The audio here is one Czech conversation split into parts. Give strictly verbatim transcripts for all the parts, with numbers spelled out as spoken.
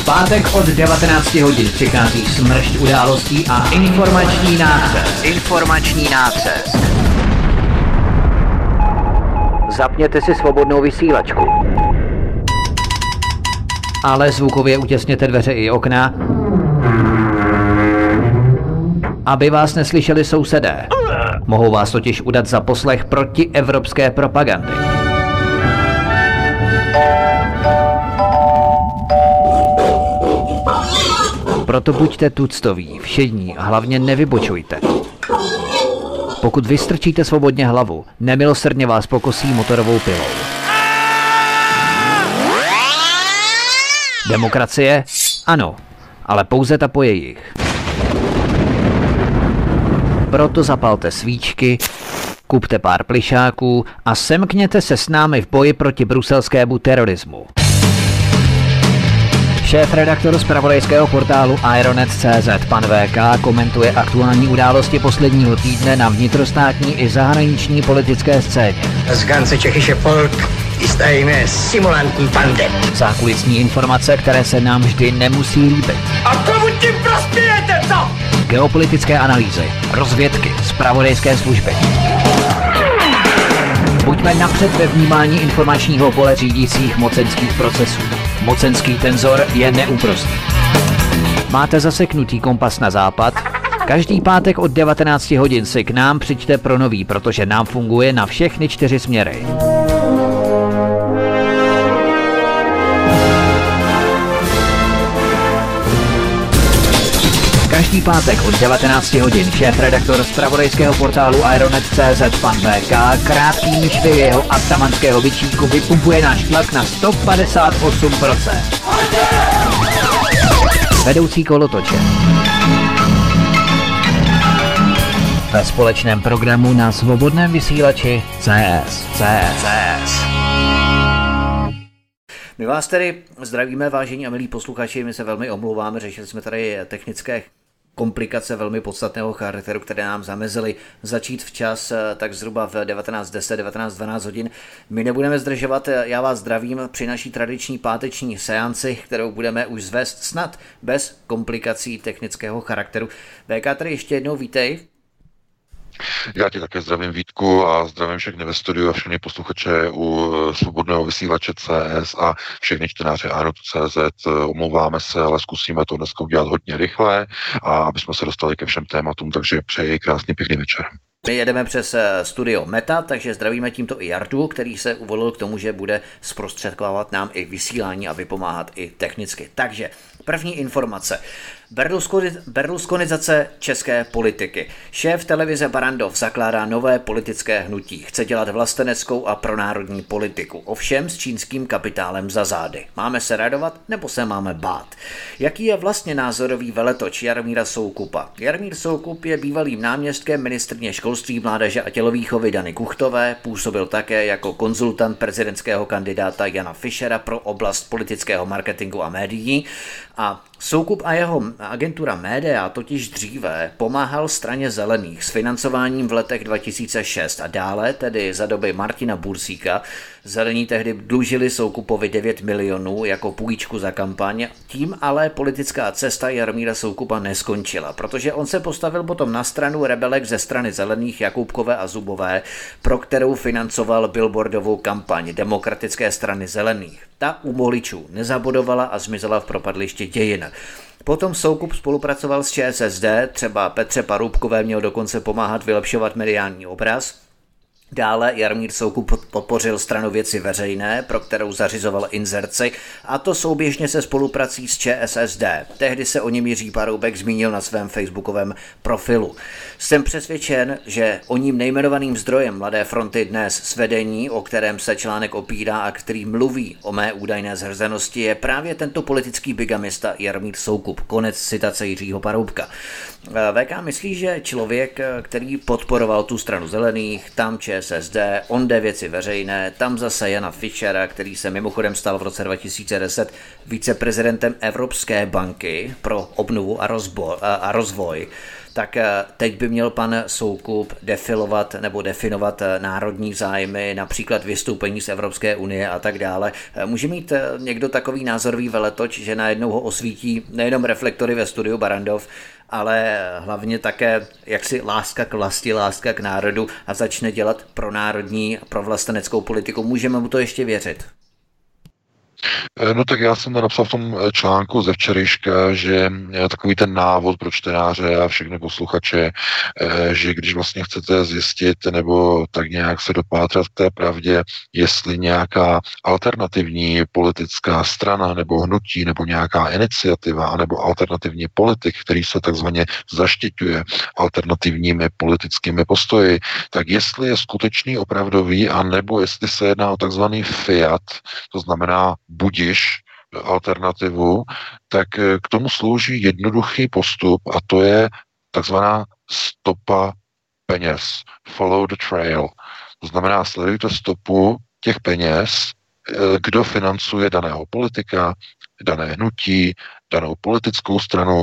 pátek od devatenácti hodin přichází smršť událostí a informační nácest. Informační nácest. Zapněte si svobodnou vysílačku. Ale zvukově utěsněte dveře i okna, aby vás neslyšeli sousedé. Mohou vás totiž udat za poslech protievropské propagandy. Proto buďte tuctoví, všední a hlavně nevybočujte. Pokud vystrčíte svobodně hlavu, nemilosrdně vás pokosí motorovou pilou. Demokracie? Ano, ale pouze ta po jejich. Proto zapalte svíčky, kupte pár plišáků a semkněte se s námi v boji proti bruselskému terorismu. Šéf-redaktor zpravodajského portálu Ironet tečka cé zet pan vé ká komentuje aktuální události posledního týdne na vnitrostátní i zahraniční politické scéně. Das ganze tschechische Volk ist eine simulantní bande. Zákulisní informace, které se nám vždy nemusí líbit. A komu tím prospějete, co? Geopolitické analýzy, rozvědky, zpravodajské služby. Buďme napřed ve vnímání informačního pole řídících mocenských procesů. Mocenský tenzor je neúprosný. Máte zaseknutý kompas na západ? Každý pátek od devatenácti hodin si k nám přijďte pro nový, protože nám funguje na všechny čtyři směry. Každý pátek od devatenácti hodin šéf-redaktor zpravodajského portálu Ironet tečka cé zet pan vé ká krátkými švy jeho atamanského bičíku vypumpuje náš tlak na sto padesát osm procent. Vedoucí kolotoče. Ve společném programu na svobodném vysílači C S. C S. My vás tedy zdravíme, vážení a milí posluchači, my se velmi omlouváme, řešili jsme tady technické komplikace velmi podstatného charakteru, které nám zamezily začít včas, tak zhruba v devatenáct deset, devatenáct dvanáct hodin. My nebudeme zdržovat, já vás zdravím při naší tradiční páteční seanci, kterou budeme už zvést snad bez komplikací technického charakteru. vé ká, tady ještě jednou vítej. Já tě také zdravím, Vítku, a zdravím všechny ve studiu a všechny posluchače u svobodného vysílače C S a všechny čtenáře Ironet tečka cé zet. Omlouváme se, ale zkusíme to dneska udělat hodně rychle, a aby jsme se dostali ke všem tématům, takže přeji krásný pěkný večer. My jedeme přes studio Meta, takže zdravíme tímto i Jardu, který se uvolil k tomu, že bude zprostředkovávat nám i vysílání a vypomáhat i technicky. Takže první informace. Berlusconizace české politiky. Šéf televize Barrandov zakládá nové politické hnutí. Chce dělat vlasteneckou a pronárodní politiku. Ovšem s čínským kapitálem za zády. Máme se radovat nebo se máme bát? Jaký je vlastně názorový veletoč Jaromíra Soukupa? Jaromír Soukup je bývalým náměstkem ministryně školství, mládeže a tělovýchovy Dany Kuchtové. Působil také jako konzultant prezidentského kandidáta Jana Fischera pro oblast politického marketingu a médií. A Soukup a jeho agentura Média totiž dříve pomáhal straně zelených s financováním v letech dva tisíce šest a dále, tedy za doby Martina Bursíka. Zelení tehdy dlužili Soukupovi devět milionů jako půjčku za kampaň, tím ale politická cesta Jaromíra Soukupa neskončila, protože on se postavil potom na stranu rebelek ze strany zelených Jakubkové a Zubové, pro kterou financoval billboardovou kampaň Demokratické strany zelených. Ta u voličů nezabodovala a zmizela v propadlišti dějin. Potom Soukup spolupracoval s ČSSD, třeba Petře Paroubkové měl dokonce pomáhat vylepšovat mediální obraz. Dále Jaromír Soukup podpořil stranu Věci veřejné, pro kterou zařizoval inzerci, a to souběžně se spoluprací s ČSSD. Tehdy se o něm Jiří Paroubek zmínil na svém facebookovém profilu. Jsem přesvědčen, že o ním nejmenovaným zdrojem Mladé fronty Dnes svedení, o kterém se článek opírá a který mluví o mé údajné zhrzenosti, je právě tento politický bigamista Jaromír Soukup. Konec citace Jiřího Paroubka. vé ká myslí, že člověk, který podporoval tu stranu zelených, tam ČSSD, on jde Věci veřejné, tam zase Jana Fischera, který se mimochodem stal v roce dva tisíce deset viceprezidentem Evropské banky pro obnovu a, rozboj, a rozvoj, Tak teď by měl pan Soukup defilovat nebo definovat národní zájmy, například vystoupení z Evropské unie a tak dále. Může mít někdo takový názorový veletoč, že najednou ho osvítí nejenom reflektory ve studiu Barrandov, ale hlavně také jaksi láska k vlasti, láska k národu a začne dělat pro národní, pro vlasteneckou politiku. Můžeme mu to ještě věřit? No tak já jsem to napsal v tom článku ze včerejška, že takový ten návod pro čtenáře a všechny posluchače, že když vlastně chcete zjistit nebo tak nějak se dopátrat k té pravdě, jestli nějaká alternativní politická strana nebo hnutí nebo nějaká iniciativa nebo alternativní politik, který se takzvaně zaštiťuje alternativními politickými postoji, tak jestli je skutečný, opravdový, a nebo jestli se jedná o takzvaný fiat, to znamená budiš alternativu, tak k tomu slouží jednoduchý postup a to je takzvaná stopa peněz. Follow the trail. To znamená, sledujte stopu těch peněz, kdo financuje daného politika, dané hnutí, danou politickou stranu,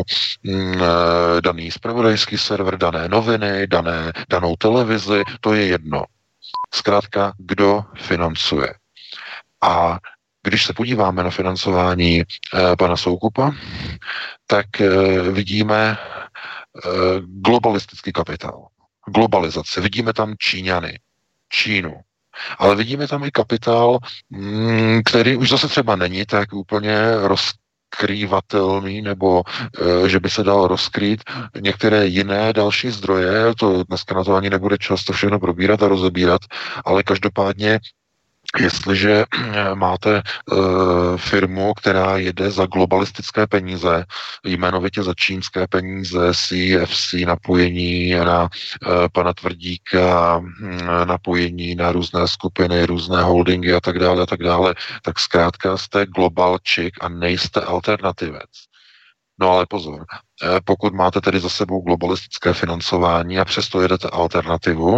daný zpravodajský server, dané noviny, dané, danou televizi, to je jedno. Zkrátka, kdo financuje. A když se podíváme na financování e, pana Soukupa, tak e, vidíme e, globalistický kapitál, globalizaci. Vidíme tam Číňany, Čínu. Ale vidíme tam i kapitál, m, který už zase třeba není tak úplně rozkrývatelný, nebo e, že by se dal rozkrýt některé jiné další zdroje. To dneska na to ani nebude čas to všechno probírat a rozebírat, ale každopádně jestliže máte uh, firmu, která jede za globalistické peníze, jmenovitě za čínské peníze, C F C, napojení na uh, pana Tvrdíka, napojení na různé skupiny, různé holdingy a tak dále, a tak dále, tak zkrátka jste globalčik a nejste alternativec. No ale pozor, pokud máte tedy za sebou globalistické financování a přesto jedete alternativu,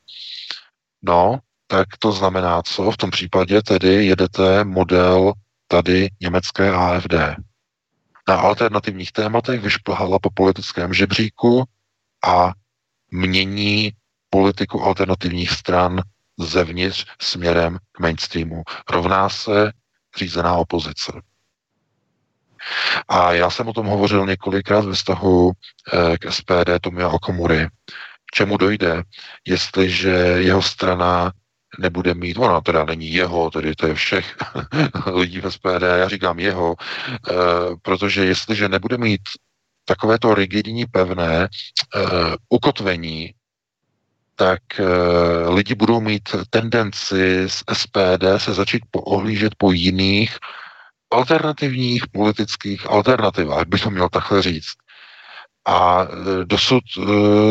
no, tak to znamená co? V tom případě tedy jedete model tady německé A F D. Na alternativních tématech vyšplhala po politickém žebříku a mění politiku alternativních stran zevnitř směrem k mainstreamu. Rovná se řízená opozice. A já jsem o tom hovořil několikrát ve vztahu k S P D Tomia Okamury. K čemu dojde, jestliže jeho strana nebude mít, ona teda není jeho, tedy to je všech lidí v S P D, já říkám jeho, e, protože jestliže nebude mít takovéto rigidní, pevné e, ukotvení, tak e, lidi budou mít tendenci z S P D se začít poohlížet po jiných alternativních politických alternativách, bych to měl takhle říct. A dosud e,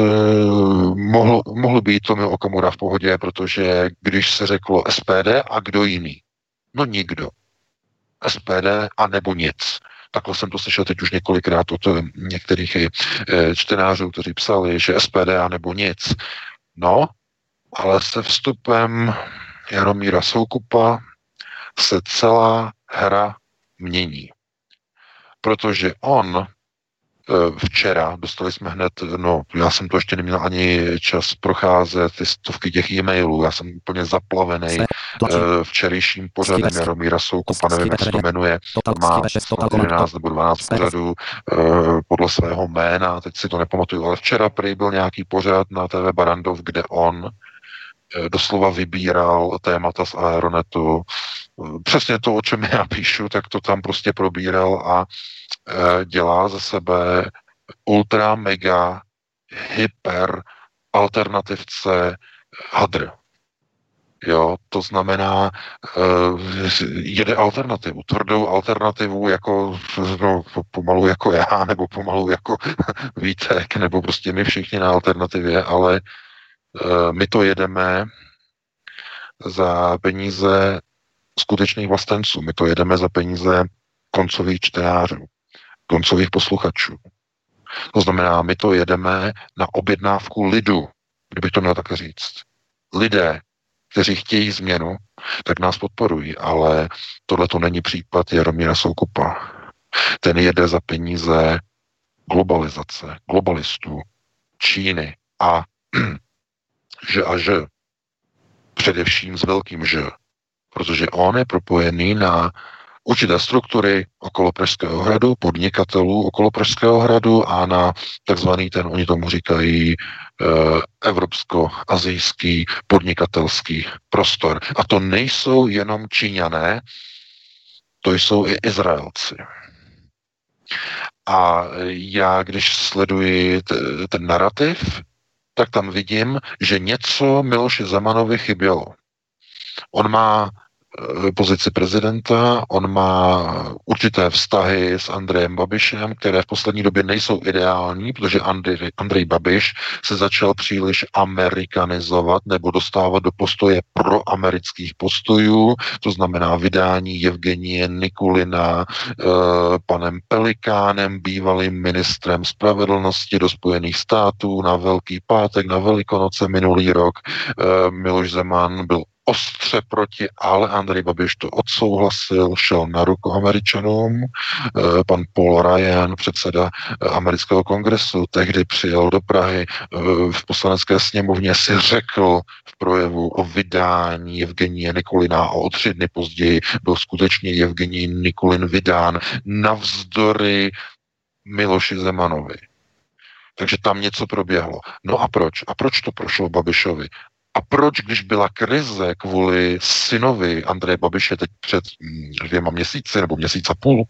mohl, mohl být Tomio Okamura v pohodě, protože když se řeklo S P D a kdo jiný? No nikdo. S P D a nebo nic. Takhle jsem to slyšel teď už několikrát od některých e, čtenářů, kteří psali, že S P D a nebo nic. No, ale se vstupem Jaromíra Soukupa se celá hra mění. Protože on včera, dostali jsme hned, no já jsem to ještě neměl ani čas procházet, ty stovky těch e-mailů, já jsem úplně zaplavený včerejším pořadem Jaromíra Soukupa, nevím, jak se to jmenuje, má jedenáct nebo dvanáct pořadů podle svého jména, teď si to nepamatuju, ale včera prý byl nějaký pořad na T V Barrandov, kde on doslova vybíral témata z Aeronetu, přesně to, o čem já píšu, tak to tam prostě probíral a dělá ze sebe ultra, mega, hyper alternativce hadr. Jo, to znamená, uh, jede alternativu, tvrdou alternativu jako, no, pomalu jako já, nebo pomalu jako Vítek, nebo prostě my všichni na alternativě, ale uh, my to jedeme za peníze skutečných vlastenců, my to jedeme za peníze koncových čtenářů, koncových posluchačů. To znamená, my to jedeme na objednávku lidu, kdybych to měl takhle říct. Lidé, kteří chtějí změnu, tak nás podporují, ale tohle to není případ Jaromíra Soukupa. Ten jede za peníze globalizace, globalistů, Číny a že a že, především s velkým že, protože on je propojený na určité struktury okolo Pražského hradu, podnikatelů okolo Pražského hradu a na takzvaný ten, oni tomu říkají, evropsko-azijský podnikatelský prostor. A to nejsou jenom Číňané, to jsou i Izraelci. A já, když sleduji t- ten narrativ, tak tam vidím, že něco Miloši Zemanovi chybělo. On má pozici prezidenta, on má určité vztahy s Andrejem Babišem, které v poslední době nejsou ideální, protože Andrej, Andrej Babiš se začal příliš amerikanizovat nebo dostávat do postoje proamerických postojů, to znamená vydání Jevgenie Nikulina eh, panem Pelikánem, bývalým ministrem spravedlnosti do Spojených států na Velký pátek, na Velikonoce minulý rok. Eh, Miloš Zeman byl ostře proti, ale Andrej Babiš to odsouhlasil, šel na ruku Američanům. Pan Paul Ryan, předseda amerického kongresu, tehdy přijel do Prahy, v poslanecké sněmovně si řekl v projevu o vydání Jevgenie Nikulina a o tři dny později byl skutečně Jevgenij Nikulin vydán navzdory Miloši Zemanovi. Takže tam něco proběhlo. No a proč? A proč to prošlo Babišovi? A proč, když byla krize kvůli synovi Andreje Babiše teď před dvěma měsíci nebo měsíc a půl,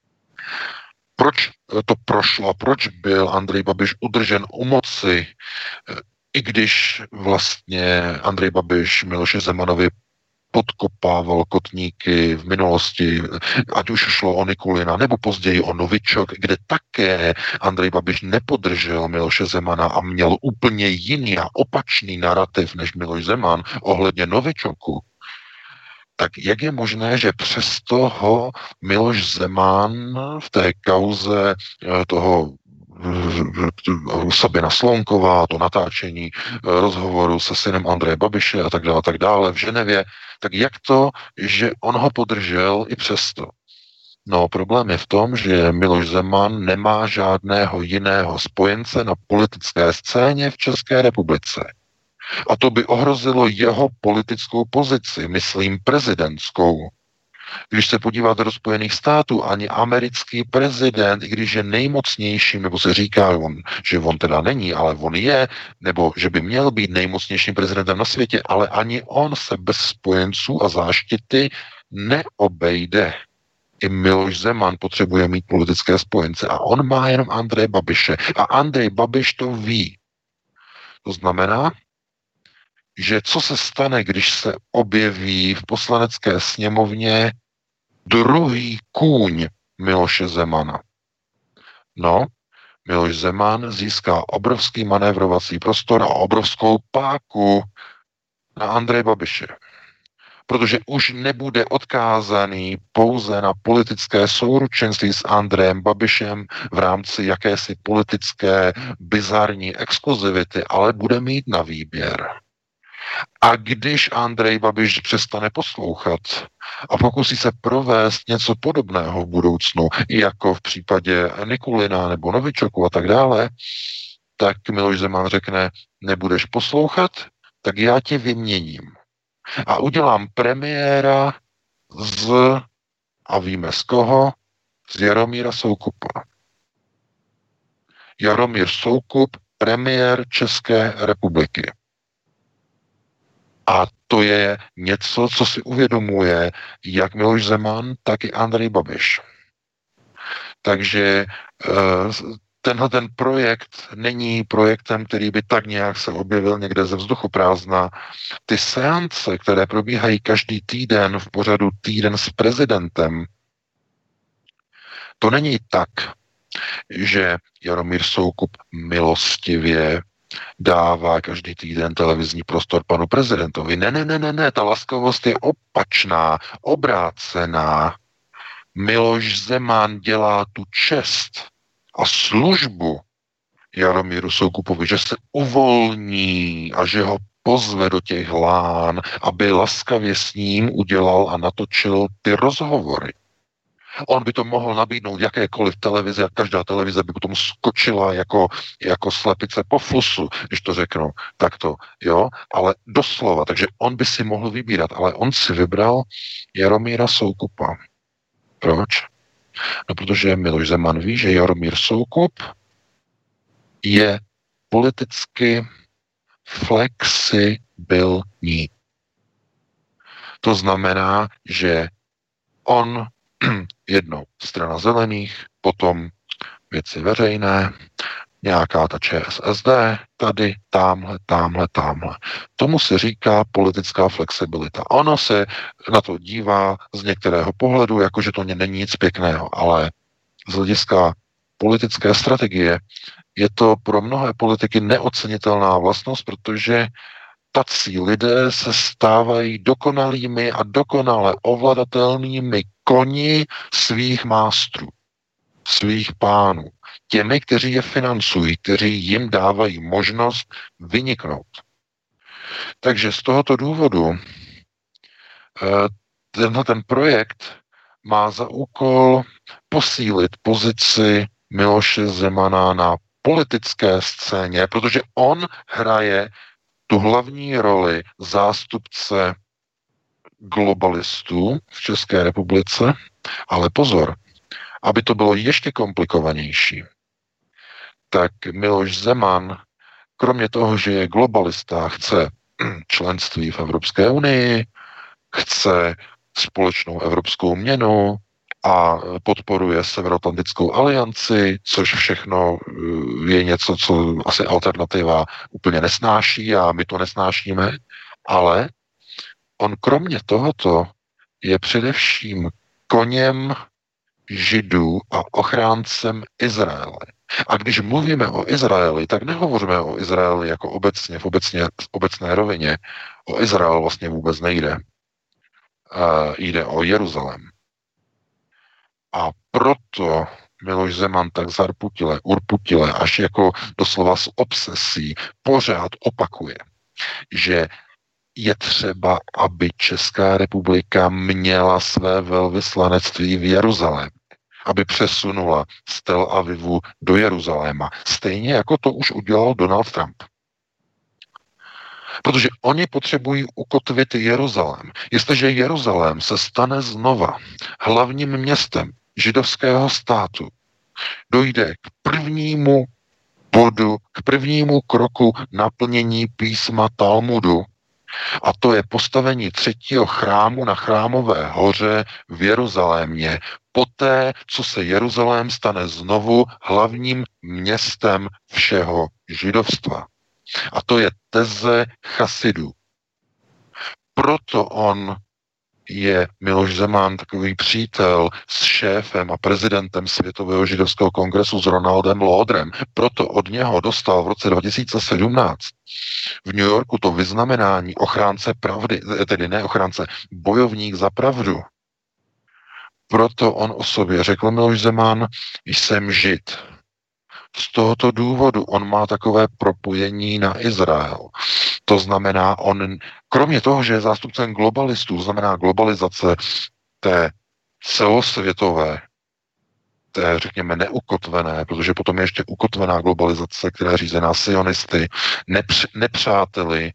proč to prošlo a proč byl Andrej Babiš udržen u moci, i když vlastně Andrej Babiš Miloše Zemanovi podkopával kotníky v minulosti, ať už šlo o Nikulina, nebo později o Novičok, kde také Andrej Babiš nepodržel Miloše Zemana a měl úplně jiný a opačný narrativ než Miloš Zeman ohledně Novičoku. Tak jak je možné, že přesto ho Miloš Zeman v té kauze toho Sabina Slonková, to natáčení rozhovoru se synem Andreje Babiše a tak dále, tak dále v Ženevě, tak jak to, že on ho podržel i přesto? No, problém je v tom, že Miloš Zeman nemá žádného jiného spojence na politické scéně v České republice. A to by ohrozilo jeho politickou pozici, myslím prezidentskou. Když se podíváte do Spojených států, ani americký prezident, i když je nejmocnějším, nebo se říká, on, že on teda není, ale on je, nebo že by měl být nejmocnějším prezidentem na světě, ale ani on se bez spojenců a záštity neobejde. I Miloš Zeman potřebuje mít politické spojence a on má jenom Andreje Babiše. A Andrej Babiš to ví. To znamená, že co se stane, když se objeví v poslanecké sněmovně druhý kůň Miloše Zemana? No, Miloš Zeman získá obrovský manévrovací prostor a obrovskou páku na Andreje Babiše. Protože už nebude odkázaný pouze na politické souručenství s Andrejem Babišem v rámci jakési politické bizarní exkluzivity, ale bude mít na výběr. A když Andrej Babiš přestane poslouchat a pokusí se provést něco podobného v budoucnu, jako v případě Nikulina nebo Novičoku a tak dále, tak Miloš Zeman řekne, nebudeš poslouchat, tak já tě vyměním. A udělám premiéra z, a víme z koho, z Jaromíra Soukupa. Jaromír Soukup, premiér České republiky. A to je něco, co si uvědomuje jak Miloš Zeman, tak i Andrej Babiš. Takže tenhle ten projekt není projektem, který by tak nějak se objevil někde ze vzduchoprázdna. Ty seance, které probíhají každý týden v pořadu Týden s prezidentem, to není tak, že Jaromír Soukup milostivě dává každý týden televizní prostor panu prezidentovi. Ne, ne, ne, ne, ne, ta laskavost je opačná, obrácená. Miloš Zeman dělá tu čest a službu Jaromíru Soukupovi, že se uvolní a že ho pozve do těch lán, aby laskavě s ním udělal a natočil ty rozhovory. On by to mohl nabídnout jakékoliv televizi a každá televize by potom skočila jako, jako slepice po flusu, když to řeknu takto, jo, ale doslova, takže on by si mohl vybírat, ale on si vybral Jaromíra Soukupa. Proč? No, protože Miloš Zeman ví, že Jaromír Soukup je politicky flexibilní. To znamená, že on jednou strana zelených, potom věci veřejné, nějaká ta ČSSD, tady, támhle, támhle, támhle. Tomu se říká politická flexibilita. Ono se na to dívá z některého pohledu, jakože to není nic pěkného, ale z hlediska politické strategie je to pro mnohé politiky neocenitelná vlastnost, protože tací lidé se stávají dokonalými a dokonale ovladatelnými koni svých mástrů, svých pánů. Těmi, kteří je financují, kteří jim dávají možnost vyniknout. Takže z tohoto důvodu tenhle ten projekt má za úkol posílit pozici Miloše Zemana na politické scéně, protože on hraje tu hlavní roli zástupce globalistů v České republice, ale pozor, aby to bylo ještě komplikovanější, tak Miloš Zeman, kromě toho, že je globalista, chce členství v Evropské unii, chce společnou evropskou měnu a podporuje Severoatlantickou alianci, což všechno je něco, co asi alternativa úplně nesnáší a my to nesnášíme, ale on kromě tohoto je především koněm Židů a ochráncem Izraele. A když mluvíme o Izraeli, tak nehovoříme o Izraeli jako obecně, v obecně, v obecné rovině. O Izrael vlastně vůbec nejde. Uh, jde o Jeruzalém. A proto Miloš Zeman tak zarputile, urputile, až jako doslova s obsesí pořád opakuje, že je třeba, aby Česká republika měla své velvyslanectví v Jeruzalémě, aby přesunula z Tel Avivu do Jeruzaléma. Stejně jako to už udělal Donald Trump. Protože oni potřebují ukotvit Jeruzalém. Jestliže Jeruzalém se stane znova hlavním městem židovského státu, dojde k prvnímu bodu, k prvnímu kroku naplnění písma Talmudu, a to je postavení třetího chrámu na Chrámové hoře v Jeruzalémě, poté, co se Jeruzalém stane znovu hlavním městem všeho židovstva. A to je teze chasidů. Proto on je Miloš Zeman takový přítel s šéfem a prezidentem Světového židovského kongresu s Ronaldem Lodrem. Proto od něho dostal v roce dva tisíce sedmnáct v New Yorku to vyznamenání ochránce pravdy, tedy ne ochránce, bojovník za pravdu. Proto on o sobě řekl Miloš Zeman, jsem žid. Z tohoto důvodu on má takové propojení na Izrael. To znamená, on, kromě toho, že je zástupcem globalistů, znamená globalizace té celosvětové, té, řekněme, neukotvené, protože potom je ještě ukotvená globalizace, která je řízená sionisty, nepř, nepřáteli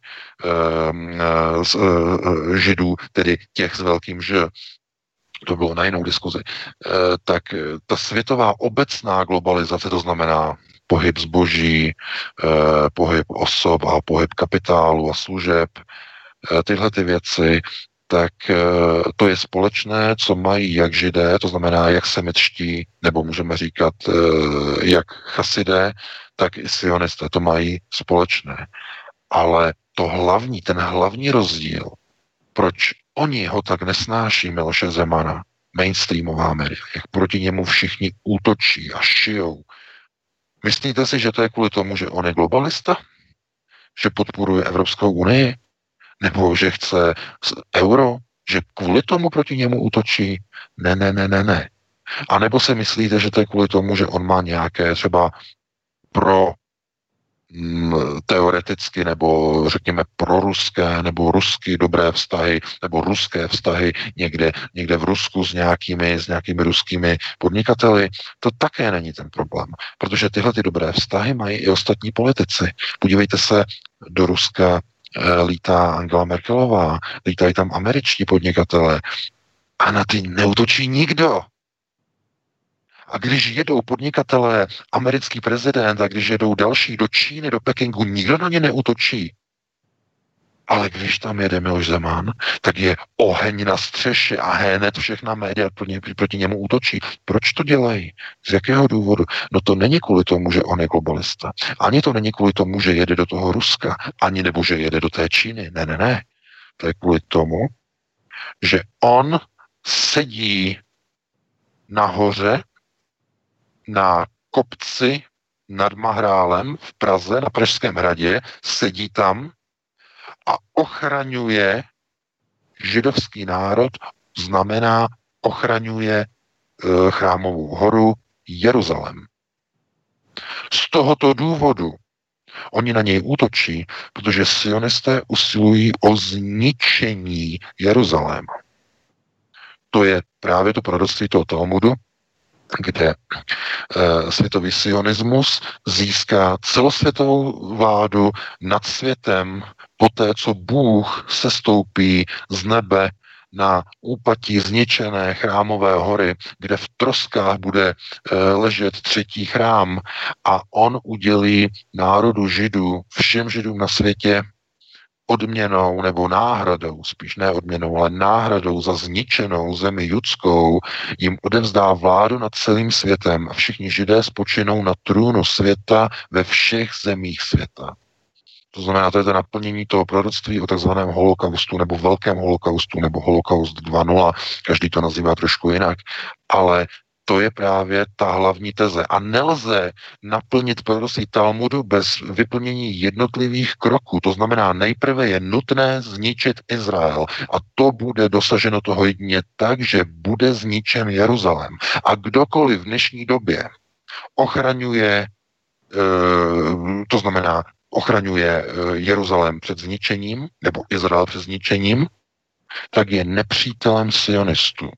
e, z, e, židů, tedy těch s velkým Ž, to bylo na jinou diskuzi, e, tak ta světová obecná globalizace, to znamená pohyb zboží, e, pohyb osob a pohyb kapitálu a služeb, e, tyhle ty věci, tak e, to je společné, co mají jak židé, to znamená jak semitští, nebo můžeme říkat e, jak chasidé, tak i sionisté, to mají společné. Ale to hlavní, ten hlavní rozdíl, proč oni ho tak nesnáší, Miloše Zemana, mainstreamová média, jak proti němu všichni útočí a šijou. Myslíte si, že to je kvůli tomu, že on je globalista? Že podporuje Evropskou unii? Nebo že chce euro? Že kvůli tomu proti němu útočí? Ne, ne, ne, ne, ne. A nebo si myslíte, že to je kvůli tomu, že on má nějaké třeba pro teoreticky nebo řekněme proruské nebo rusky dobré vztahy nebo ruské vztahy někde, někde v Rusku s nějakými, s nějakými ruskými podnikateli, to také není ten problém, protože tyhle ty dobré vztahy mají i ostatní politici. Podívejte se, do Ruska e, lítá Angela Merkelová, lítají tam američtí podnikatelé a na ty neútočí nikdo. A když jedou podnikatelé, americký prezident, a když jedou další do Číny, do Pekingu, nikdo na ně neútočí. Ale když tam jede Miloš Zeman, tak je oheň na střeše a hned všechna média proti, proti němu útočí. Proč to dělají? Z jakého důvodu? No to není kvůli tomu, že on je globalista. Ani to není kvůli tomu, že jede do toho Ruska. Ani nebo že jede do té Číny. Ne, ne, ne. To je kvůli tomu, že on sedí nahoře na kopci nad Mahrálem v Praze, na Pražském hradě, sedí tam a ochraňuje židovský národ, znamená ochraňuje e, chrámovou horu Jeruzalém. Z tohoto důvodu oni na něj útočí, protože sionisté usilují o zničení Jeruzaléma. To je právě to proroctví toho Talmudu, kde e, světový sionismus získá celosvětovou vládu nad světem poté, co Bůh sestoupí z nebe na úpatí zničené chrámové hory, kde v troskách bude e, ležet třetí chrám a on udělí národu Židů, všem Židům na světě, odměnou nebo náhradou, spíš ne odměnou, ale náhradou za zničenou zemi judskou, jim odevzdá vládu nad celým světem a všichni Židé spočinou na trůnu světa ve všech zemích světa. To znamená, to je to naplnění toho proroctví o takzvaném holokaustu nebo velkém holokaustu nebo holokaust dva nula, každý to nazývá trošku jinak, ale to je právě ta hlavní teze. A nelze naplnit proroctví Talmudu bez vyplnění jednotlivých kroků. To znamená, nejprve je nutné zničit Izrael. A to bude dosaženo toho jedině tak, že bude zničen Jeruzalém. A kdokoliv v dnešní době ochraňuje, to znamená, ochraňuje Jeruzalém před zničením, nebo Izrael před zničením, tak je nepřítelem sionistů.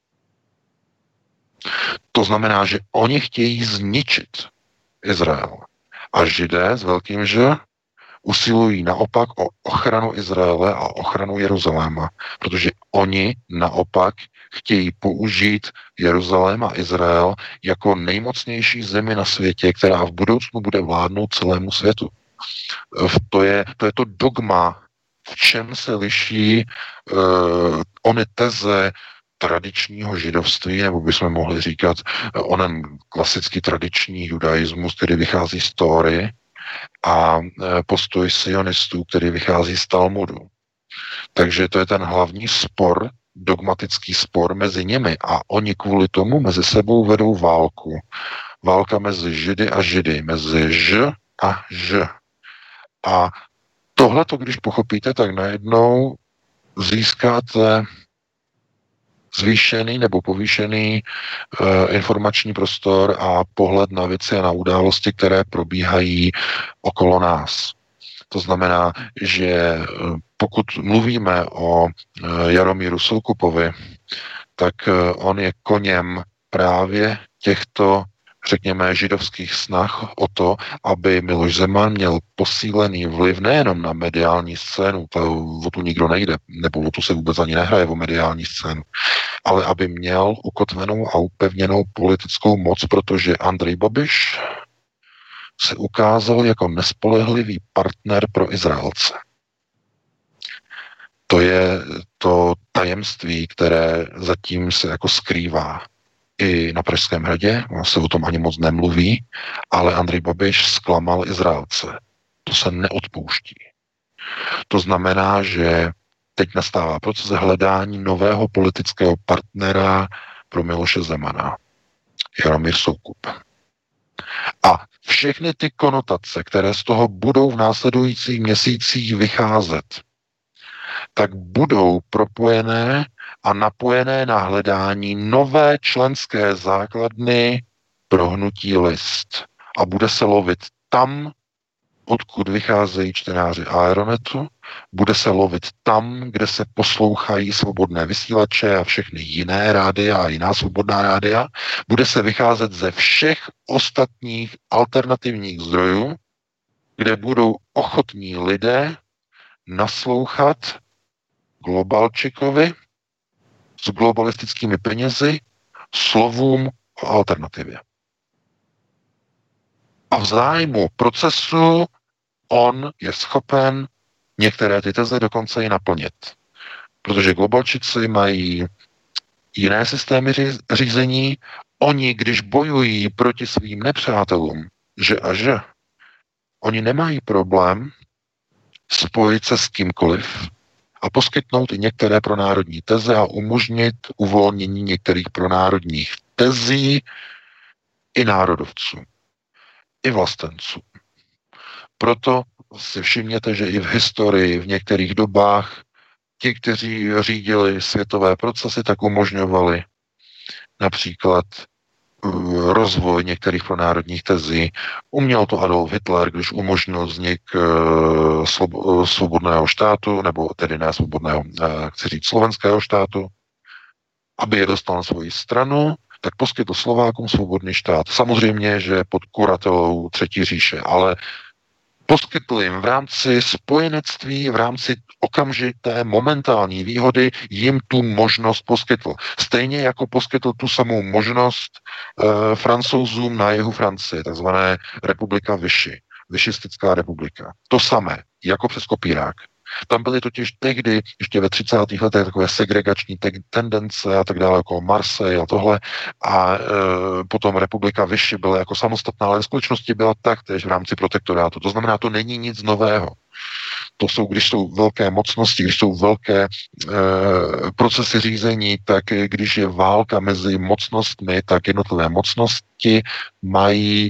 To znamená, že oni chtějí zničit Izrael. A Židé s velkým Ž usilují naopak o ochranu Izraele a ochranu Jeruzaléma, protože oni naopak chtějí použít Jeruzalém a Izrael jako nejmocnější zemi na světě, která v budoucnu bude vládnout celému světu. To je to, je to dogma, v čem se liší uh, ony teze tradičního židovství, nebo bychom mohli říkat onen klasický tradiční judaismus, který vychází z Tóry, a postoj sionistů, který vychází z Talmudu. Takže to je ten hlavní spor, dogmatický spor mezi nimi a oni kvůli tomu mezi sebou vedou válku. Válka mezi Židy a Židy, mezi Ž a Ž. A tohleto, když pochopíte, tak najednou získáte zvýšený nebo povýšený e, informační prostor a pohled na věci a na události, které probíhají okolo nás. To znamená, že pokud mluvíme o e, Jaromíru Soukupovi, tak e, on je koněm právě těchto, řekněme, židovských snah o to, aby Miloš Zeman měl posílený vliv nejenom na mediální scénu, to o tu nikdo nejde, nebo o tu se vůbec ani nehraje o mediální scénu, ale aby měl ukotvenou a upevněnou politickou moc, protože Andrej Babiš se ukázal jako nespolehlivý partner pro Izraelce. To je to tajemství, které zatím se jako skrývá i na Pražském hradě, se o tom ani moc nemluví, ale Andrej Babiš zklamal Izraelce. To se neodpouští. To znamená, že teď nastává proces hledání nového politického partnera pro Miloše Zemana. Jaromír Soukup. A všechny ty konotace, které z toho budou v následujících měsících vycházet, tak budou propojené a napojené na hledání nové členské základny pro hnutí List. A bude se lovit tam, odkud vycházejí čtenáři Aeronetu, bude se lovit tam, kde se poslouchají svobodné vysílače a všechny jiné rádia a jiná svobodná rádia, bude se vycházet ze všech ostatních alternativních zdrojů, kde budou ochotní lidé naslouchat globalčikovi s globalistickými penězi slovům o alternativě. A v zájmu procesu on je schopen některé ty teze dokonce i naplnit. Protože globalčici mají jiné systémy řízení. Oni, když bojují proti svým nepřátelům, že a že, oni nemají problém spojit se s kýmkoliv a poskytnout i některé pronárodní teze a umožnit uvolnění některých pronárodních tezí i národovců, i vlastenců. Proto si všimněte, že i v historii, v některých dobách, ti, kteří řídili světové procesy, tak umožňovali například rozvoj některých pronárodních tezí. Uměl to Adolf Hitler, když umožnil vznik svobodného štátu, nebo tedy ne svobodného, chci říct slovenského štátu, aby je dostal na svoji stranu, tak poskytl Slovákům svobodný štát. Samozřejmě, že pod kuratelou Třetí říše, ale poskytl jim v rámci spojenectví, v rámci okamžité momentální výhody, jim tu možnost poskytl. Stejně jako poskytl tu samou možnost e, Francouzům na jihu Francie, takzvané republika Vichy, Vichistická republika. To samé, jako přes kopírák. Tam byly totiž tehdy, ještě ve třicátých letech, takové segregační te- tendence a tak dále, jako Marseille a tohle. A e, potom republika Vichy byla jako samostatná, ale v skutečnosti byla taktéž v rámci protektorátu. To znamená, to není nic nového. To jsou, když jsou velké mocnosti, když jsou velké e, procesy řízení, tak když je válka mezi mocnostmi, tak jednotlivé mocnosti mají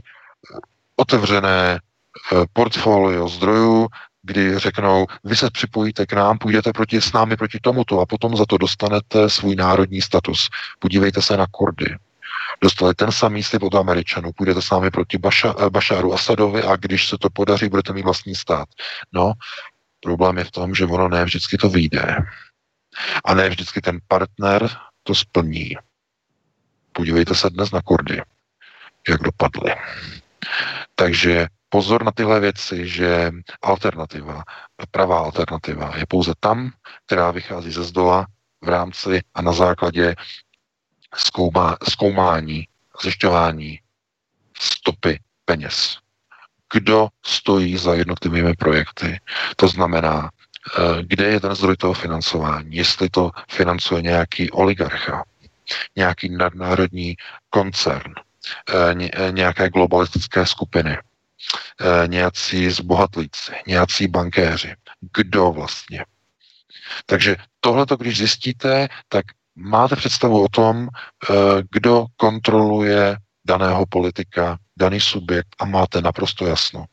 otevřené e, portfolio zdrojů, kdy řeknou, vy se připojíte k nám, půjdete proti, s námi proti tomuto a potom za to dostanete svůj národní status. Podívejte se na Kurdy. Dostali ten samý slib od Američanů, půjdete s námi proti Baša, Bašáru Asadovi a když se to podaří, budete mít vlastní stát. No, problém je v tom, že ono ne vždycky to vyjde. A ne vždycky ten partner to splní. Podívejte se dnes na Kurdy, jak dopadly. Takže pozor na tyhle věci, že alternativa, pravá alternativa je pouze tam, která vychází ze zdola v rámci a na základě zkoumá, zkoumání, zjišťování stopy peněz. Kdo stojí za jednotlivými projekty? To znamená, kde je ten zdroj toho financování? Jestli to financuje nějaký oligarcha, nějaký nadnárodní koncern, nějaké globalistické skupiny, nějací zbohatlíci, nějací bankéři. Kdo vlastně? Takže tohleto, když zjistíte, tak máte představu o tom, kdo kontroluje daného politika, daný subjekt a máte naprosto jasno.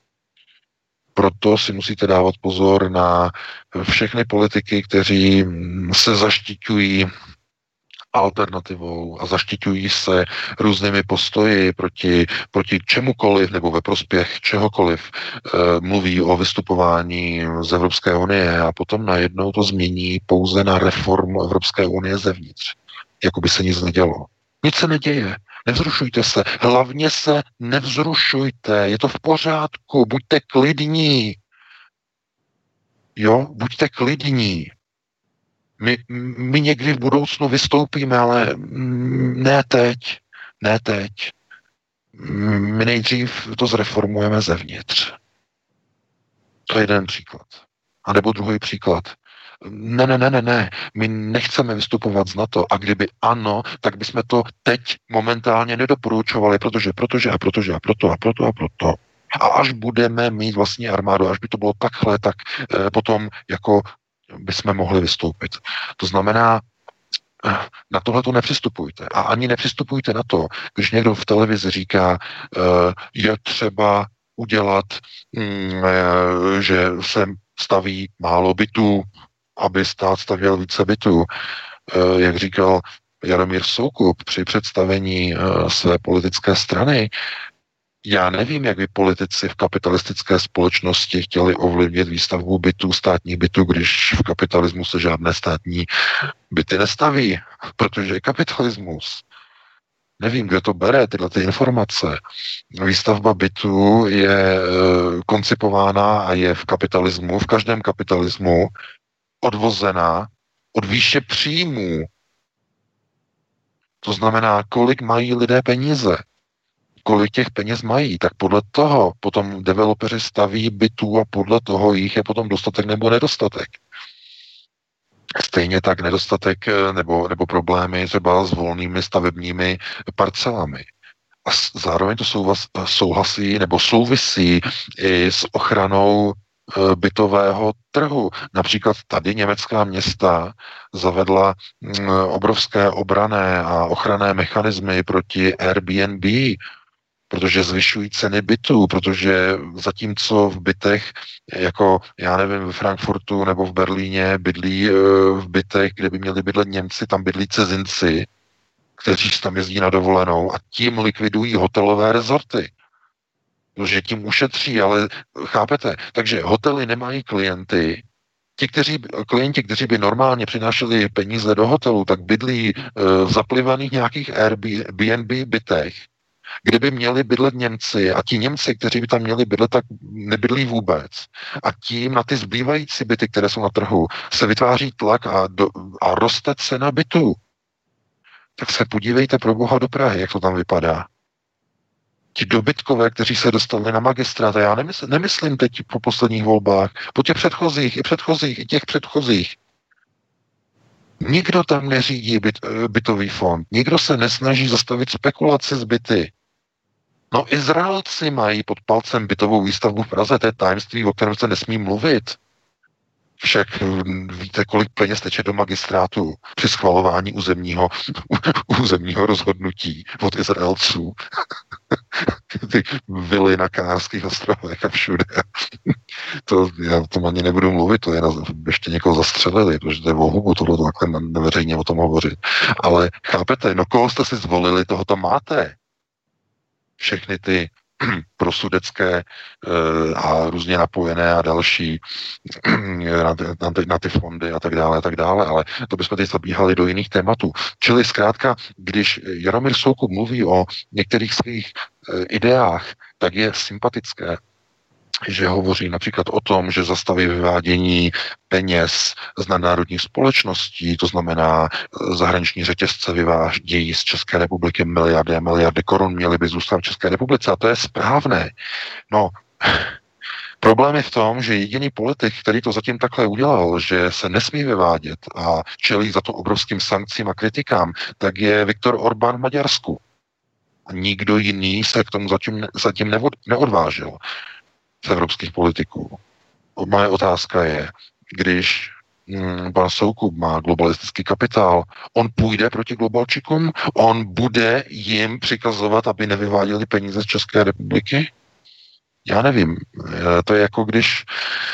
Proto si musíte dávat pozor na všechny politiky, kteří se zaštiťují alternativou a zaštiťují se různými postoji proti, proti čemukoliv nebo ve prospěch čehokoliv. E, mluví o vystupování z Evropské unie a potom najednou to změní pouze na reformu Evropské unie zevnitř. Jako by se nic nedělo. Nic se neděje. Nevzrušujte se. Hlavně se nevzrušujte. Je to v pořádku. Buďte klidní. Jo? Buďte klidní. My, my někdy v budoucnu vystoupíme, ale ne teď. Ne teď. My nejdřív to zreformujeme zevnitř. To je jeden příklad. A nebo druhý příklad. Ne, ne, ne, ne, ne. My nechceme vystupovat z NATO. A kdyby ano, tak bychom to teď momentálně nedoporučovali, protože, protože a protože a proto a proto a proto. A až budeme mít vlastní armádu, až by to bylo takhle, tak eh, potom jako bychom mohli vystoupit. To znamená, na tohle to nepřistupujte. A ani nepřistupujte na to, když někdo v televizi říká, je třeba udělat, že se staví málo bytů, aby stát stavěl více bytů. Jak říkal Jaromír Soukup při představení své politické strany, Já nevím, jak by politici v kapitalistické společnosti chtěli ovlivnit výstavbu bytů, státních bytů, když v kapitalismu se žádné státní byty nestaví, protože je kapitalismus. Nevím, kdo to bere, tyhle ty informace. Výstavba bytů je e, koncipována a je v kapitalismu, v každém kapitalismu odvozená od výše příjmů. To znamená, kolik mají lidé peníze, kolik těch peněz mají, tak podle toho potom developeři staví bytů a podle toho jich je potom dostatek nebo nedostatek. Stejně tak nedostatek nebo, nebo problémy třeba s volnými stavebními parcelami. A zároveň to souhlasí nebo souvisí i s ochranou bytového trhu. Například tady německá města zavedla obrovské obranné a ochranné mechanismy proti Airbnb, protože zvyšují ceny bytů, protože zatímco v bytech, jako já nevím, ve Frankfurtu nebo v Berlíně bydlí v bytech, kde by měli bydlet Němci, tam bydlí cizinci, kteří tam jezdí na dovolenou a tím likvidují hotelové rezorty. Protože tím ušetří, ale chápete? Takže hotely nemají klienty. Ti, kteří, klienti, kteří by normálně přinášeli peníze do hotelu, tak bydlí v zaplivaných nějakých Airbnb bytech, kde by měli bydlet Němci a ti Němci, kteří by tam měli bydlet, tak nebydlí vůbec. A tím na ty zbývající byty, které jsou na trhu, se vytváří tlak a, do, a roste cena bytů. Tak se podívejte pro Boha do Prahy, jak to tam vypadá. Ti dobytkové, kteří se dostali na magistrát, a já nemysl, nemyslím teď po posledních volbách, po těch předchozích, i předchozích, i těch předchozích. Nikdo tam neřídí byt, bytový fond, nikdo se nesnaží zastavit spekulaci z byty. No Izraelci mají pod palcem bytovou výstavbu v Praze, to je tajemství, o kterém se nesmí mluvit. Však víte, kolik peněz teče do magistrátu při schvalování územního, územního rozhodnutí od Izraelců. Ty vily na Kanárských ostrovech a všude. To, já o tom ani nebudu mluvit, to je na, ještě někoho zastřelili, protože to je o hubu, tohle to takhle neveřejně o tom hovořit. Ale chápete, no koho jste si zvolili, toho tam máte. Všechny ty prosudecké a různě napojené a další na ty, na, ty, na ty fondy a tak dále a tak dále, ale to bychom teď zabíhali do jiných tématů. Čili zkrátka, když Jaromír Soukup mluví o některých svých ideách, tak je sympatické, že hovoří například o tom, že zastaví vyvádění peněz z nadnárodních společností, to znamená zahraniční řetězce vyvádějí z České republiky miliardy a miliardy korun, měly by zůstat v České republice a to je správné. No, problém je v tom, že jediný politik, který to zatím takhle udělal, že se nesmí vyvádět a čelí za to obrovským sankcím a kritikám, tak je Viktor Orbán v Maďarsku. A nikdo jiný se k tomu zatím, zatím neodvážil z evropských politiků. Moje otázka je, když mm, pan Soukup má globalistický kapitál, on půjde proti globalčikům, on bude jim přikazovat, aby nevyváděli peníze z České republiky? Já nevím. To je jako když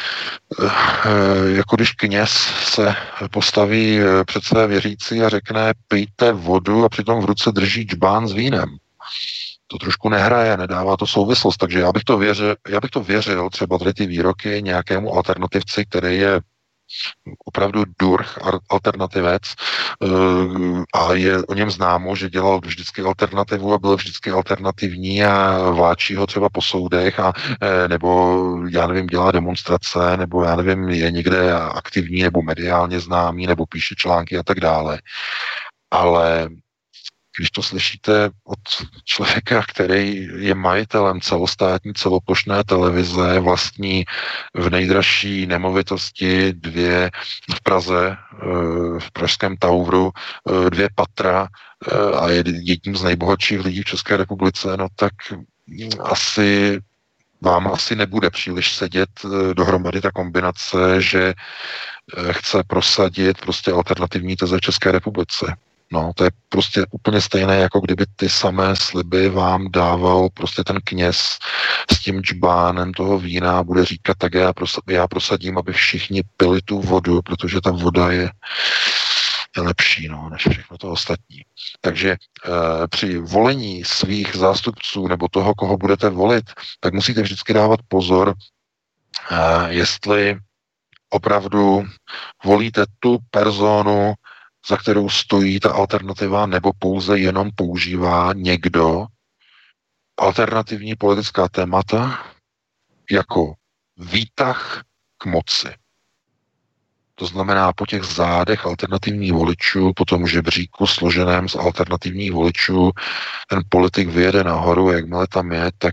jako když kněz se postaví před své věřící a řekne pijte vodu a přitom v ruce drží džbán s vínem. To trošku nehraje, nedává to souvislost, takže já bych to věřil, já bych to věřil třeba tady ty výroky nějakému alternativci, který je opravdu durch, alternativec a je o něm známo, že dělal vždycky alternativu a byl vždycky alternativní a vláčí ho třeba po soudech a nebo já nevím, dělá demonstrace, nebo já nevím, je někde aktivní nebo mediálně známý, nebo píše články a tak dále. Ale když to slyšíte od člověka, který je majitelem celostátní celoplošné televize, vlastní v nejdražší nemovitosti dvě v Praze, v pražském Tauvru, dvě patra a je jedním z nejbohatších lidí v České republice, no tak asi vám asi nebude příliš sedět dohromady ta kombinace, že chce prosadit prostě alternativní teze v České republice. No, to je prostě úplně stejné, jako kdyby ty samé sliby vám dával prostě ten kněz s tím džbánem toho vína a bude říkat, tak já, prosadím, já prosadím, aby všichni pili tu vodu, protože ta voda je je lepší, no, než všechno to ostatní. Takže e, při volení svých zástupců nebo toho, koho budete volit, tak musíte vždycky dávat pozor, e, jestli opravdu volíte tu personu, za kterou stojí ta alternativa, nebo pouze jenom používá někdo alternativní politická témata jako výtah k moci. To znamená, po těch zádech alternativních voličů, po tom žebříku složeném z alternativních voličů, ten politik vyjede nahoru, jakmile tam je, tak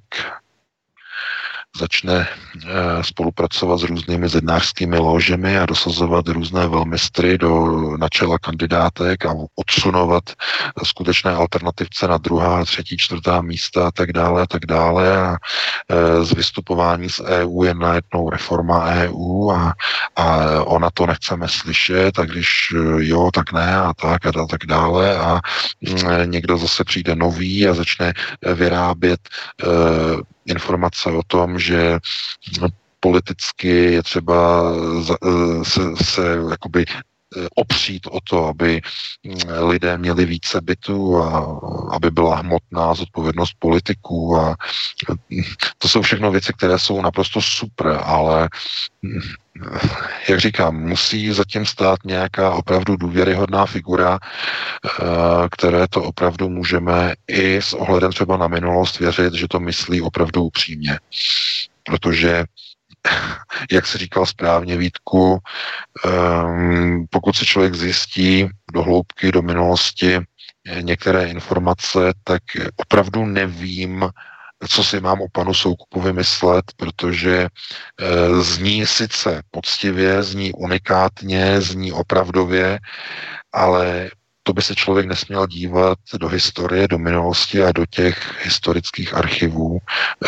začne e, spolupracovat s různými zednářskými ložemi a dosazovat různé velmistry do načela kandidátek a odsunovat skutečné alternativce na druhá, třetí, čtvrtá místa a tak dále a tak dále. A e, z vystupování z E U je najednou reforma E U a, a ona to nechceme slyšet, a když jo, tak ne a tak a, a tak dále. A e, někdo zase přijde nový a začne vyrábět e, informace o tom, že politicky je třeba se, se jakoby opřít o to, aby lidé měli více bytů a aby byla hmotná zodpovědnost politiků a to jsou všechno věci, které jsou naprosto super, ale jak říkám, musí zatím stát nějaká opravdu důvěryhodná figura, které to opravdu můžeme i s ohledem třeba na minulost věřit, že to myslí opravdu upřímně. Protože jak se říkal správně, Vítku, um, pokud se člověk zjistí do hloubky, do minulosti některé informace, tak opravdu nevím, co si mám o panu Soukupovi myslet, protože uh, zní sice poctivě, zní unikátně, zní opravdově, ale to by se člověk nesměl dívat do historie, do minulosti a do těch historických archivů,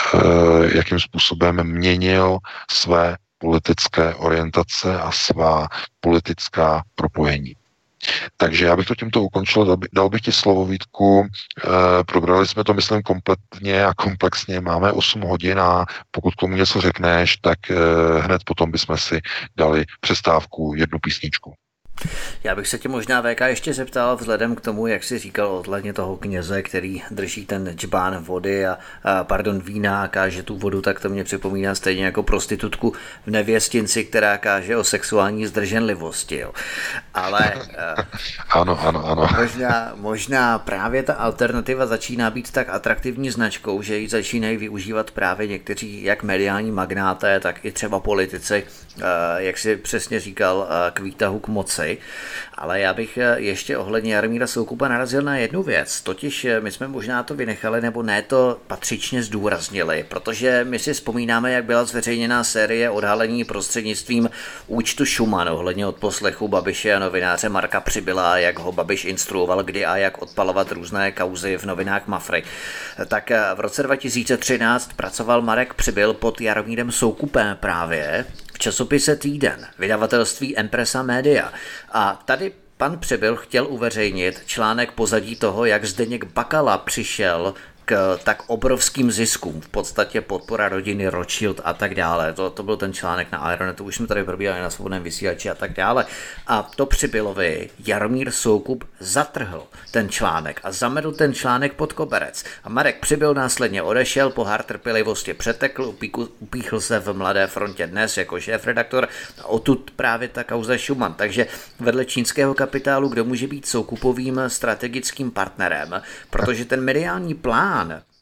jakým způsobem měnil své politické orientace a svá politická propojení. Takže já bych to tímto ukončil, dal bych ti slovo, Vítku. Probrali jsme to, myslím, kompletně a komplexně. Máme osm hodin a pokud k tomu něco řekneš, tak hned potom bychom si dali přestávku, jednu písničku. Já bych se tě možná V K ještě zeptal vzhledem k tomu, jak jsi říkal ohledně toho kněze, který drží ten džbán vody a, a pardon, vína a káže tu vodu, tak to mě připomíná stejně jako prostitutku v Nevěstinci, která káže o sexuální zdrženlivosti. Jo. Ale ano, ano, ano. Možná, možná právě ta alternativa začíná být tak atraktivní značkou, že ji začínají využívat právě někteří jak mediální magnáté, tak i třeba politici, jak si přesně říkal, k výtahu k moci. Ale já bych ještě ohledně Jaromíra Soukupa narazil na jednu věc, totiž my jsme možná to vynechali, nebo ne to patřičně zdůraznili, protože my si vzpomínáme, jak byla zveřejněná série odhalení prostřednictvím účtu Šuman ohledně odposlechu Babiše a novináře Marka Přibyla, jak ho Babiš instruoval kdy a jak odpalovat různé kauzy v novinách Mafry. Tak v roce dva tisíce třináct pracoval Marek Přibyl pod Jaromírem Soukupem právě v časopise Týden, vydavatelství Empresa Media. A tady pan Přibyl chtěl uveřejnit článek pozadí toho, jak Zdeněk Bakala přišel k tak obrovským ziskům, v podstatě podpora rodiny Rothschild a tak dále. To, to byl ten článek na Aeronetu, už jsme tady probírali na Svobodném vysílači a tak dále. A to Přibylovi Jaromír Soukup zatrhl ten článek a zamedl ten článek pod koberec. A Marek Přibyl následně odešel, pohár trpělivosti přetekl, upíku, upíchl se v Mladé frontě Dnes jako šéfredaktor a odtud právě ta kauza Schumann. Takže vedle čínského kapitálu, kdo může být Soukupovým strategickým partnerem, protože ten mediální plán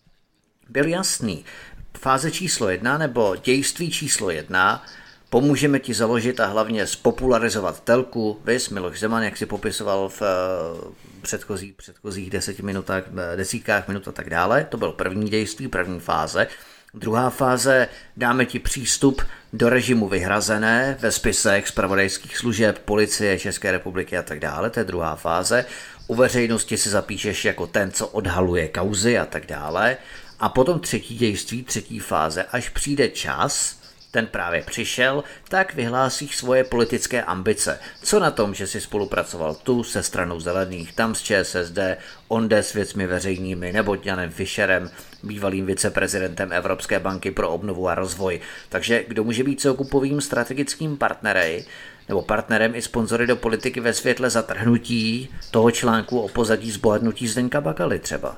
byl jasný. Fáze číslo jedna nebo dějství číslo jedna, pomůžeme ti založit a hlavně spopularizovat telku, viz Miloš Zeman, jak si popisoval v předchozích, předchozích deseti minutách, desítkách minut a tak dále. To byl první dějství, první fáze. Druhá fáze, dáme ti přístup do režimu vyhrazené ve spisech zpravodajských služeb, policie České republiky a tak dále. To je druhá fáze. U veřejnosti si zapíšeš jako ten, co odhaluje kauzy a tak dále. A potom třetí dějství, třetí fáze, až přijde čas, ten právě přišel, tak vyhlásíš svoje politické ambice. Co na tom, že jsi spolupracoval tu se stranou zelených, tam s ČSSD, onde s věcmi veřejnými, nebo Janem Fischerem, bývalým viceprezidentem Evropské banky pro obnovu a rozvoj. Takže kdo může být soukupovým strategickým partnerem nebo partnerem i sponzory do politiky ve světle zatrhnutí toho článku o pozadí zbohatnutí Zdeňka Bakaly třeba?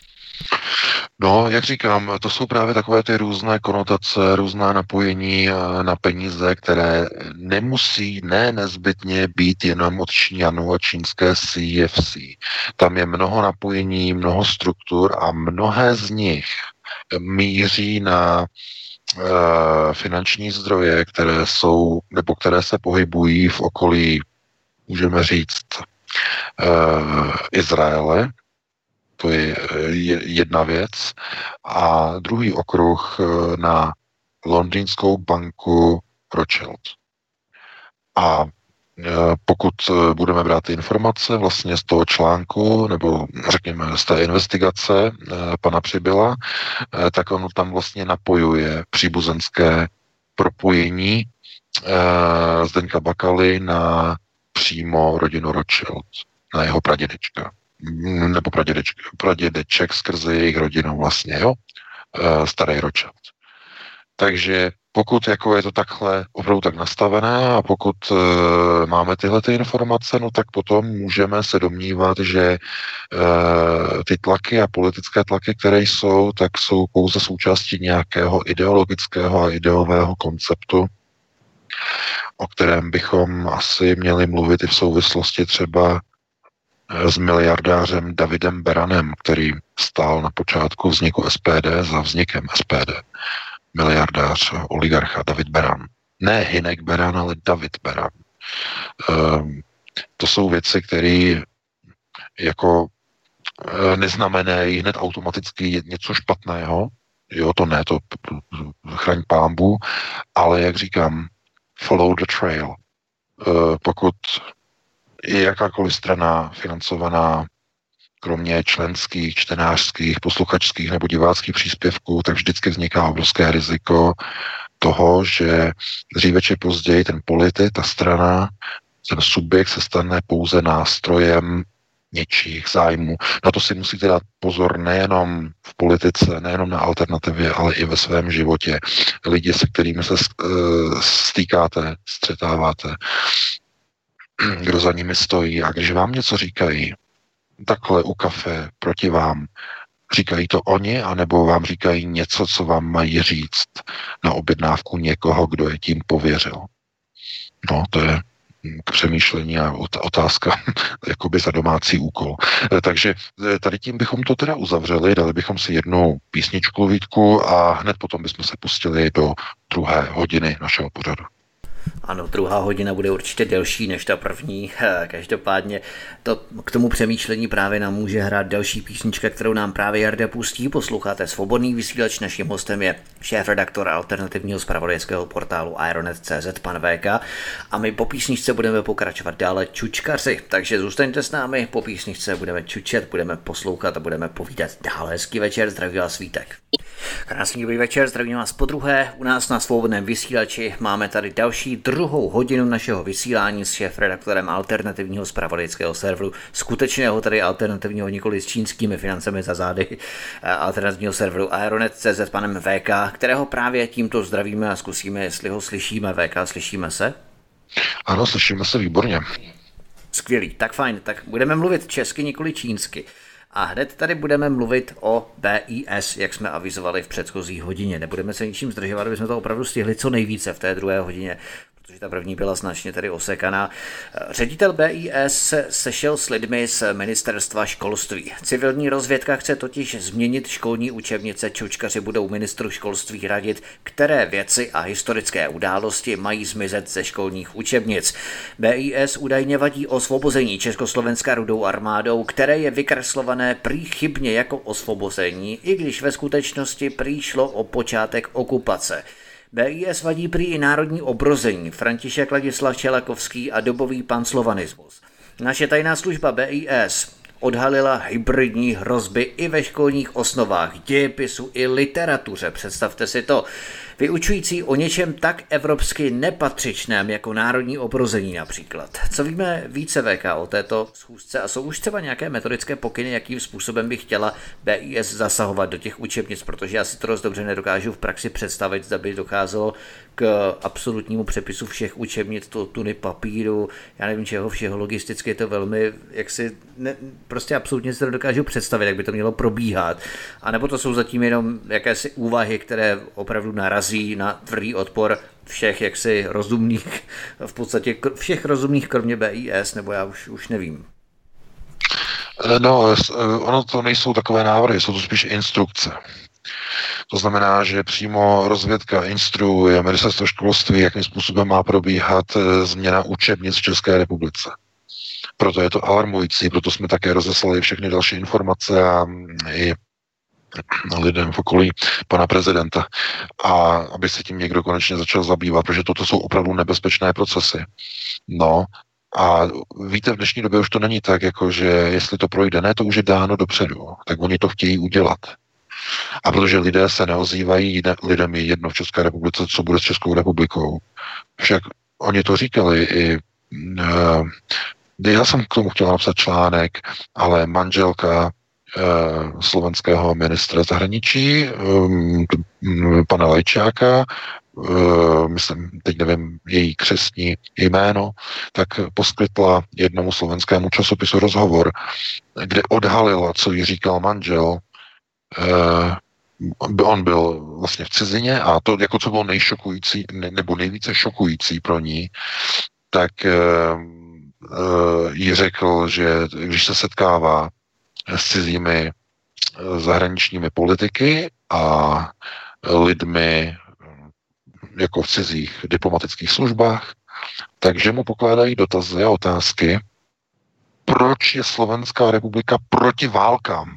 No, jak říkám, to jsou právě takové ty různé konotace, různá napojení na peníze, které nemusí, ne nezbytně být jenom od Číňanů a čínské C F C. Tam je mnoho napojení, mnoho struktur a mnohé z nich míří na uh, finanční zdroje, které jsou, nebo které se pohybují v okolí, můžeme říct, uh, Izraele. To je jedna věc. A druhý okruh na londýnskou banku Rothschild. A pokud budeme brát ty informace vlastně z toho článku, nebo řekněme z té investigace pana Přibyla, tak on tam vlastně napojuje příbuzenské propojení Zdeňka Bakaly na přímo rodinu Rothschild, na jeho pradědečka. nebo pradědeček, pradědeček skrze jejich rodinu vlastně, jo, starý Rothschild. Takže pokud jako je to takhle opravdu tak nastavené a pokud uh, máme tyhle ty informace, no tak potom můžeme se domnívat, že uh, ty tlaky a politické tlaky, které jsou, tak jsou pouze součástí nějakého ideologického a ideového konceptu, o kterém bychom asi měli mluvit i v souvislosti třeba s miliardářem Davidem Beranem, který stál na počátku vzniku S P D za vznikem S P D. Miliardář, oligarcha David Beran. Ne Hynek Beran, ale David Beran. Um, to jsou věci, které jako neznamenají hned automaticky něco špatného. Jo, to ne, to chraň pánbu, ale jak říkám, follow the trail. Uh, pokud je jakákoliv strana financovaná kromě členských, čtenářských, posluchačských nebo diváckých příspěvků, tak vždycky vzniká obrovské riziko toho, že dříve či později ten politik, ta strana, ten subjekt se stane pouze nástrojem něčích zájmů. Na to si musíte dát pozor nejenom v politice, nejenom na alternativě, ale i ve svém životě. Lidi, se kterými se stýkáte, střetáváte, kdo za nimi stojí a když vám něco říkají, takhle u kafe proti vám, říkají to oni, anebo vám říkají něco, co vám mají říct na objednávku někoho, kdo je tím pověřil. No, to je k přemýšlení a otázka jakoby za domácí úkol. Takže tady tím bychom to teda uzavřeli, dali bychom si jednu písničku, Vítku, a hned potom bychom se pustili do druhé hodiny našeho pořadu. Ano, druhá hodina bude určitě delší než ta první. Každopádně to k tomu přemýšlení právě nám může hrát další písnička, kterou nám právě Jarda pustí. Posloucháte Svobodný vysílač, naším hostem je šéfredaktor alternativního zpravodajského portálu Ironet tečka cé zet pan V K a my po písničce budeme pokračovat dále čučkaři. Takže zůstaňte s námi, po písničce budeme čučet, budeme poslouchat a budeme povídat dále. Hezký večer, zdraví vás Vítek. Krásný dobrý večer, zdravím vás podruhé. U nás na Svobodném vysílači máme tady další druhou hodinu našeho vysílání s šéfredaktorem alternativního zpravodajského serveru, skutečného tady alternativního, nikoli s čínskými financemi za zády, alternativního serveru Ironet tečka cé zet panem V K, kterého právě tímto zdravíme a zkusíme, jestli ho slyšíme. V K, slyšíme se? Ano, slyšíme se výborně. Skvělý, tak fajn, tak budeme mluvit česky, nikoli čínsky. A hned tady budeme mluvit o B I S, jak jsme avizovali v předchozí hodině. Nebudeme se ničím zdržovat, aby jsme to opravdu stihli co nejvíce v té druhé hodině, protože ta první byla značně tady osekaná. Ředitel B I S se sešel s lidmi z ministerstva školství. Civilní rozvědka chce totiž změnit školní učebnice. Čučkaři budou ministru školství radit, které věci a historické události mají zmizet ze školních učebnic. B I S údajně vadí osvobození Československa Rudou armádou, které je vykreslované prý chybně jako osvobození, i když ve skutečnosti prý šlo o počátek okupace. B I S vadí prý i národní obrození, František Ladislav Čelakovský a dobový panslovanismus. Naše tajná služba B I S odhalila hybridní hrozby i ve školních osnovách, dějepisu i literatuře. Představte si to. vyučující o něčem tak evropsky nepatřičném jako národní obrození například. Co víme více V K o této schůzce a jsou už třeba nějaké metodické pokyny, jakým způsobem by chtěla B I S zasahovat do těch učebnic, protože já si to dost dobře nedokážu v praxi představit, zda by docházelo k absolutnímu přepisu všech učebnic, to tuny papíru, já nevím čeho všeho, logisticky je to velmi, jak si, ne, prostě absolutně si to dokážu představit, jak by to mělo probíhat. A nebo to jsou zatím jenom jakési úvahy, které opravdu narazí na tvrdý odpor všech jaksi rozumných, v podstatě všech rozumných, kromě B I S, nebo já už, už nevím. No, ono to nejsou takové návrhy, jsou to spíš instrukce. To znamená, že přímo rozvědka instruuje ministerstvo školství, jakým způsobem má probíhat změna učebnic v České republice. Proto je to alarmující, proto jsme také rozeslali všechny další informace a i lidem v okolí pana prezidenta. A aby se tím někdo konečně začal zabývat, protože toto jsou opravdu nebezpečné procesy. No, a víte, v dnešní době už to není tak, jako že jestli to projde, ne, to už je dáno dopředu, tak oni to chtějí udělat. A protože lidé se neozývají, lidem je jedno v České republice, co bude s Českou republikou. Však oni to říkali i uh, já jsem k tomu chtěl napsat článek, ale manželka uh, slovenského ministra zahraničí, um, pana Lajčáka, uh, myslím, teď nevím její křestní jméno, tak poskytla jednomu slovenskému časopisu rozhovor, kde odhalila, co jí říkal manžel. Uh, on byl vlastně v cizině a to, jako co bylo nejšokující, ne, nebo nejvíce šokující pro ní, tak uh, uh, jí řekl, že když se setkává s cizími uh, zahraničními politiky a lidmi jako v cizích diplomatických službách, takže mu pokládají dotazy a otázky, proč je Slovenská republika proti válkám.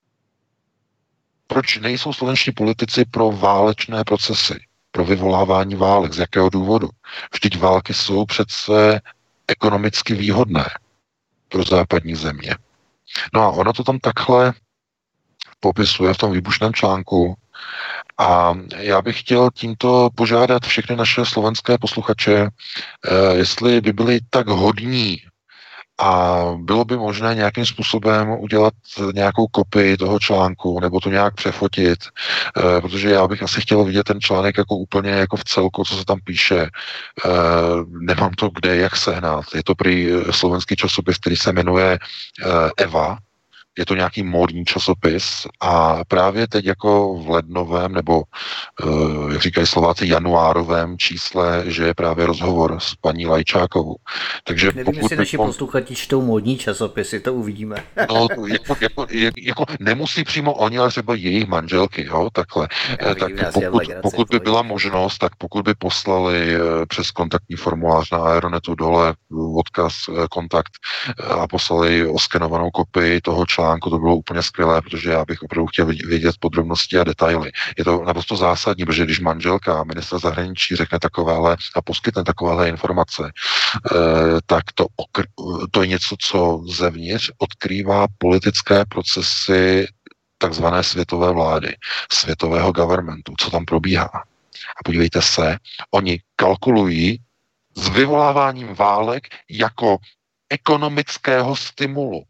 Proč nejsou slovenští politici pro válečné procesy, pro vyvolávání válek, z jakého důvodu? Vždyť války jsou přece ekonomicky výhodné pro západní země. No a ono to tam takhle popisuje v tom výbušném článku a já bych chtěl tímto požádat všechny naše slovenské posluchače, jestli by byli tak hodní a bylo by možné nějakým způsobem udělat nějakou kopii toho článku nebo to nějak přefotit, eh, protože já bych asi chtěl vidět ten článek jako úplně jako v celku, co se tam píše. Eh, nemám to kde, jak sehnat. Je to prý slovenský časopis, který se jmenuje eh, Eva. Je to nějaký módní časopis a právě teď jako v lednovém nebo, uh, jak říkají Slováci, januárovém čísle, že je právě rozhovor s paní Lajčákovou. Takže nevím, pokud jestli naši posluchači čtou módní časopisy, to uvidíme. No, jako, jako, jako nemusí přímo oni, ale třeba jejich manželky, jo, takhle. Já tak pokud, pokud by byla možnost, tak pokud by poslali přes kontaktní formulář na Aeronetu dole odkaz, kontakt a poslali oskenovanou kopii toho článku, to bylo úplně skvělé, protože já bych opravdu chtěl vědět podrobnosti a detaily. Je to naprosto zásadní, protože když manželka ministra zahraničí řekne takovéhle a poskytne takovéhle informace, eh, tak to, okr- to je něco, co zevnitř odkrývá politické procesy takzvané světové vlády, světového governmentu, co tam probíhá. A podívejte se, oni kalkulují s vyvoláváním válek jako ekonomického stimulu.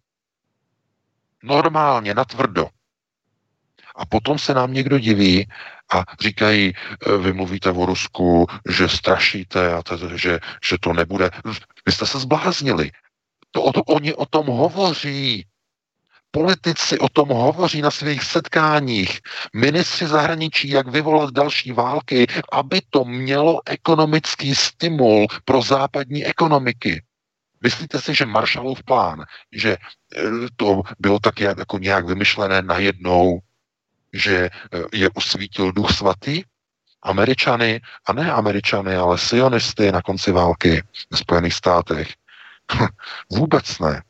Normálně, natvrdo. A potom se nám někdo diví a říkají, vy mluvíte o Rusku, že strašíte a to, že, že to nebude. Vy jste se zbláznili. To, o to, oni o tom hovoří. Politici o tom hovoří na svých setkáních. Ministři zahraničí, jak vyvolat další války, aby to mělo ekonomický stimul pro západní ekonomiky. Myslíte si, že Marshallův plán, že to bylo tak jako nějak vymyšlené najednou, že je usvítil Duch svatý? Američany, a ne Američany, ale sionisty na konci války v Spojených státech. Vůbec ne.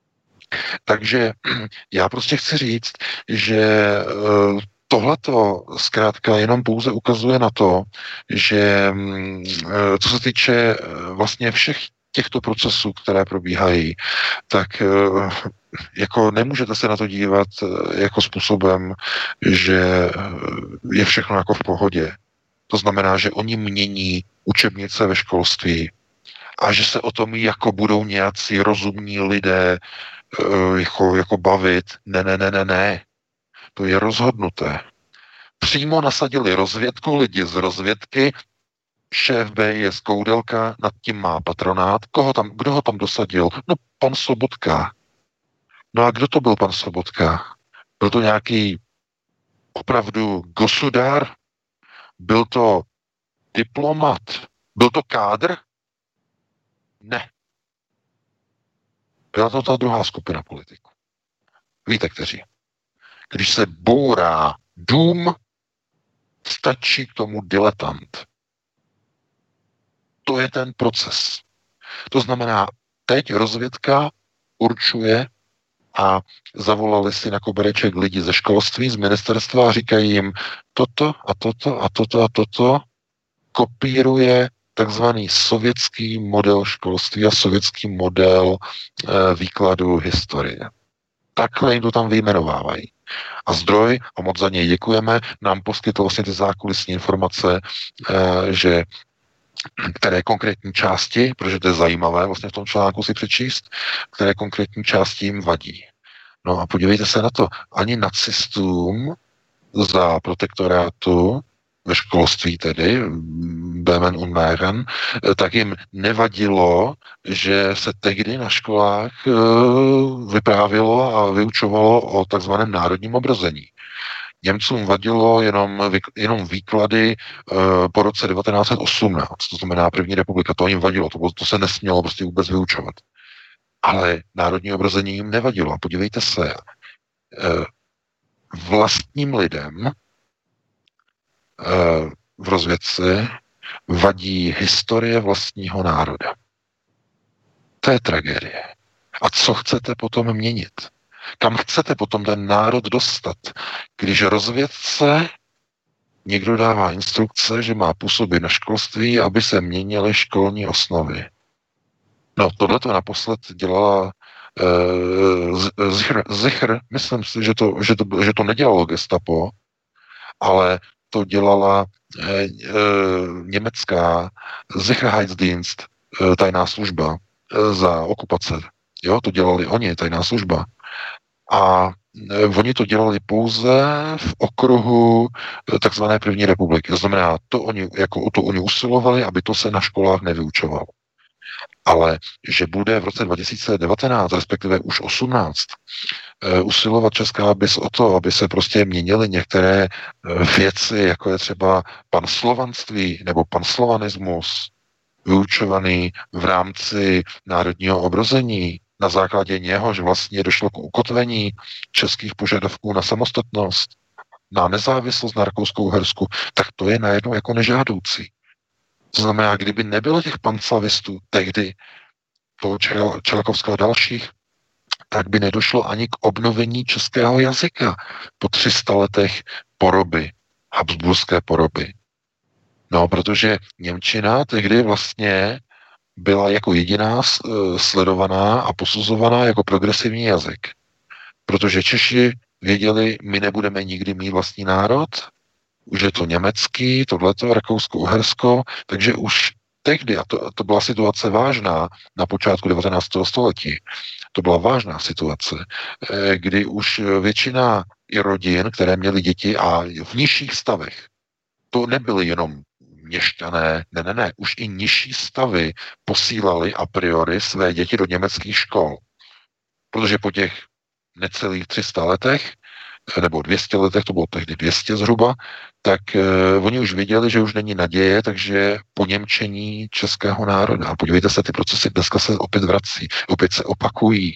Takže já prostě chci říct, že tohleto zkrátka jenom pouze ukazuje na to, že co se týče vlastně všech těchto procesů, které probíhají, tak jako nemůžete se na to dívat jako způsobem, že je všechno jako v pohodě. To znamená, že oni mění učebnice ve školství a že se o tom jako budou nějací rozumní lidé jako, jako bavit. Ne, ne, ne, ne, ne. To je rozhodnuté. Přímo nasadili rozvědku, lidi z rozvědky, šéf B je z Koudelka, nad tím má patronát. Koho tam, kdo ho tam dosadil? No, pan Sobotka. No a kdo to byl pan Sobotka? Byl to nějaký opravdu gosudár? Byl to diplomat? Byl to kádr? Ne. Byla to ta druhá skupina politiků. Víte, kteří? Když se bourá dům, stačí k tomu diletant. To je ten proces. To znamená, teď rozvědka určuje a zavolali si na kobereček lidi ze školství, z ministerstva a říkají jim, toto a toto a toto a toto kopíruje takzvaný sovětský model školství a sovětský model e, výkladu historie. Takhle jim to tam vyjmenovávají. A zdroj, a moc za něj děkujeme, nám poskytl vlastně ty zákulisní informace, e, že které konkrétní části, protože to je zajímavé vlastně v tom článku si přečíst, které konkrétní části jim vadí. No a podívejte se na to, ani nacistům za protektorátu ve školství tedy, Böhmen und Mähren, tak jim nevadilo, že se tehdy na školách vyprávělo a vyučovalo o takzvaném národním obrození. Němcům vadilo jenom, jenom výklady uh, po roce devatenáct set osmnáct, to znamená první republika, to jim vadilo, to, to se nesmělo prostě vůbec vyučovat. Ale národní obrození jim nevadilo. A podívejte se, uh, vlastním lidem uh, v rozvědce vadí historie vlastního národa. To je tragédie. A co chcete potom měnit? Kam chcete potom ten národ dostat, když rozvědce někdo dává instrukce, že má působit na školství, aby se měnily školní osnovy. No, tohle to naposled dělala uh, Zichr, Zichr, myslím si, že to, že, to, že to nedělalo gestapo, ale to dělala uh, uh, německá Sicherheitsdienst, uh, tajná služba uh, za okupace. Jo, to dělali oni, tajná služba. A oni to dělali pouze v okruhu takzvané první republiky. To znamená, to oni, jako o to oni usilovali, aby to se na školách nevyučovalo. Ale že bude v roce dva tisíce devatenáct, respektive už osmnáct, usilovat Česká bys o to, aby se prostě měnily některé věci, jako je třeba panslovanství nebo panslovanismus, vyučovaný v rámci národního obrození, na základě něhož vlastně došlo k ukotvení českých požadavků na samostatnost, na nezávislost na Rakouskou-Uhersku, tak to je najednou jako nežádoucí. To znamená, kdyby nebylo těch panslavistů tehdy, toho Čelakovského a dalších, tak by nedošlo ani k obnovení českého jazyka po tři sta letech poroby, habsburské poroby. No, protože němčina tehdy vlastně byla jako jediná sledovaná a posuzovaná jako progresivní jazyk. Protože Češi věděli, my nebudeme nikdy mít vlastní národ, už je to německý, tohleto, Rakousko-Uhersko, takže už tehdy, a to, to byla situace vážná na počátku devatenáctého století, to byla vážná situace, kdy už většina i rodin, které měly děti a v nižších stavech, to nebyly jenom měšťané, ne, ne, ne, už i nižší stavy posílali a priori své děti do německých škol. Protože po těch necelých tři sta letech, nebo dvě stě letech, to bylo tehdy dvě stě zhruba, tak uh, oni už věděli, že už není naděje, takže poněmčení českého národa. Podívejte se, ty procesy dneska se opět vrací, opět se opakují.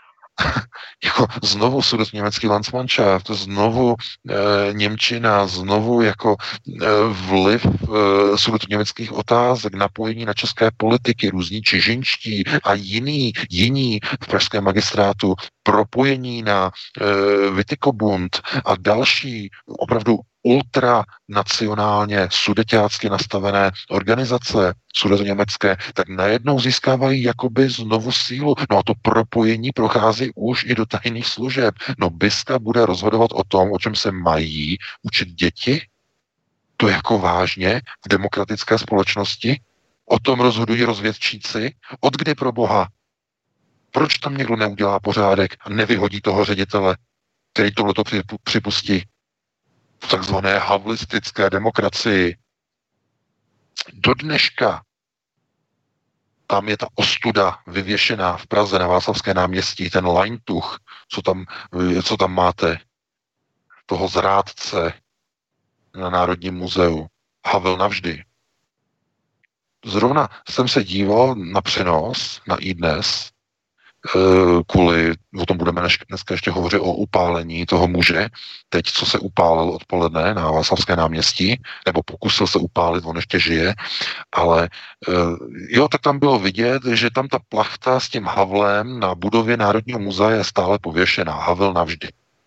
Jako znovu sudetněmecký Landsmannschaft, znovu e, němčina, znovu jako e, vliv e, sudetněmeckých otázek, napojení na české politiky, různí čižinští a jiní, jiní v pražském magistrátu, propojení na e, Witikobund a další opravdu ultranacionálně sudeťácky nastavené organizace sudetoněmecké, tak najednou získávají jakoby znovu sílu. No a to propojení prochází už i do tajných služeb. No BISka bude rozhodovat o tom, o čem se mají učit děti. To jako vážně v demokratické společnosti? O tom rozhodují rozvědčíci? Od kdy pro boha? Proč tam někdo neudělá pořádek a nevyhodí toho ředitele, který tohleto připustí v takzvané havlistické demokracii? Do dneška tam je ta ostuda vyvěšená v Praze na Václavské náměstí, ten lajntuch, co tam, co tam máte, toho zrádce na Národním muzeu. Havel navždy. Zrovna jsem se díval na přenos na iDnes, kvůli, o tom budeme dneska ještě hovořit o upálení toho muže, teď, co se upálil odpoledne na Václavské náměstí, nebo pokusil se upálit, on ještě žije, ale jo, tak tam bylo vidět, že tam ta plachta s tím Havlem na budově Národního muzea je stále pověšená. Havel navždy.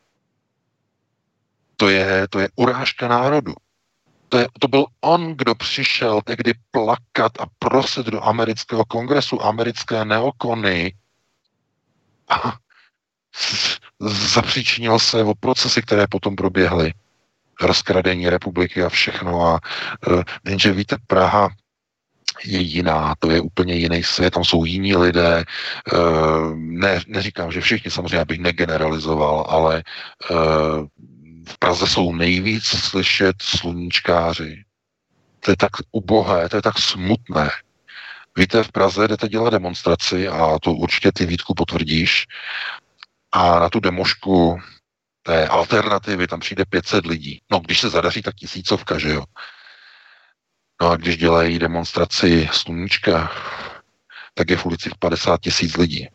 To je, to je urážka národu. To, je, to byl on, kdo přišel tehdy plakat a prosit do amerického kongresu, americké neokony, a zapříčinil se o procesy, které potom proběhly. Rozkradení republiky a všechno. A jenže víte, Praha je jiná, to je úplně jiný svět, tam jsou jiní lidé. Ne, neříkám, že všichni, samozřejmě, abych negeneralizoval, ale v Praze jsou nejvíc slyšet sluníčkáři. To je tak ubohé, to je tak smutné. Víte, v Praze jdete dělat demonstraci a to určitě ty, Vítku, potvrdíš. A na tu demošku té alternativy tam přijde pět set lidí. No, když se zadaří, tak tisícovka, že jo. No a když dělají demonstraci sluníčka, tak je v ulici padesát tisíc lidí.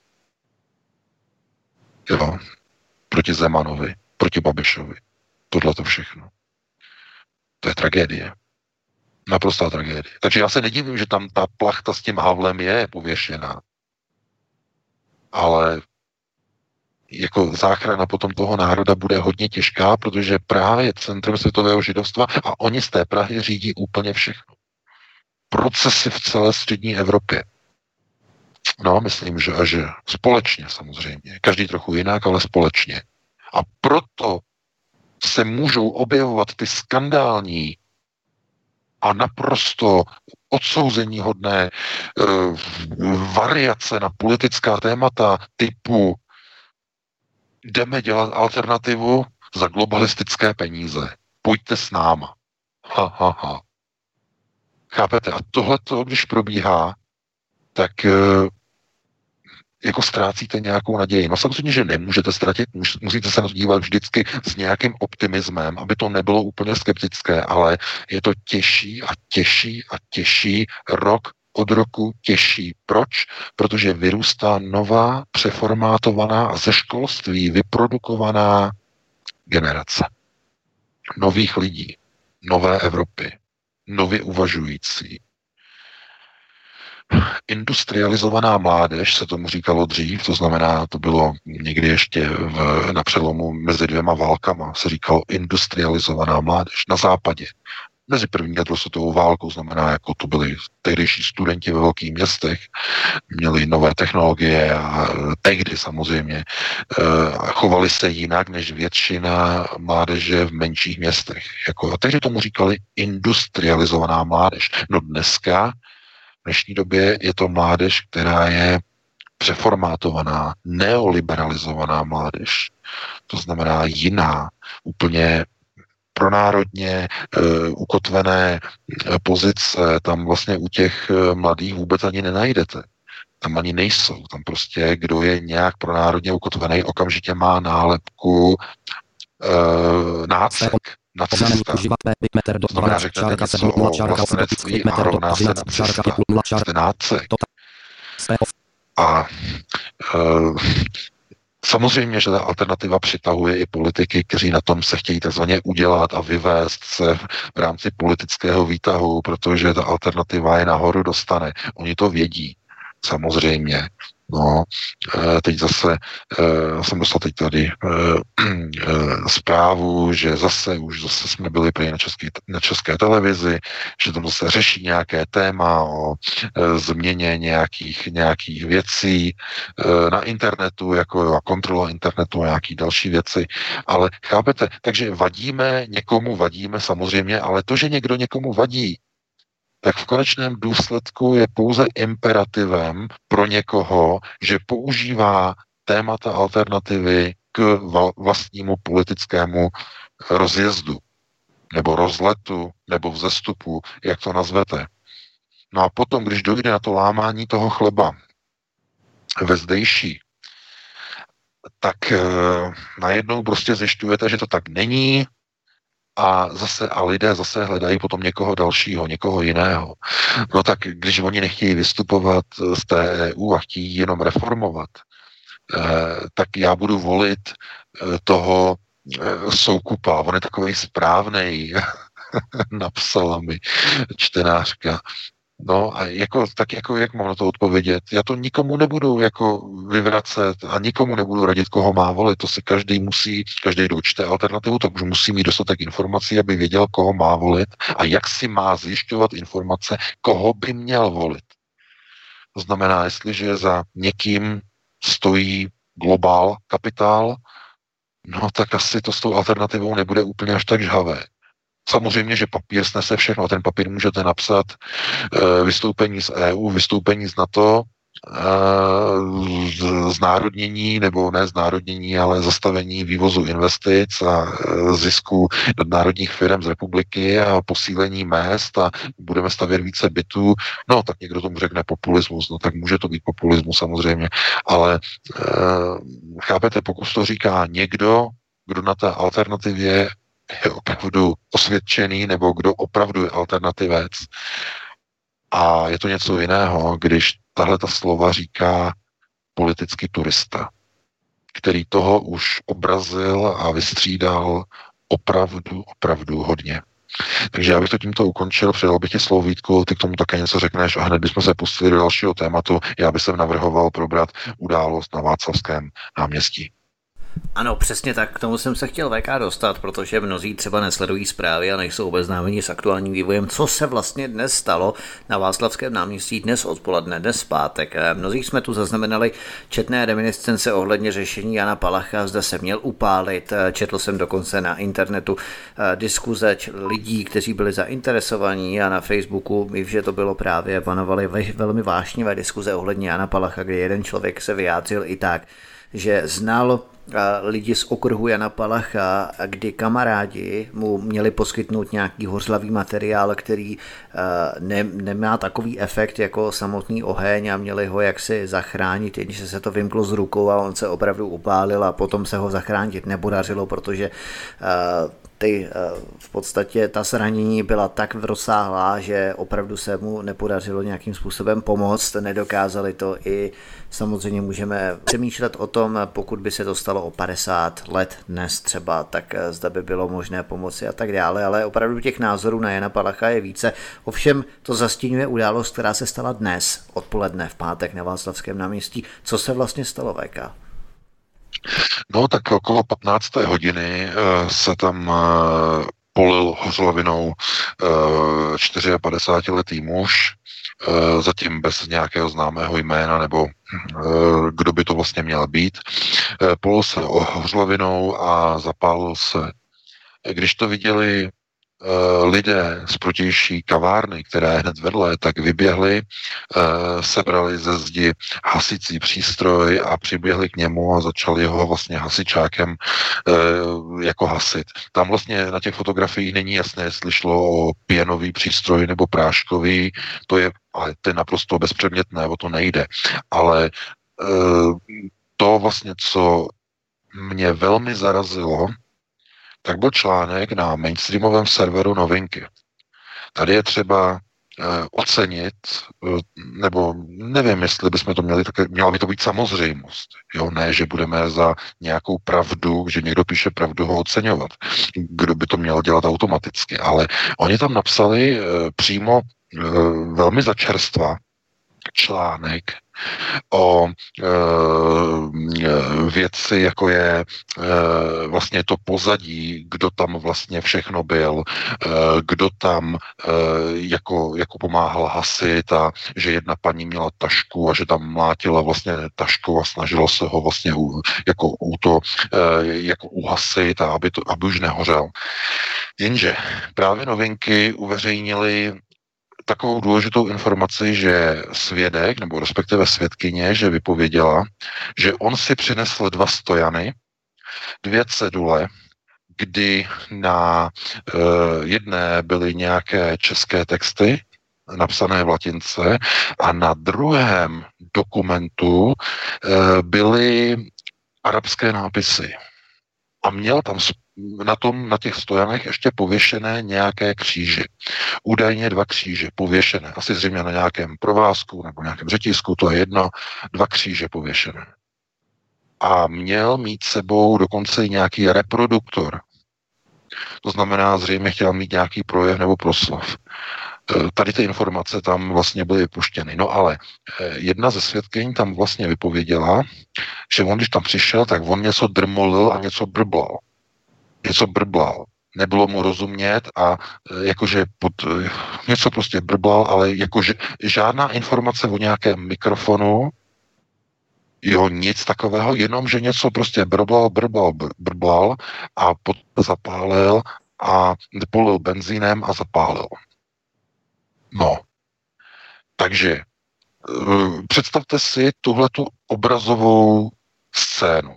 Jo. Proti Zemanovi, proti Babišovi. Tohle to všechno. To je tragédie. Naprostá tragédie. Takže já se nedivím, že tam ta plachta s tím Havlem je pověšená. Ale jako záchrana potom toho národa bude hodně těžká, protože právě je centrum světového židovstva a oni z té Prahy řídí úplně všechno. Procesy v celé střední Evropě. No, myslím, že a že společně samozřejmě. Každý trochu jinak, ale společně. A proto se můžou objevovat ty skandální a naprosto odsouzeníhodné uh, variace na politická témata typu jdeme dělat alternativu za globalistické peníze. Pojďte s náma. Ha, ha, ha. Chápete? A tohleto, když probíhá, tak uh, jako ztrácíte nějakou naději. No samozřejmě, že nemůžete ztratit, musíte se na to dívat vždycky s nějakým optimismem, aby to nebylo úplně skeptické, ale je to těžší a těžší a těžší, rok od roku těžší. Proč? Protože vyrůstá nová, přeformátovaná a ze školství vyprodukovaná generace. Nových lidí, nové Evropy, nově uvažující. Industrializovaná mládež, se tomu říkalo dřív, to znamená, to bylo někdy ještě v, na přelomu mezi dvěma válkama, se říkalo industrializovaná mládež na západě. Mezi první a druhou světovou válkou, znamená, jako to byli tehdejší studenti ve velkých městech, měli nové technologie a tehdy samozřejmě chovali se jinak než většina mládeže v menších městech. Jako, a tehdy tomu říkali industrializovaná mládež. No dneska v dnešní době je to mládež, která je přeformátovaná, neoliberalizovaná mládež. To znamená jiná, úplně pronárodně uh, ukotvené uh, pozice. Tam vlastně u těch uh, mladých vůbec ani nenajdete. Tam ani nejsou. Tam prostě, kdo je nějak pronárodně ukotvený, okamžitě má nálepku uh, nácek. Nacista. To znamená, řeknete něco o vlastenectví a rovná se nacista. Jste nácek. A uh, samozřejmě, že ta alternativa přitahuje i politiky, kteří na tom se chtějí takzvaně udělat a vyvést se v rámci politického výtahu, protože ta alternativa je nahoru dostane. Oni to vědí, samozřejmě. No, teď zase jsem dostal teď tady zprávu, že zase už zase jsme byli prý na české, na české televizi, že tam zase řeší nějaké téma o změně nějakých, nějakých věcí na internetu, jako a kontrola internetu a nějaký další věci. Ale chápete, takže vadíme, někomu vadíme samozřejmě, ale to, že někdo někomu vadí, tak v konečném důsledku je pouze imperativem pro někoho, že používá témata alternativy k vlastnímu politickému rozjezdu, nebo rozletu, nebo vzestupu, jak to nazvete. No a potom, když dojde na to lámání toho chleba ve zdejší, tak e, najednou prostě zjišťujete, že to tak není, a zase a lidé zase hledají potom někoho dalšího, někoho jiného. No tak když oni nechtějí vystupovat z té E U a chtějí jenom reformovat, eh, tak já budu volit eh, toho eh, Soukupa. On je takovej správnej, napsala mi čtenářka. No a jako, tak jako, jak mám na to odpovědět? Já to nikomu nebudu jako vyvracet a nikomu nebudu radit, koho má volit. To si každý musí, každý dočte alternativu, tak už musí mít dostatek informací, aby věděl, koho má volit a jak si má zjišťovat informace, koho by měl volit. To znamená, jestliže za někým stojí globál, kapitál, no tak asi to s tou alternativou nebude úplně až tak žhavé. Samozřejmě, že papír snese všechno. Ten papír můžete napsat e, vystoupení z E U, vystoupení z NATO, e, znárodnění, nebo ne znárodnění, ale zastavení vývozu investic a e, zisku národních firm z republiky a posílení mest a budeme stavět více bytů. No, tak někdo tomu řekne populismus, no tak může to být populismus samozřejmě, ale e, chápete, pokud to říká někdo, kdo na té alternativě je opravdu osvědčený, nebo kdo opravdu je alternativec. A je to něco jiného, když tahle ta slova říká politický turista, který toho už obrazil a vystřídal opravdu, opravdu hodně. Takže já bych to tímto ukončil, předal bych ti slovo, Vítku, ty k tomu také něco řekneš a hned bychom se pustili do dalšího tématu. Já bych se navrhoval probrat událost na Václavském náměstí. Ano, přesně tak, k tomu jsem se chtěl V K dostat, protože mnozí třeba nesledují zprávy a nejsou obeznámeni s aktuálním vývojem, co se vlastně dnes stalo na Václavském náměstí dnes odpoledne, dnes pátek. Mnozí jsme tu zaznamenali četné reminiscence ohledně řešení Jana Palacha, zde se měl upálit, četl jsem dokonce na internetu diskuze lidí, kteří byli zainteresovaní a na Facebooku, vím, že to bylo právě, panovaly velmi vášnivé diskuze ohledně Jana Palacha, kde jeden člověk se vyjádřil i tak, že znal lidi z okruhu Jana Palacha, kdy kamarádi mu měli poskytnout nějaký hořlavý materiál, který ne, nemá takový efekt jako samotný oheň a měli ho jaksi zachránit, jenže se to vymklo z rukou a on se opravdu upálil a potom se ho zachránit nepodařilo, protože ty, v podstatě ta zranění byla tak rozsáhlá, že opravdu se mu nepodařilo nějakým způsobem pomoct, nedokázali to i samozřejmě můžeme přemýšlet o tom, pokud by se to stalo o padesát let dnes třeba, tak zda by bylo možné pomoci a tak dále, ale opravdu těch názorů na Jana Palacha je více. Ovšem to zastínuje událost, která se stala dnes odpoledne v pátek na Václavském náměstí. Co se vlastně stalo, V K? No tak okolo patnácté hodiny uh, se tam uh, polil hořlavinou uh, padesátčtyřletý muž, uh, zatím bez nějakého známého jména, nebo uh, kdo by to vlastně měl být. Uh, polil se hořlavinou a zapálil se. Když to viděli lidé z protější kavárny, která je hned vedle, tak vyběhli, sebrali ze zdi hasicí přístroj a přiběhli k němu a začali ho vlastně hasičákem jako hasit. Tam vlastně na těch fotografiích není jasné, jestli šlo o pěnový přístroj nebo práškový, to je, ale to je naprosto bezpředmětné, o to nejde. Ale to vlastně, co mě velmi zarazilo, tak byl článek na mainstreamovém serveru Novinky. Tady je třeba e, ocenit, e, nebo nevím, jestli bychom to měli, také, měla by to být samozřejmost. Jo, ne, že budeme za nějakou pravdu, že někdo píše pravdu, ho oceňovat. Kdo by to měl dělat automaticky. Ale oni tam napsali e, přímo e, velmi začerstva článek o e, věci, jako je e, vlastně to pozadí, kdo tam vlastně všechno byl, e, kdo tam e, jako, jako pomáhal hasit a že jedna paní měla tašku a že tam mlátila vlastně taškou a snažila se ho vlastně u, jako, u to, e, jako uhasit a aby, to, aby už nehořel. Jenže právě Novinky uveřejnili takovou důležitou informaci, že svědek, nebo respektive svědkyně, že vypověděla, že on si přinesl dva stojany, dvě cedule, kdy na e, jedné byly nějaké české texty, napsané v latince, a na druhém dokumentu e, byly arabské nápisy. A měl tam na, tom, na těch stojanech ještě pověšené nějaké kříže. Údajně dva kříže pověšené. Asi zřejmě na nějakém provázku nebo nějakém řetízku, to je jedno, dva kříže pověšené. A měl mít sebou dokonce i nějaký reproduktor. To znamená, zřejmě chtěl mít nějaký projev nebo proslav. Tady ty informace tam vlastně byly vypuštěny. No ale jedna ze svědkyň tam vlastně vypověděla, že on, když tam přišel, tak on něco drmolil a něco brblal. Něco brblal. Nebylo mu rozumět a jakože pod, něco prostě brblal, ale jakože žádná informace o nějakém mikrofonu, jo, nic takového, jenom, že něco prostě brblal, brblal, brblal a potom zapálil a polil benzínem a zapálil. No, takže uh, představte si tuhletu obrazovou scénu.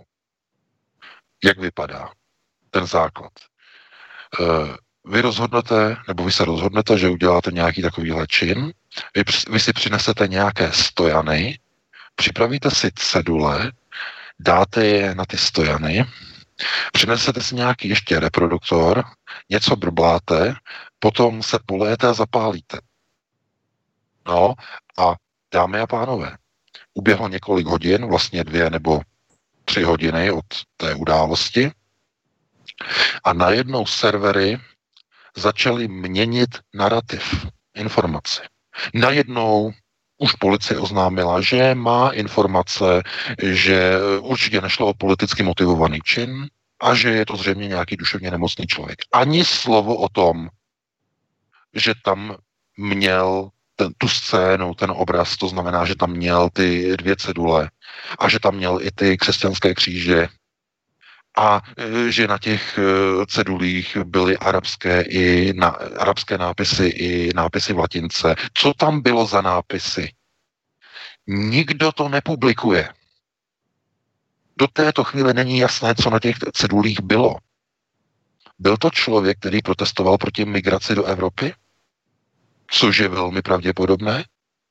Jak vypadá ten základ? Uh, vy rozhodnete, nebo vy se rozhodnete, že uděláte nějaký takovýhle čin, vy, vy si přinesete nějaké stojany, připravíte si cedule, dáte je na ty stojany, přinesete si nějaký ještě reproduktor, něco brbláte, potom se polijete a zapálíte. No a dámy a pánové, uběhlo několik hodin, vlastně dvě nebo tři hodiny od té události a najednou servery začaly měnit narrativ, informaci. Najednou už policie oznámila, že má informace, že určitě nešlo o politicky motivovaný čin a že je to zřejmě nějaký duševně nemocný člověk. Ani slovo o tom, že tam měl ten, tu scénu, ten obraz, to znamená, že tam měl ty dvě cedule a že tam měl i ty křesťanské kříže a že na těch cedulích byly arabské, i na, arabské nápisy i nápisy v latince. Co tam bylo za nápisy? Nikdo to nepublikuje. Do této chvíle není jasné, co na těch cedulích bylo. Byl to člověk, který protestoval proti migraci do Evropy? Což je velmi pravděpodobné.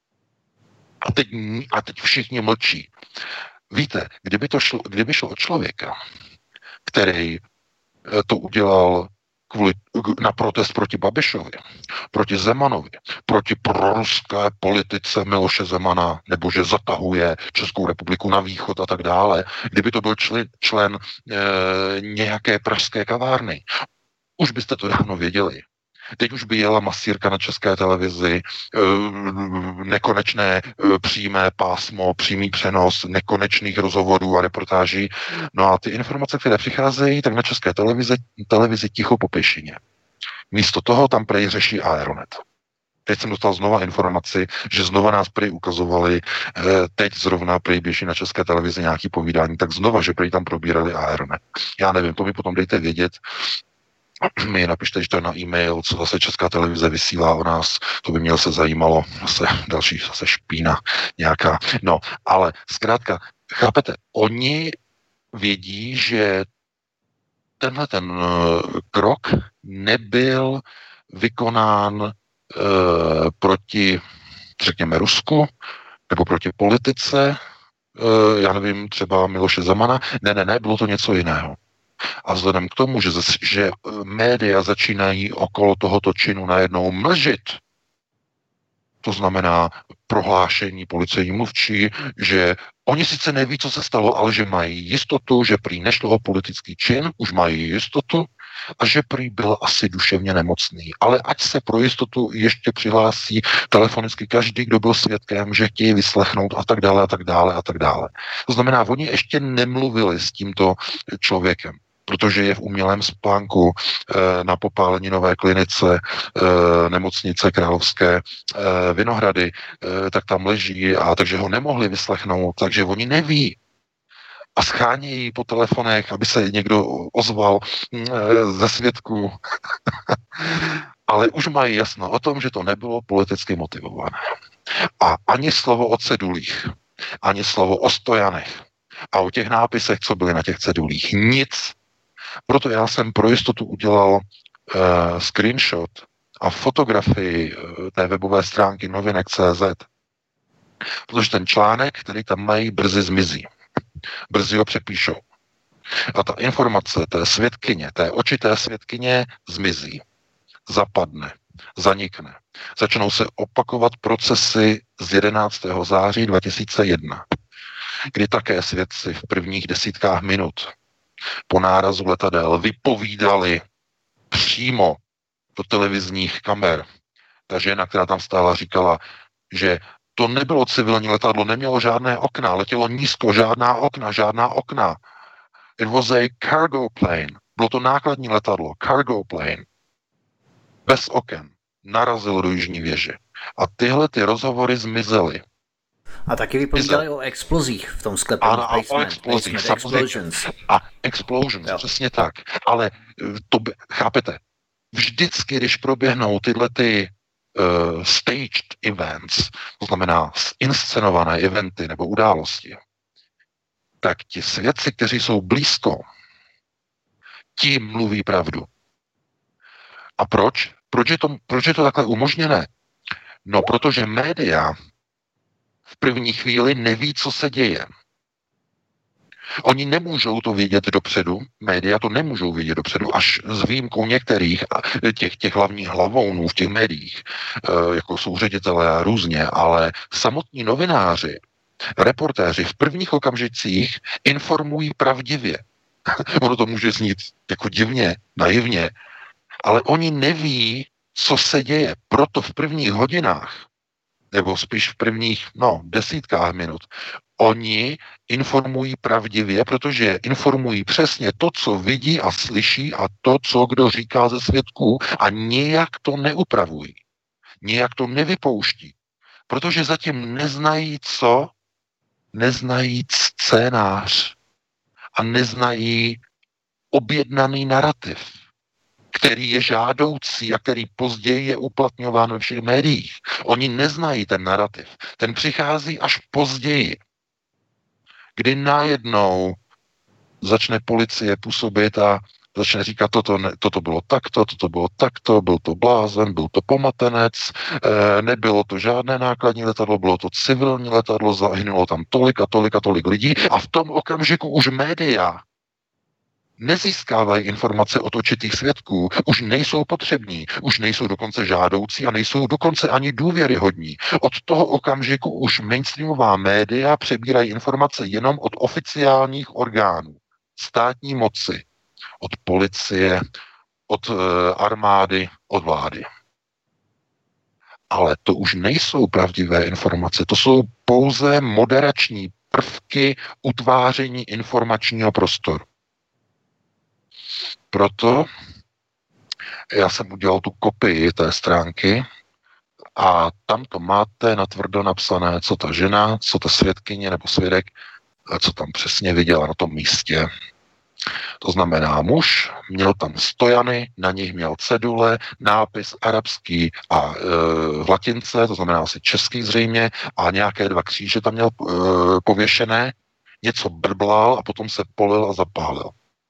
A teď, a teď všichni mlčí. Víte, kdyby, to šlo, kdyby šlo o člověka, který to udělal kvůli, na protest proti Babišovi, proti Zemanovi, proti proruské politice Miloše Zemana, nebo že zatahuje Českou republiku na východ a tak dále, kdyby to byl člen, člen e, nějaké pražské kavárny, už byste to dávno věděli. Teď už by jela masírka na České televizi, nekonečné přímé pásmo, přímý přenos nekonečných rozhovorů a reportáží. No a ty informace, které přicházejí, tak na České televizi, televizi ticho po pěšině. Místo toho tam prej řeší Aeronet. Teď jsem dostal znova informaci, že znova nás prej ukazovali, teď zrovna prej běží na České televizi nějaký povídání, tak znova, že prej tam probírali Aeronet. Já nevím, to mi potom dejte vědět, mi napište, že to je na e-mail, co zase Česká televize vysílá o nás, to by mě se zajímalo, zase další zase špína nějaká. No, ale zkrátka, chápete, oni vědí, že tenhle ten uh, krok nebyl vykonán uh, proti, řekněme, Rusku, nebo proti politice, uh, já nevím, třeba Miloše Zemana, ne, ne, ne, bylo to něco jiného. A vzhledem k tomu, že, že média začínají okolo tohoto činu najednou mlžit, to znamená prohlášení policejní mluvčí, že oni sice neví, co se stalo, ale že mají jistotu, že prý nešlo o politický čin, už mají jistotu, a že prý byl asi duševně nemocný. Ale ať se pro jistotu ještě přihlásí telefonicky každý, kdo byl svědkem, že chtějí vyslechnout a tak dále a tak dále a tak dále. To znamená, oni ještě nemluvili s tímto člověkem, protože je v umělém spánku e, na Popáleninové klinice e, nemocnice Královské e, Vinohrady, e, tak tam leží, a takže ho nemohli vyslechnout, takže oni neví. A schánějí po telefonech, aby se někdo ozval e, ze svědků. Ale už mají jasno o tom, že to nebylo politicky motivované. A ani slovo o cedulích, ani slovo o stojanech a o těch nápisech, co byly na těch cedulích. Nic. Proto já jsem pro jistotu udělal uh, screenshot a fotografii uh, té webové stránky novinek tečka cé zet, protože ten článek, který tam mají, brzy zmizí. Brzy ho přepíšou. A ta informace té svědkyně, té očité svědkyně zmizí. Zapadne. Zanikne. Začnou se opakovat procesy z jedenáctého září dva tisíce jedna, kdy také svědci v prvních desítkách minut po nárazu letadel vypovídali přímo do televizních kamer. Ta žena, která tam stála, říkala, že to nebylo civilní letadlo, nemělo žádné okna, letělo nízko, žádná okna, žádná okna. It was a cargo plane. Bylo to nákladní letadlo, cargo plane. Bez oken. Narazil do jižní věže. A tyhle ty rozhovory zmizely. A taky vypovídali o explozích v tom sklepě. Ano, o explozích, samozřejmě. A explosions, jo. Přesně tak. Ale to by, chápete, vždycky, když proběhnou tyhle ty uh, staged events, to znamená inscenované eventy nebo události, tak ti svědci, kteří jsou blízko, ti mluví pravdu. A proč? Proč je to, proč je to takhle umožněné? No, protože média v první chvíli neví, co se děje. Oni nemůžou to vědět dopředu, média to nemůžou vědět dopředu, až s výjimkou některých těch, těch hlavních hlavounů v těch médiích, jako jsou ředitelé a různě, ale samotní novináři, reportéři v prvních okamžicích informují pravdivě. Ono to může znít jako divně, naivně, ale oni neví, co se děje. Proto v prvních hodinách, nebo spíš v prvních, no, desítkách minut, oni informují pravdivě, protože informují přesně to, co vidí a slyší a to, co kdo říká ze svědků a nijak to neupravují. Nijak to nevypouští. Protože zatím neznají co? Neznají scénář a neznají objednaný narrativ, který je žádoucí a který později je uplatňován ve všech médiích. Oni neznají ten narrativ. Ten přichází až později, kdy najednou začne policie působit a začne říkat, toto, ne, toto bylo takto, toto bylo takto, byl to blázen, byl to pomatenec, e, nebylo to žádné nákladní letadlo, bylo to civilní letadlo, zahynulo tam tolik a tolik a tolik lidí a v tom okamžiku už média nezískávají informace od určitých svědků, už nejsou potřební, už nejsou dokonce žádoucí a nejsou dokonce ani důvěryhodní. Od toho okamžiku už mainstreamová média přebírají informace jenom od oficiálních orgánů státní moci, od policie, od e, armády, od vlády. Ale to už nejsou pravdivé informace, to jsou pouze moderační prvky utváření informačního prostoru. Proto já jsem udělal tu kopii té stránky a tam to máte natvrdo napsané, co ta žena, co ta svědkyně nebo svědek, co tam přesně viděla na tom místě. To znamená, muž měl tam stojany, na nich měl cedule, nápis arabský a e, v latince, to znamená asi český zřejmě, a nějaké dva kříže tam měl e, pověšené, něco brblal a potom se polil a zapálil.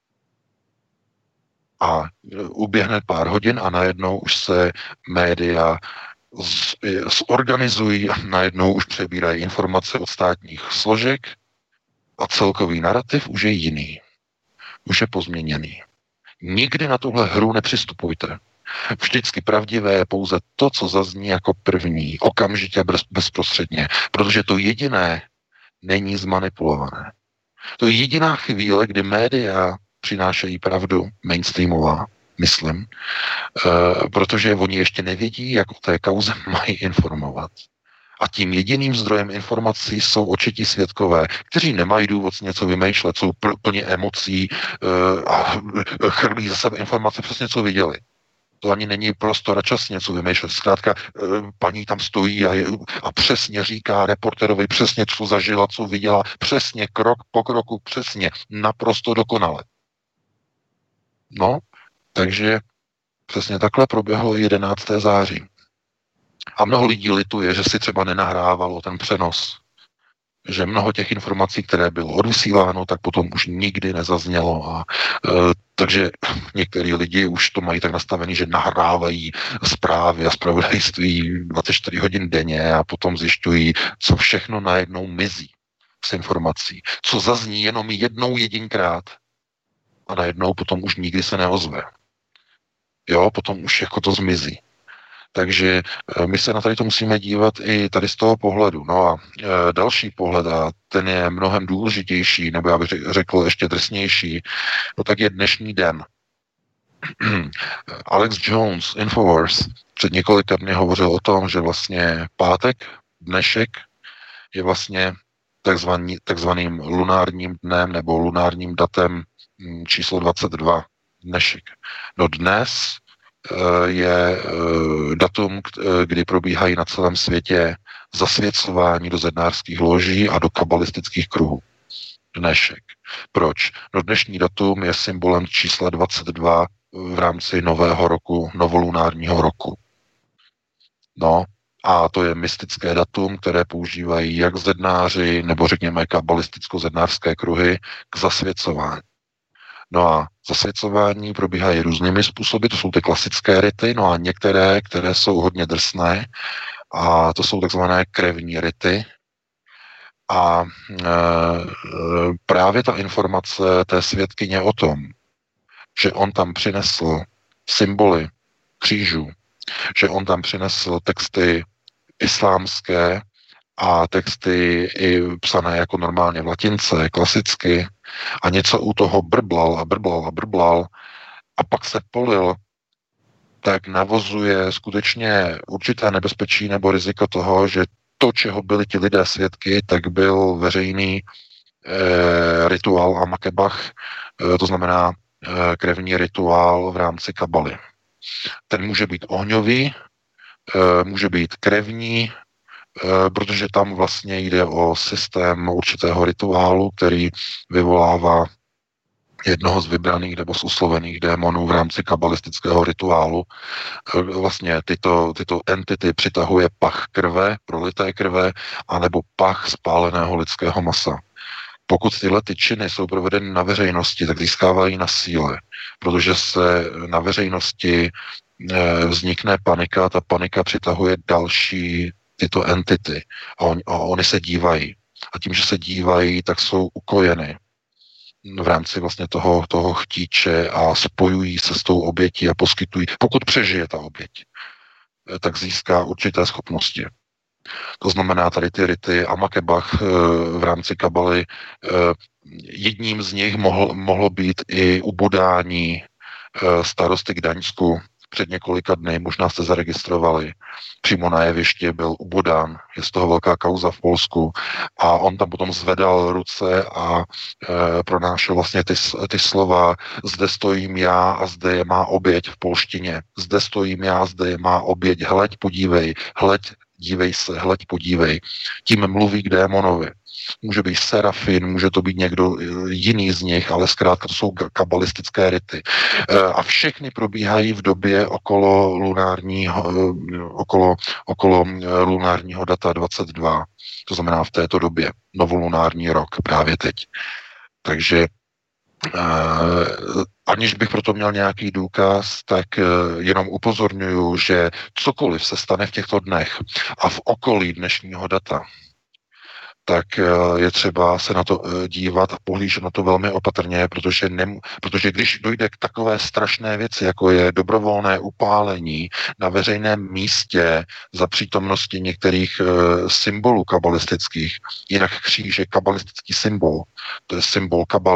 A uběhne pár hodin a najednou už se média z, zorganizují a najednou už přebírají informace od státních složek a celkový narrativ už je jiný. Už je pozměněný. Nikdy na tuhle hru nepřistupujte. Vždycky pravdivé je pouze to, co zazní jako první, okamžitě bez, bezprostředně, protože to jediné není zmanipulované. To je jediná chvíle, kdy média přinášejí pravdu, mainstreamová, myslím, e, protože oni ještě nevědí, jak o té kauze mají informovat. A tím jediným zdrojem informací jsou očití svědkové, kteří nemají důvod něco vymýšlet, jsou pl- plně emocí e, a chrlí za sebe informace, přesně co viděli. To ani není prostor a čas něco vymýšlet. Zkrátka, e, paní tam stojí a, je, a přesně říká reporterovi přesně, co zažila, co viděla, přesně krok po kroku, přesně, naprosto dokonale. No, takže přesně takhle proběhlo jedenáctého září. A mnoho lidí lituje, že si třeba nenahrávalo ten přenos, že mnoho těch informací, které bylo odvysíláno, tak potom už nikdy nezaznělo. A, e, takže některý lidi už to mají tak nastavený, že nahrávají zprávy a zpravodajství dvacet čtyři hodin denně a potom zjišťují, co všechno najednou mizí z informací. Co zazní jenom jednou jedinkrát a najednou potom už nikdy se neozve. Jo, potom už jako to zmizí. Takže my se na tady to musíme dívat i tady z toho pohledu. No a e, další pohled, a ten je mnohem důležitější, nebo já bych řekl ještě drsnější, no tak je dnešní den. Alex Jones, Infowars, před několika dny hovořil o tom, že vlastně pátek, dnešek, je vlastně takzvaný, takzvaným lunárním dnem nebo lunárním datem číslo dvacet dva, dnešek. No dnes je datum, kdy probíhají na celém světě zasvěcování do zednářských loží a do kabalistických kruhů. Dnešek. Proč? No dnešní datum je symbolem čísla dvacet dva v rámci nového roku, novolunárního roku. No, a to je mystické datum, které používají jak zednáři, nebo řekněme kabalisticko-zednářské kruhy k zasvěcování. No a zasvěcování probíhají různými způsoby, to jsou ty klasické rity, no a některé, které jsou hodně drsné, a to jsou takzvané krevní rity. A e, právě ta informace té svědkyně o tom, že on tam přinesl symboly křížů, že on tam přinesl texty islámské a texty i psané jako normálně v latince, klasicky, a něco u toho brblal a brblal a brblal a pak se polil, tak navozuje skutečně určité nebezpečí nebo riziko toho, že to, čeho byli ti lidé svědky, tak byl veřejný e, rituál a makebach, e, to znamená e, krevní rituál v rámci kabaly. Ten může být ohňový, e, může být krevní, protože tam vlastně jde o systém určitého rituálu, který vyvolává jednoho z vybraných nebo z uslovených démonů v rámci kabalistického rituálu. Vlastně tyto, tyto entity přitahuje pach krve, prolité krve, anebo pach spáleného lidského masa. Pokud tyhle ty činy jsou provedeny na veřejnosti, tak získávají na síle, protože se na veřejnosti vznikne panika, ta panika přitahuje další tyto entity a, on, a oni se dívají. A tím, že se dívají, tak jsou ukojeny v rámci vlastně toho, toho chtíče a spojují se s tou obětí a poskytují, pokud přežije ta oběť, tak získá určité schopnosti. To znamená tady ty rity a makebach v rámci kabaly, jedním z nich mohl, mohlo být i ubodání starosty Gdaňsku. Před několika dny, možná jste zaregistrovali, přímo na jevišti byl ubodán, je z toho velká kauza v Polsku a on tam potom zvedal ruce a e, pronášel vlastně ty, ty slova: zde stojím já a zde je má oběť v polštině, zde stojím já, zde je má oběť, hleď, podívej, hleď, dívej se, hleď, podívej. Tím mluví k démonovi. Může být serafin, může to být někdo jiný z nich, ale zkrátka to jsou kabalistické rity. A všechny probíhají v době okolo lunárního, okolo, okolo lunárního data dvacet dva. To znamená v této době, novolunární rok, právě teď. Takže aniž bych proto měl nějaký důkaz, tak jenom upozorňuju, že cokoliv se stane v těchto dnech a v okolí dnešního data, tak je třeba se na to dívat a pohlížet na to velmi opatrně, protože, nem, protože když dojde k takové strašné věci, jako je dobrovolné upálení na veřejném místě za přítomnosti některých e, symbolů kabalistických, jinak kříž je kabalistický symbol, to je symbol kabaly,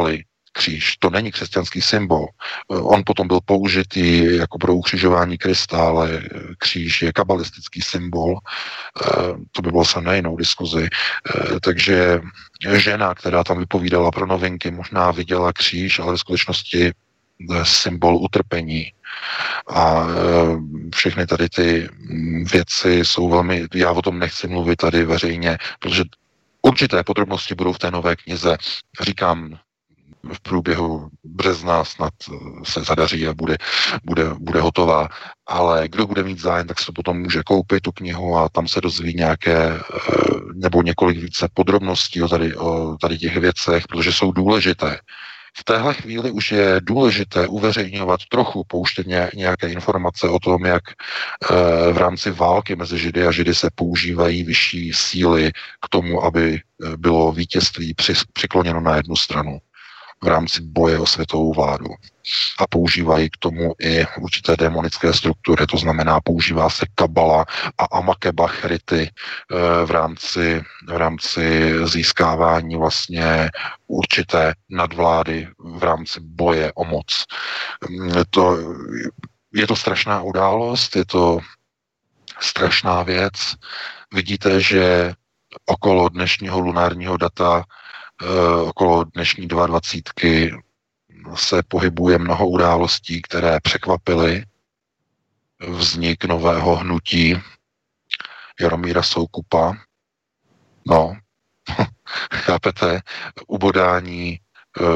Kříž, to není křesťanský symbol. On potom byl použitý jako pro ukřižování Krista, ale kříž je kabalistický symbol. To by bylo se na jinou diskuzi. Takže žena, která tam vypovídala pro Novinky, možná viděla kříž, ale v skutečnosti symbol utrpení. A všechny tady ty věci jsou velmi, já o tom nechci mluvit tady veřejně, protože určité podrobnosti budou v té nové knize. Říkám, v průběhu března snad se zadaří a bude, bude, bude hotová. Ale kdo bude mít zájem, tak se to potom může koupit, tu knihu, a tam se dozví nějaké nebo několik více podrobností o tady, o tady těch věcech, protože jsou důležité. V téhle chvíli už je důležité uveřejňovat trochu, pouštět nějaké informace o tom, jak v rámci války mezi Židy a Židy se používají vyšší síly k tomu, aby bylo vítězství přikloněno na jednu stranu v rámci boje o světovou vládu. A používají k tomu i určité démonické struktury, to znamená, používá se kabala a amakebach rity v rámci, v rámci získávání vlastně určité nadvlády v rámci boje o moc. To, je to strašná událost, je to strašná věc. Vidíte, že okolo dnešního lunárního data okolo dnešní dvacítky se pohybuje mnoho událostí, které překvapily vznik nového hnutí Jaromíra Soukupa. No, chápete, ubodání e,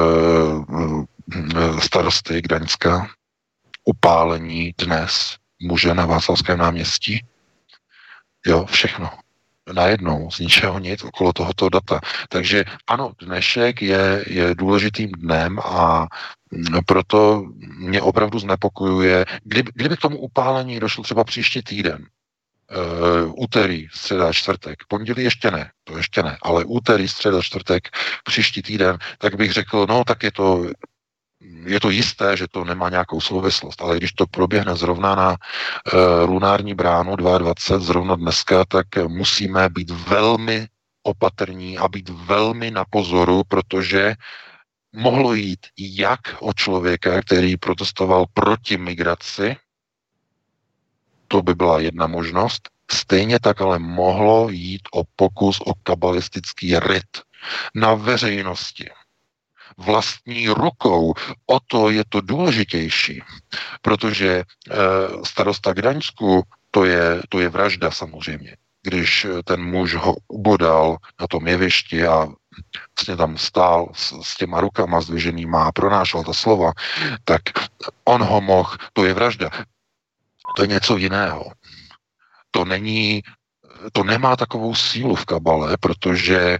starosty Gdaňska, upálení dnes muže na Václavském náměstí. Jo, všechno. Najednou, z ničeho nic, okolo tohoto data. Takže ano, dnešek je, je důležitým dnem a proto mě opravdu znepokojuje, kdyby, kdyby k tomu upálení došlo třeba příští týden, uh, úterý, středa, čtvrtek, pondělí ještě ne, to ještě ne, ale úterý, středa, čtvrtek, příští týden, tak bych řekl, no tak je to je to jisté, že to nemá nějakou souvislost, ale když to proběhne zrovna na uh, lunární bránu dvacet dva, zrovna dneska, tak musíme být velmi opatrní a být velmi na pozoru, protože mohlo jít jak o člověka, který protestoval proti migraci, to by byla jedna možnost, stejně tak ale mohlo jít o pokus o kabalistický rit na veřejnosti. Vlastní rukou, o to je to důležitější, protože e, starosta Gdaňsku, to je, to je vražda samozřejmě. Když ten muž ho ubodal na tom jevišti a vlastně tam stál s, s těma rukama zdviženýma a pronášel ta slova, tak on ho mohl, to je vražda. To je něco jiného. To není, to nemá takovou sílu v kabale, protože e,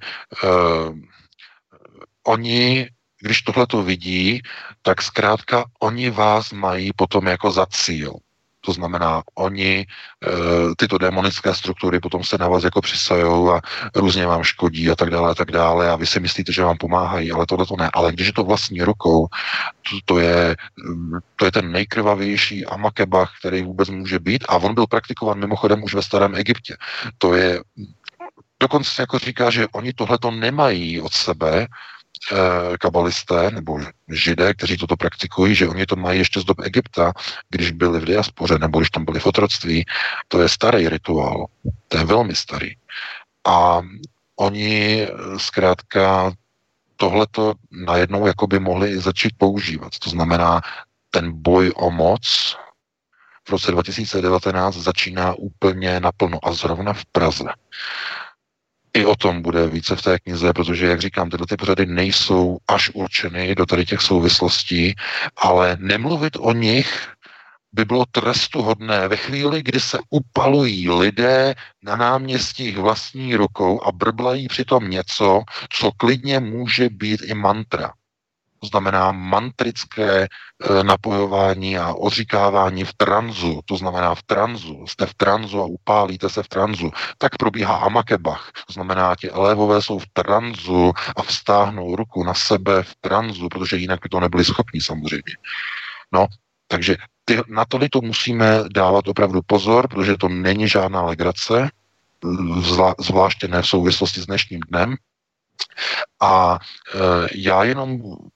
oni, když tohle to vidí, tak zkrátka oni vás mají potom jako za cíl. To znamená, oni, tyto démonické struktury potom se na vás jako přisajou a různě vám škodí a tak dále a tak dále a vy si myslíte, že vám pomáhají, ale tohle to ne. Ale když je to vlastní rukou, to, to, je, to je ten nejkrvavější amakebach, který vůbec může být, a on byl praktikován mimochodem už ve starém Egyptě. To je, dokonce se jako říká, že oni tohleto nemají od sebe, kabalisté nebo židé, kteří toto praktikují, že oni to mají ještě z dob Egypta, když byli v diaspoře nebo když tam byli v otroctví. To je starý rituál. To je velmi starý. A oni zkrátka tohleto najednou jakoby mohli začít používat. To znamená, ten boj o moc v roce dva tisíce devatenáct začíná úplně naplno a zrovna v Praze. I o tom bude více v té knize, protože, jak říkám, tyhle ty pořady nejsou až určeny do tady těch souvislostí, ale nemluvit o nich by bylo trestuhodné ve chvíli, kdy se upalují lidé na náměstích vlastní rukou a brblají přitom něco, co klidně může být i mantra. To znamená mantrické e, napojování a odříkávání v tranzu, to znamená v tranzu, jste v tranzu a upálíte se v tranzu, tak probíhá amakebach, to znamená, ti elévové jsou v tranzu a vztáhnou ruku na sebe v tranzu, protože jinak by to nebyli schopni samozřejmě. No, takže ty, na tohle to musíme dávat opravdu pozor, protože to není žádná legrace, zvlá, zvláště ne v souvislosti s dnešním dnem. A e, já jenom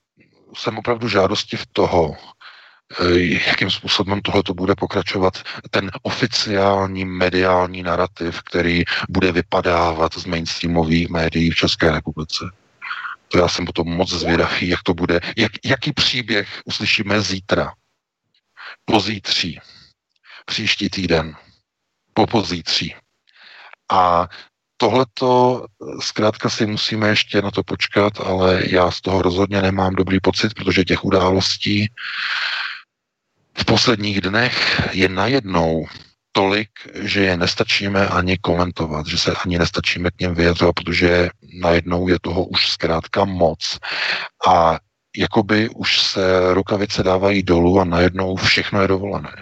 jsem opravdu žádostiv toho, jakým způsobem tohleto bude pokračovat, ten oficiální mediální narrativ, který bude vypadávat z mainstreamových médií v České republice. To já jsem potom moc zvědavý, jak to bude, jak, jaký příběh uslyšíme zítra, pozítří, příští týden, popozítří. A tohleto zkrátka si musíme ještě na to počkat, ale já z toho rozhodně nemám dobrý pocit, protože těch událostí v posledních dnech je najednou tolik, že je nestačíme ani komentovat, že se ani nestačíme k něm vyjadřovat, protože najednou je toho už zkrátka moc. A jakoby už se rukavice dávají dolů a najednou všechno je dovolené.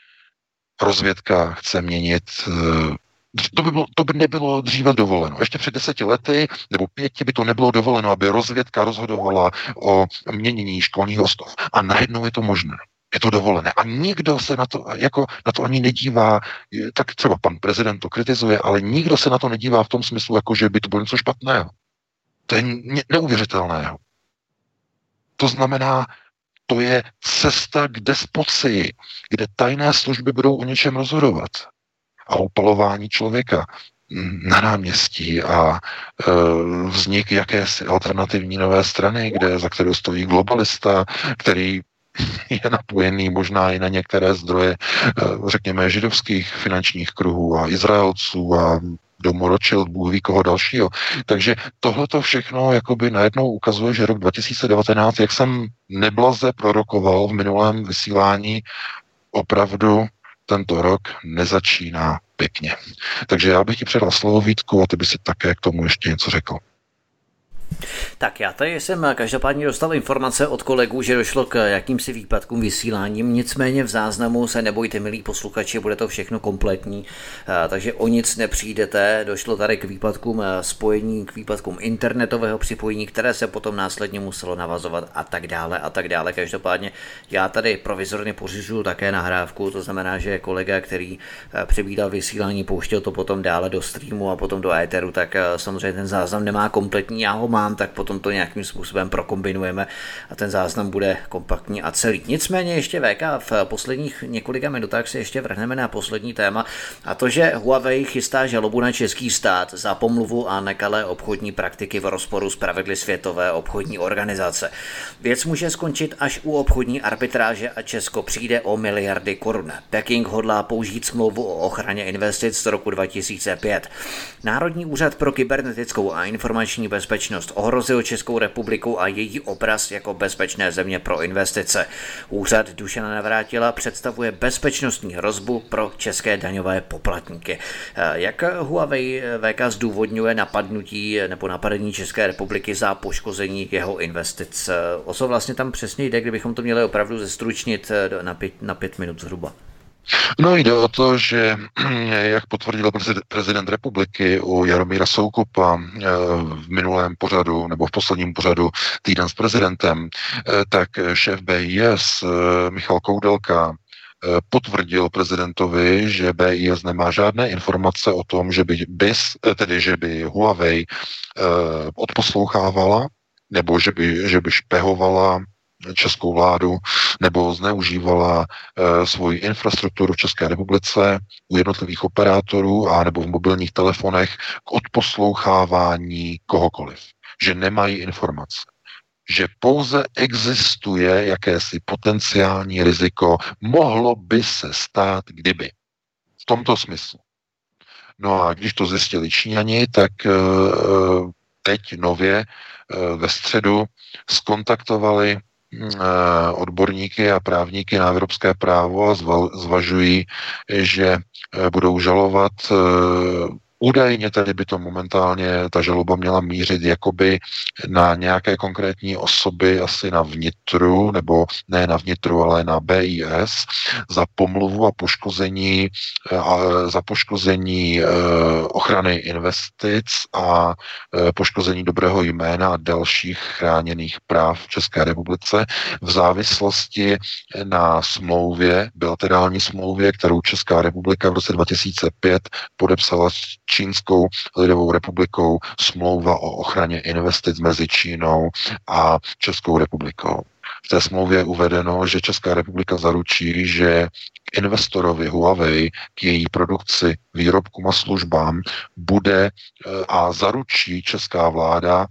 Rozvědka chce měnit. To by, bylo, to by nebylo dříve dovoleno. Ještě před deseti lety nebo pěti by to nebylo dovoleno, aby rozvědka rozhodovala o měnění školních osnov. A najednou je to možné. Je to dovolené. A nikdo se na to, jako, na to ani nedívá, tak třeba pan prezident to kritizuje, ale nikdo se na to nedívá v tom smyslu, jako že by to bylo něco špatného. To je neuvěřitelného. To znamená, to je cesta k despocii, kde tajné služby budou o něčem rozhodovat. A upalování člověka na náměstí a e, vznik jakési alternativní nové strany, kde, za kterou stojí globalista, který je napojený možná i na některé zdroje, řekněme, židovských finančních kruhů a Izraelců a domu Rothschild, Bůh ví koho dalšího. Takže tohleto všechno jakoby najednou ukazuje, že rok dva tisíce devatenáct, jak jsem neblaze prorokoval v minulém vysílání, opravdu tento rok nezačíná pěkně. Takže já bych ti předal slovo, Vítku, a ty by si také k tomu ještě něco řekl. Tak já tady jsem každopádně dostal informace od kolegů, že došlo k jakýmsi výpadkům vysíláním, nicméně v záznamu se nebojte, milí posluchači, bude to všechno kompletní, takže o nic nepřijdete, došlo tady k výpadkům spojení, k výpadkům internetového připojení, které se potom následně muselo navazovat a tak dále a tak dále. Každopádně já tady provizorně pořizuju také nahrávku, to znamená, že kolega, který přebídal vysílání, pouštěl to potom dále do streamu a potom do éteru, tak samozřejmě ten záznam nemá kompletní, já ho mám, tak potom to nějakým způsobem prokombinujeme a ten záznam bude kompaktní a celý. Nicméně ještě V K, v posledních několika minutách se ještě vrhneme na poslední téma, a to, že Huawei chystá žalobu na český stát za pomluvu a nekalé obchodní praktiky v rozporu s pravidly Světové obchodní organizace. Věc může skončit až u obchodní arbitráže a Česko přijde o miliardy korun. Peking hodlá použít smlouvu o ochraně investic z roku dva tisíce pět. Národní úřad pro kybernetickou a informační bezpečnost ohrozil Českou republiku a její obraz jako bezpečné země pro investice. Úřad Dušana Navrátila představuje bezpečnostní hrozbu pro české daňové poplatníky. Jak Huawei V K zdůvodňuje napadnutí nebo napadení České republiky za poškození jeho investic? O co vlastně tam přesně jde, kdybychom to měli opravdu zestručnit na pět, na pět minut zhruba? No jde o to, že jak potvrdil prezident republiky u Jaromíra Soukupa v minulém pořadu nebo v posledním pořadu Týden s prezidentem, tak šéf B I S Michal Koudelka potvrdil prezidentovi, že B I S nemá žádné informace o tom, že by B I S, tedy že by Huawei odposlouchávala nebo že by, že by špehovala českou vládu nebo zneužívala e, svoji infrastrukturu v České republice u jednotlivých operátorů a nebo v mobilních telefonech k odposlouchávání kohokoliv. Že nemají informace. Že pouze existuje jakési potenciální riziko, mohlo by se stát, kdyby. V tomto smyslu. No a když to zjistili Číňani, tak e, teď nově e, ve středu zkontaktovali odborníky a právníky na evropské právo a zvažují, že budou žalovat. Údajně tedy by to momentálně ta žaloba měla mířit jakoby na nějaké konkrétní osoby, asi na vnitru, nebo ne na vnitru, ale na B I S, za pomluvu a poškození, a za poškození e, ochrany investic a e, poškození dobrého jména a dalších chráněných práv v České republice v závislosti na smlouvě, bilaterální smlouvě, kterou Česká republika v roce dva tisíce pět podepsala Čínskou lidovou republikou, smlouva o ochraně investic mezi Čínou a Českou republikou. V té smlouvě je uvedeno, že Česká republika zaručí, že k investorovi Huawei, k její produkci, výrobkům a službám bude a zaručí česká vláda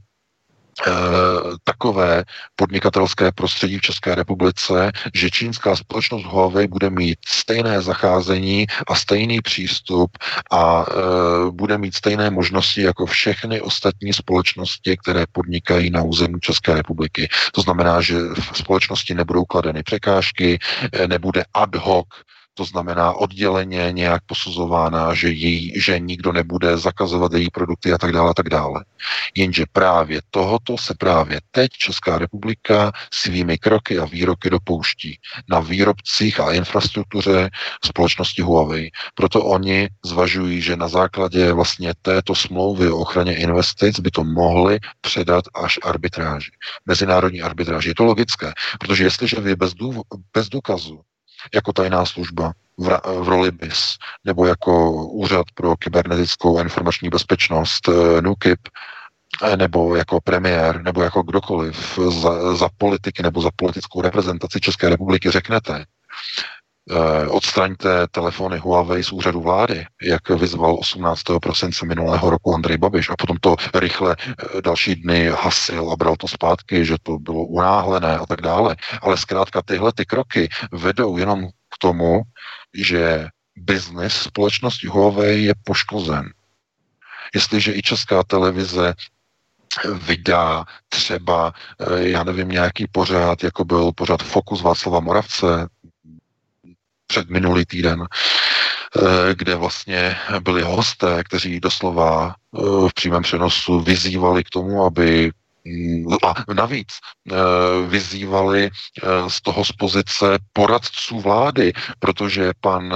takové podnikatelské prostředí v České republice, že čínská společnost Huawei bude mít stejné zacházení a stejný přístup a e, bude mít stejné možnosti jako všechny ostatní společnosti, které podnikají na území České republiky. To znamená, že v společnosti nebudou kladeny překážky, nebude ad hoc, to znamená odděleně nějak posuzována, že, jí, že nikdo nebude zakazovat její produkty a tak dále a tak dále. Jenže právě tohoto se právě teď Česká republika svými kroky a výroky dopouští na výrobcích a infrastruktuře společnosti Huawei. Proto oni zvažují, že na základě vlastně této smlouvy o ochraně investic by to mohli předat až arbitráži. Mezinárodní arbitráži. Je to logické, protože jestliže vy bez, dův- bez důkazu jako tajná služba v, v roli B I S, nebo jako Úřad pro kybernetickou a informační bezpečnost NÚKIB, nebo jako premiér, nebo jako kdokoliv za, za politiky nebo za politickou reprezentaci České republiky řeknete, eh, odstraňte telefony Huawei z úřadu vlády, jak vyzval osmnáctého prosince minulého roku Andrej Babiš, a potom to rychle eh, další dny hasil a bral to zpátky, že to bylo unáhlené a tak dále. Ale zkrátka tyhle ty kroky vedou jenom k tomu, že biznis společnosti Huawei je poškozen. Jestliže i Česká televize vydá třeba, já nevím, nějaký pořád, jako byl pořád Fokus Václava Moravce před minulý týden, kde vlastně byli hosté, kteří doslova v přímém přenosu vyzývali k tomu, aby a navíc vyzývali z toho z pozice poradců vlády, protože pan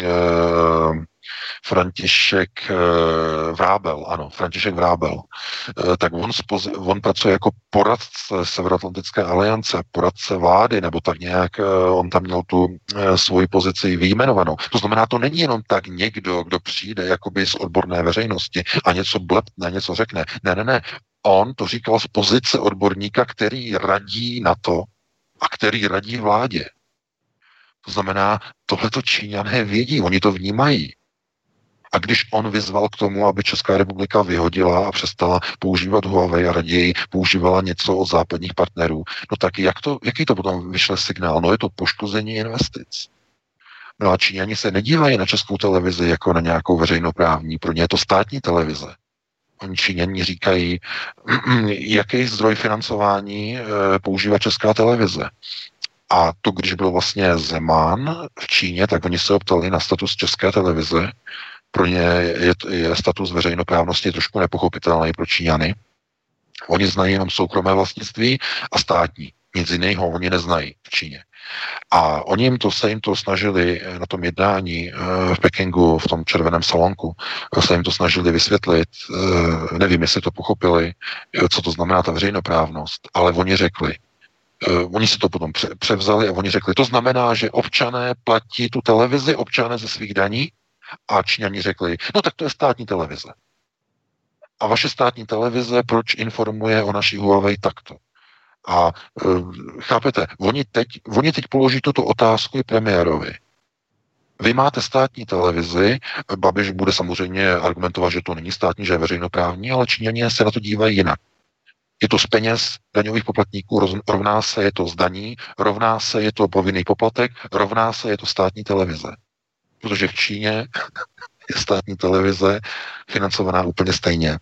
František Vrábel, ano, František Vrábel, tak on, spozi, on pracuje jako poradce Severoatlantické aliance, poradce vlády, nebo tak nějak on tam měl tu svoji pozici vyjmenovanou. To znamená, to není jenom tak někdo, kdo přijde jakoby z odborné veřejnosti a něco blepne, něco řekne. Ne, ne, ne. On to říkal z pozice odborníka, který radí na to a který radí vládě. To znamená, tohleto Číňané vědí, oni to vnímají. A když on vyzval k tomu, aby Česká republika vyhodila a přestala používat Huawei a raději používala něco od západních partnerů, no tak jak to, jaký to potom vyšle signál? No je to poškození investic. No a Číňani se nedívají na Českou televizi jako na nějakou veřejnoprávní, pro ně je to státní televize. Oni Číňani říkají, jaký zdroj financování e, používá Česká televize. A to, když byl vlastně Zeman v Číně, tak oni se optali na status České televize. Pro ně je, je status veřejnoprávnosti trošku nepochopitelný pro Číňany. Oni znají jenom soukromé vlastnictví a státní. Nic jiného oni neznají v Číně. A oni jim to, se jim to snažili na tom jednání v Pekingu, v tom červeném salonku, se jim to snažili vysvětlit. Nevím, jestli to pochopili, co to znamená ta veřejnoprávnost, ale oni řekli, oni si to potom převzali a oni řekli, to znamená, že občané platí tu televizi, občané ze svých daní, a Číňani řekli, no tak to je státní televize. A vaše státní televize proč informuje o naší Huawei takto? A uh, chápete, oni teď, oni teď položí tuto otázku i premiérovi. Vy máte státní televizi, Babiš bude samozřejmě argumentovat, že to není státní, že je veřejnoprávní, ale Číňané se na to dívají jinak. Je to z peněz daňových poplatníků, rovná se je to z daní, rovná se je to povinný poplatek, rovná se je to státní televize. Protože v Číně je státní televize financovaná úplně stejně.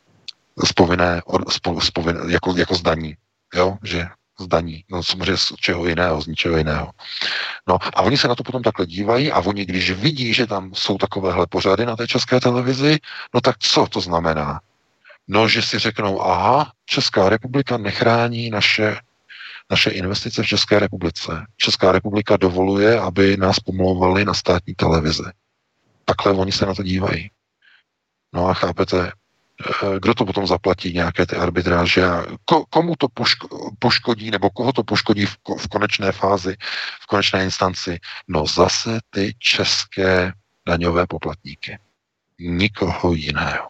Z povinné, z povinné, jako, jako z daní. Jo, že z daní. No samozřejmě z čeho jiného, z ničeho jiného. No a oni se na to potom takhle dívají a oni, když vidí, že tam jsou takovéhle pořady na té České televizi, no tak co to znamená? No, že si řeknou, aha, Česká republika nechrání naše, naše investice v České republice. Česká republika dovoluje, aby nás pomlouvali na státní televizi. Takhle oni se na to dívají. No a chápete, kdo to potom zaplatí, nějaké ty arbitráže a ko, komu to poško, poškodí, nebo koho to poškodí v, v konečné fázi, v konečné instanci? No zase ty české daňové poplatníky. Nikoho jiného.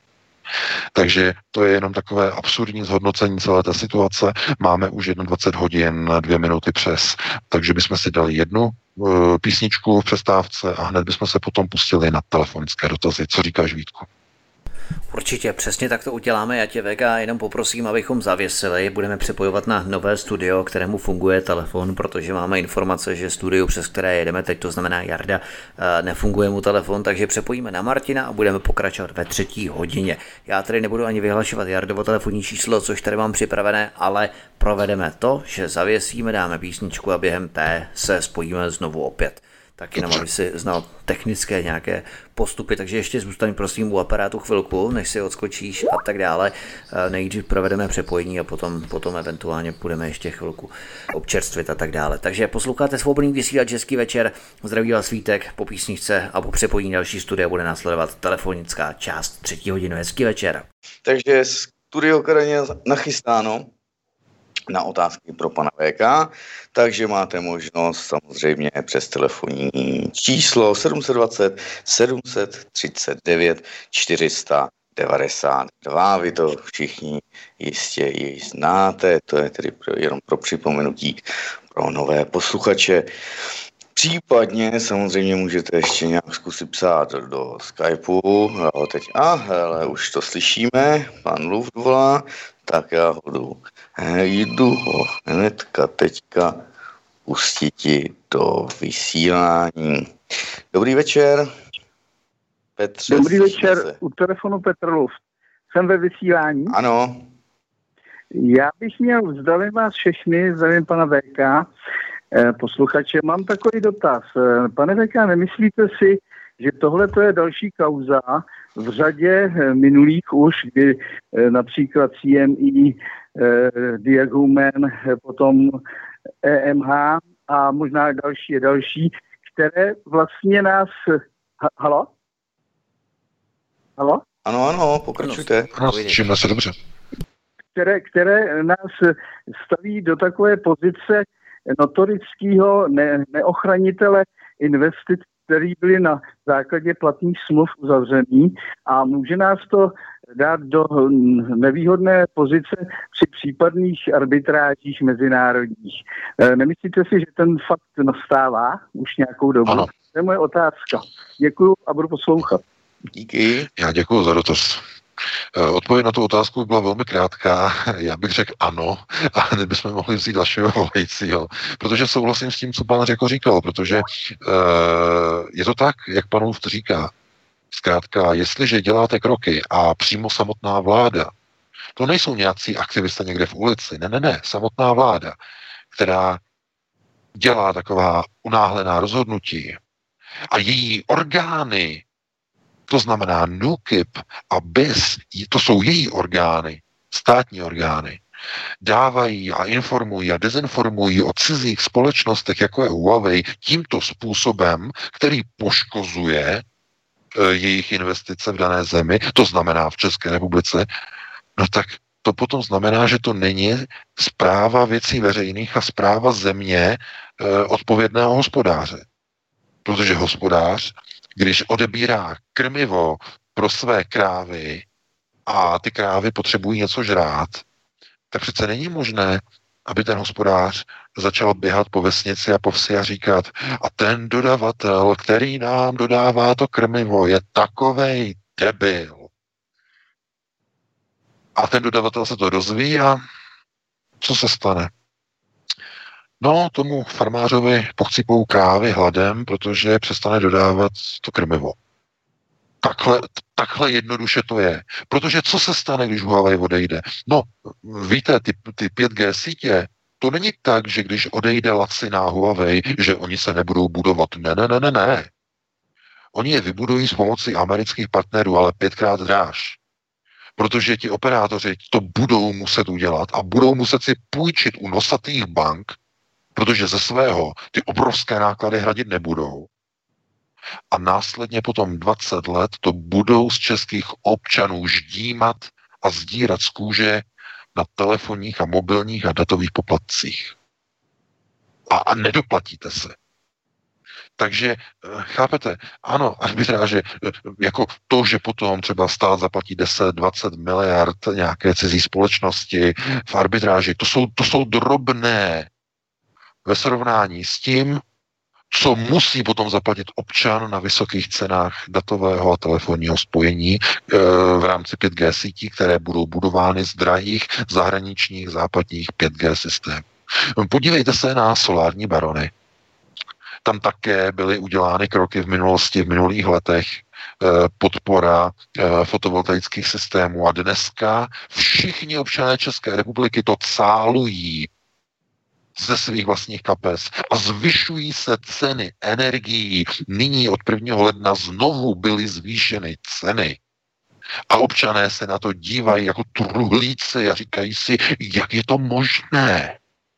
Takže to je jenom takové absurdní zhodnocení celé té situace. Máme už dvacet hodin, dvě minuty přes, takže bychom si dali jednu uh, písničku v přestávce a hned bychom se potom pustili na telefonické dotazy. Co říkáš, Vítku? Určitě, přesně tak to uděláme. Já tě, Vega, jenom poprosím, abychom zavěsili. Budeme přepojovat na nové studio, kterému funguje telefon, protože máme informace, že studio, přes které jedeme teď, to znamená Jarda, nefunguje mu telefon, takže přepojíme na Martina a budeme pokračovat ve třetí hodině. Já tady nebudu ani vyhlašovat Jardovo telefonní číslo, což tady mám připravené, ale provedeme to, že zavěsíme, dáme písničku a během té se spojíme znovu opět. Tak jenom, aby si znal technické nějaké postupy, takže ještě zůstaň prosím u aparátu chvilku, než si odskočíš a tak dále. Nejdřív provedeme přepojení a potom, potom eventuálně budeme ještě chvilku občerstvit a tak dále. Takže posloucháte Svobodný vysílač, hezký večer, zdraví vás Vítek, po písničce a po přepojení další studia bude následovat telefonická část třetí hodiny. Hezký večer. Takže studio Karaně nachystáno na otázky pro pana V K, takže máte možnost samozřejmě přes telefonní číslo sedm set dvacet sedm set třicet devět čtyři sta devadesát dva. Vy to všichni jistě ji znáte, to je tedy pro, jenom pro připomenutí pro nové posluchače. Případně samozřejmě můžete ještě nějak zkusit psát do Skypeu. Jo, teď, a hele, už to slyšíme, pan Luft volá, tak já ho jdu, jdu ho hnedka teďka pustiti do vysílání. Dobrý večer, Petře. Dobrý večer, se. U telefonu Petr Luft. Jsem ve vysílání. Ano. Já bych měl, zdravím vás všechny, zdravím pana V K, posluchače. Mám takový dotaz. Pane V K, nemyslíte si, že tohle to je další kauza v řadě minulých už, kdy například C M E, Diagumen, potom E M H a možná další a další, které vlastně nás... Halo? Halo? Ano, ano, pokračujte. Ano, slyšíme se dobře. Které, které nás staví do takové pozice notorického ne, neochranitele investic, který byly na základě platných smluv uzavřený a může nás to dát do nevýhodné pozice při případných arbitrážích mezinárodních. Nemyslíte si, že ten fakt nastává už nějakou dobu? Ano. To je moje otázka. Děkuju a budu poslouchat. Díky. Já děkuji za dotaz. Odpověď na tu otázku byla velmi krátká. Já bych řekl ano, a hned bychom mohli vzít dalšího volajícího. Protože souhlasím s tím, co pan Řeko říkal, protože uh, je to tak, jak pan Luft říká. Zkrátka, jestliže děláte kroky a přímo samotná vláda, to nejsou nějací aktivisté někde v ulici, ne, ne, ne, samotná vláda, která dělá taková unáhlená rozhodnutí a její orgány, to znamená NÚKIB a B I S, to jsou její orgány, státní orgány, dávají a informují a dezinformují o cizích společnostech, jako je Huawei, tímto způsobem, který poškozuje e, jejich investice v dané zemi, to znamená v České republice, no tak to potom znamená, že to není správa věcí veřejných a správa země e, odpovědného hospodáře. Protože hospodář, když odebírá krmivo pro své krávy a ty krávy potřebují něco žrát, tak přece není možné, aby ten hospodář začal běhat po vesnici a po vsi a říkat, a ten dodavatel, který nám dodává to krmivo, je takovej debil. A ten dodavatel se to dozví a co se stane? No, tomu farmářovi pochcipou krávy hladem, protože přestane dodávat to krmivo. Takhle, takhle jednoduše to je. Protože co se stane, když Huawei odejde? No, víte, ty, ty pět G sítě, to není tak, že když odejde laciná Huawei, že oni se nebudou budovat. Ne, ne, ne, ne, ne. Oni je vybudují s pomocí amerických partnerů, ale pětkrát dráž. Protože ti operátoři to budou muset udělat a budou muset si půjčit u nosatých bank, protože ze svého ty obrovské náklady hradit nebudou. A následně potom dvacet let to budou z českých občanů ždímat a sdírat z kůže na telefonních a mobilních a datových poplatcích. A, a nedoplatíte se. Takže chápete, ano, arbitráže, jako to, že potom třeba stát zaplatí deset dvacet miliard nějaké cizí společnosti v arbitráži, to jsou, to jsou drobné ve srovnání s tím, co musí potom zaplatit občan na vysokých cenách datového a telefonního spojení e, v rámci pět G sítí, které budou budovány z drahých zahraničních západních pět G systémů. Podívejte se na solární barony. Tam také byly udělány kroky v minulosti, v minulých letech, podpora fotovoltaických systémů a dneska všichni občané České republiky to cálují ze svých vlastních kapes a zvyšují se ceny energií. Nyní od prvního ledna znovu byly zvýšeny ceny. A občané se na to dívají jako truhlíci a říkají si, jak je to možné.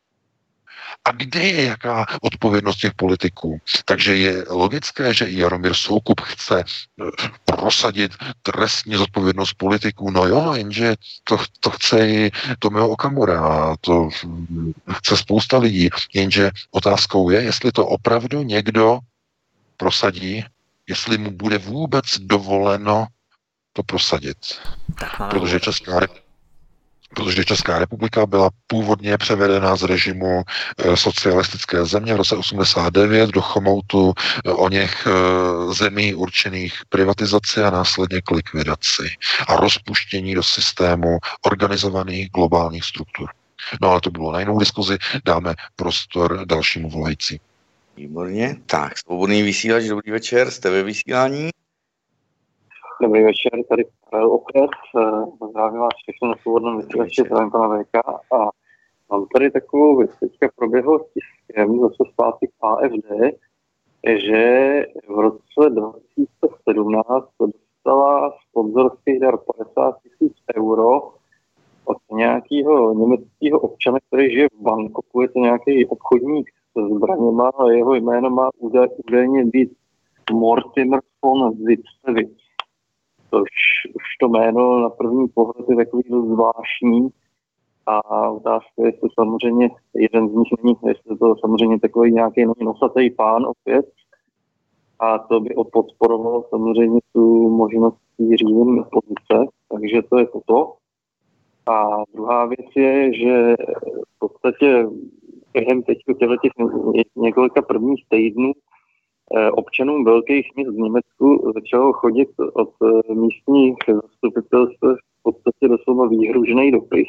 A kde je jaká odpovědnost těch politiků? Takže je logické, že i Jaromír Soukup chce prosadit trestní zodpovědnost politiků. No jo, jenže to, to chce i Tomio Okamura, to chce spousta lidí. Jenže otázkou je, jestli to opravdu někdo prosadí, jestli mu bude vůbec dovoleno to prosadit. Protože Česká republika protože Česká republika byla původně převedena z režimu e, socialistické země v roce osmdesát devět do chomoutu e, o něch e, zemí určených privatizaci a následně k likvidaci a rozpuštění do systému organizovaných globálních struktur. No ale to bylo na jinou diskuzi, dáme prostor dalšímu volající. Výborně, tak, svobodný vysílač, dobrý večer, jste ve vysílání? Dobrý večer, tady Pavel opět, zdravím vás všechny na svobodném vysílači, zdravím pana V K a mám tady takovou věc, teďka proběhlo tiskem zase zpátky k A F D, že v roce dva tisíce sedmnáct dostala sponzorský dar padesát tisíc euro od nějakého německého občana, který žije v Bangkoku, je to nějaký obchodník se zbraněma a jeho jméno má údaj, údajně být Mortimer von Zipsewitz. Což už to jméno na první pohled je takový zvláštní a otázka je, jestli samozřejmě jeden z nich není, jestli to samozřejmě takový nějaký není nosatý pán opět a to by podporovalo samozřejmě tu možnost řízení opozice, takže to je toto. A druhá věc je, že v podstatě během těch několika prvních týdnů občanům velkých měst v Německu začalo chodit od místních zastupitelstv v podstatě doslova výhružný dopis.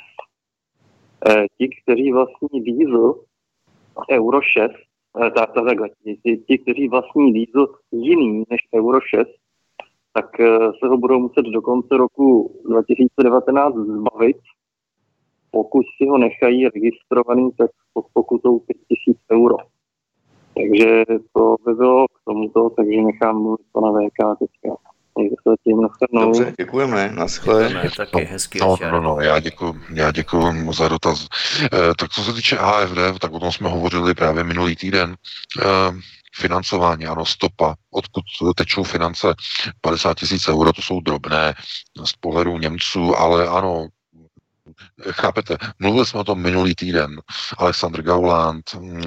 Ti, kteří vlastní diesel Euro šest, tak, takhle, ti, ti, kteří vlastní diesel jiný než Euro šest, tak se ho budou muset do konce roku dva tisíce devatenáct zbavit. Pokud si ho nechají registrovaný, tak pod pokutou pět tisíc euro. Takže to by bylo k tomuto, takže nechám mluvit pana V K teďka. Dobře, děkujeme, naschle. Taky hezký no, no, no, já děkuji, já děkuji za dotaz. E, tak co se týče A F D, tak o tom jsme hovořili právě minulý týden. E, financování, ano, stopa, odkud tečou finance, padesát tisíc euro, to jsou drobné z pohledu Němců, ale ano, chápete, mluvili jsme o tom minulý týden. Alexander Gauland, uh,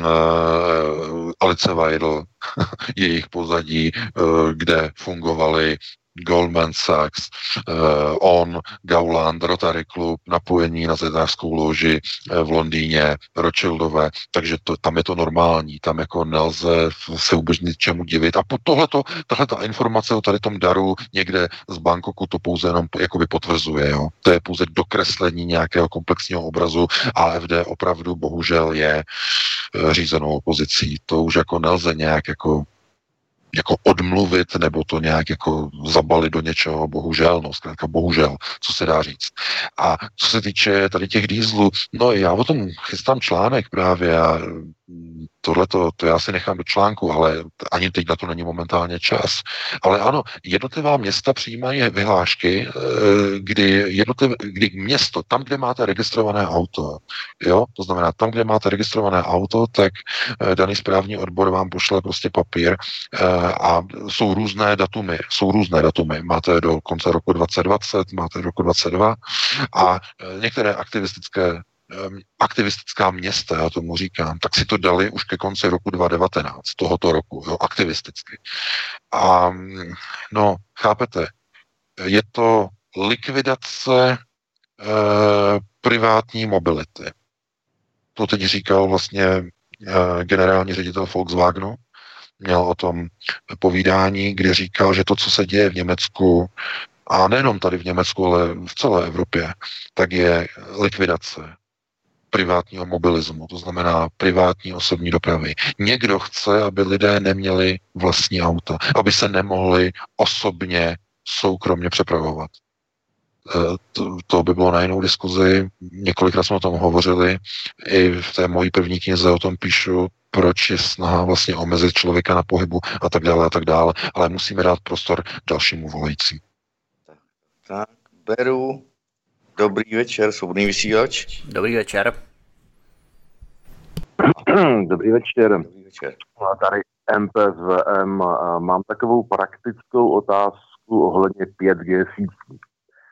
Alice Weidel, jejich pozadí, uh, kde fungovali Goldman Sachs, uh, on, Gauland, Rotary Club, napojení na zedářskou loži uh, v Londýně, Rothschildové, takže to, tam je to normální, tam jako nelze se vůbec ničemu divit. A po tohleto, tahleta informace o tady tom daru někde z Bangkoku to pouze jenom jakoby potvrzuje, jo. To je pouze dokreslení nějakého komplexního obrazu. A F D opravdu bohužel je uh, řízenou opozicí. To už jako nelze nějak jako jako odmluvit, nebo to nějak jako zabalit do něčeho, bohužel, no zkrátka bohužel, co se dá říct. A co se týče tady těch dýzlů, no já o tom chystám článek právě a tohleto, to já si nechám do článku, ale ani teď na to není momentálně čas. Ale ano, jednotlivá města přijímají vyhlášky, kdy, jednotliv, kdy město, tam, kde máte registrované auto, jo, to znamená, tam, kde máte registrované auto, tak daný správní odbor vám pošle prostě papír a jsou různé datumy, jsou různé datumy. Máte do konce roku dvacet dvacet, máte do roku dvacet dva a některé aktivistické aktivistická města, já tomu říkám, tak si to dali už ke konci roku dva tisíce devatenáct, tohoto roku, jo, aktivisticky. A no, chápete, je to likvidace eh, privátní mobility. To teď říkal vlastně eh, generální ředitel Volkswagenu, měl o tom povídání, kde říkal, že to, co se děje v Německu, a nejenom tady v Německu, ale v celé Evropě, tak je likvidace privátního mobilismu, to znamená privátní osobní dopravy. Někdo chce, aby lidé neměli vlastní auta, aby se nemohli osobně, soukromně přepravovat. To, to by bylo na jinou diskuzi. Několikrát jsme o tom hovořili. I v té mojí první knize o tom píšu, proč je snaha vlastně omezit člověka na pohybu a tak dále a tak dále. Ale musíme dát prostor dalšímu volajícímu. Tak, tak, beru. Dobrý večer, svobodný vysílač. Dobrý večer. Dobrý večer. Dobrý večer. Tady M P S V M. Mám takovou praktickou otázku ohledně pět G sítí.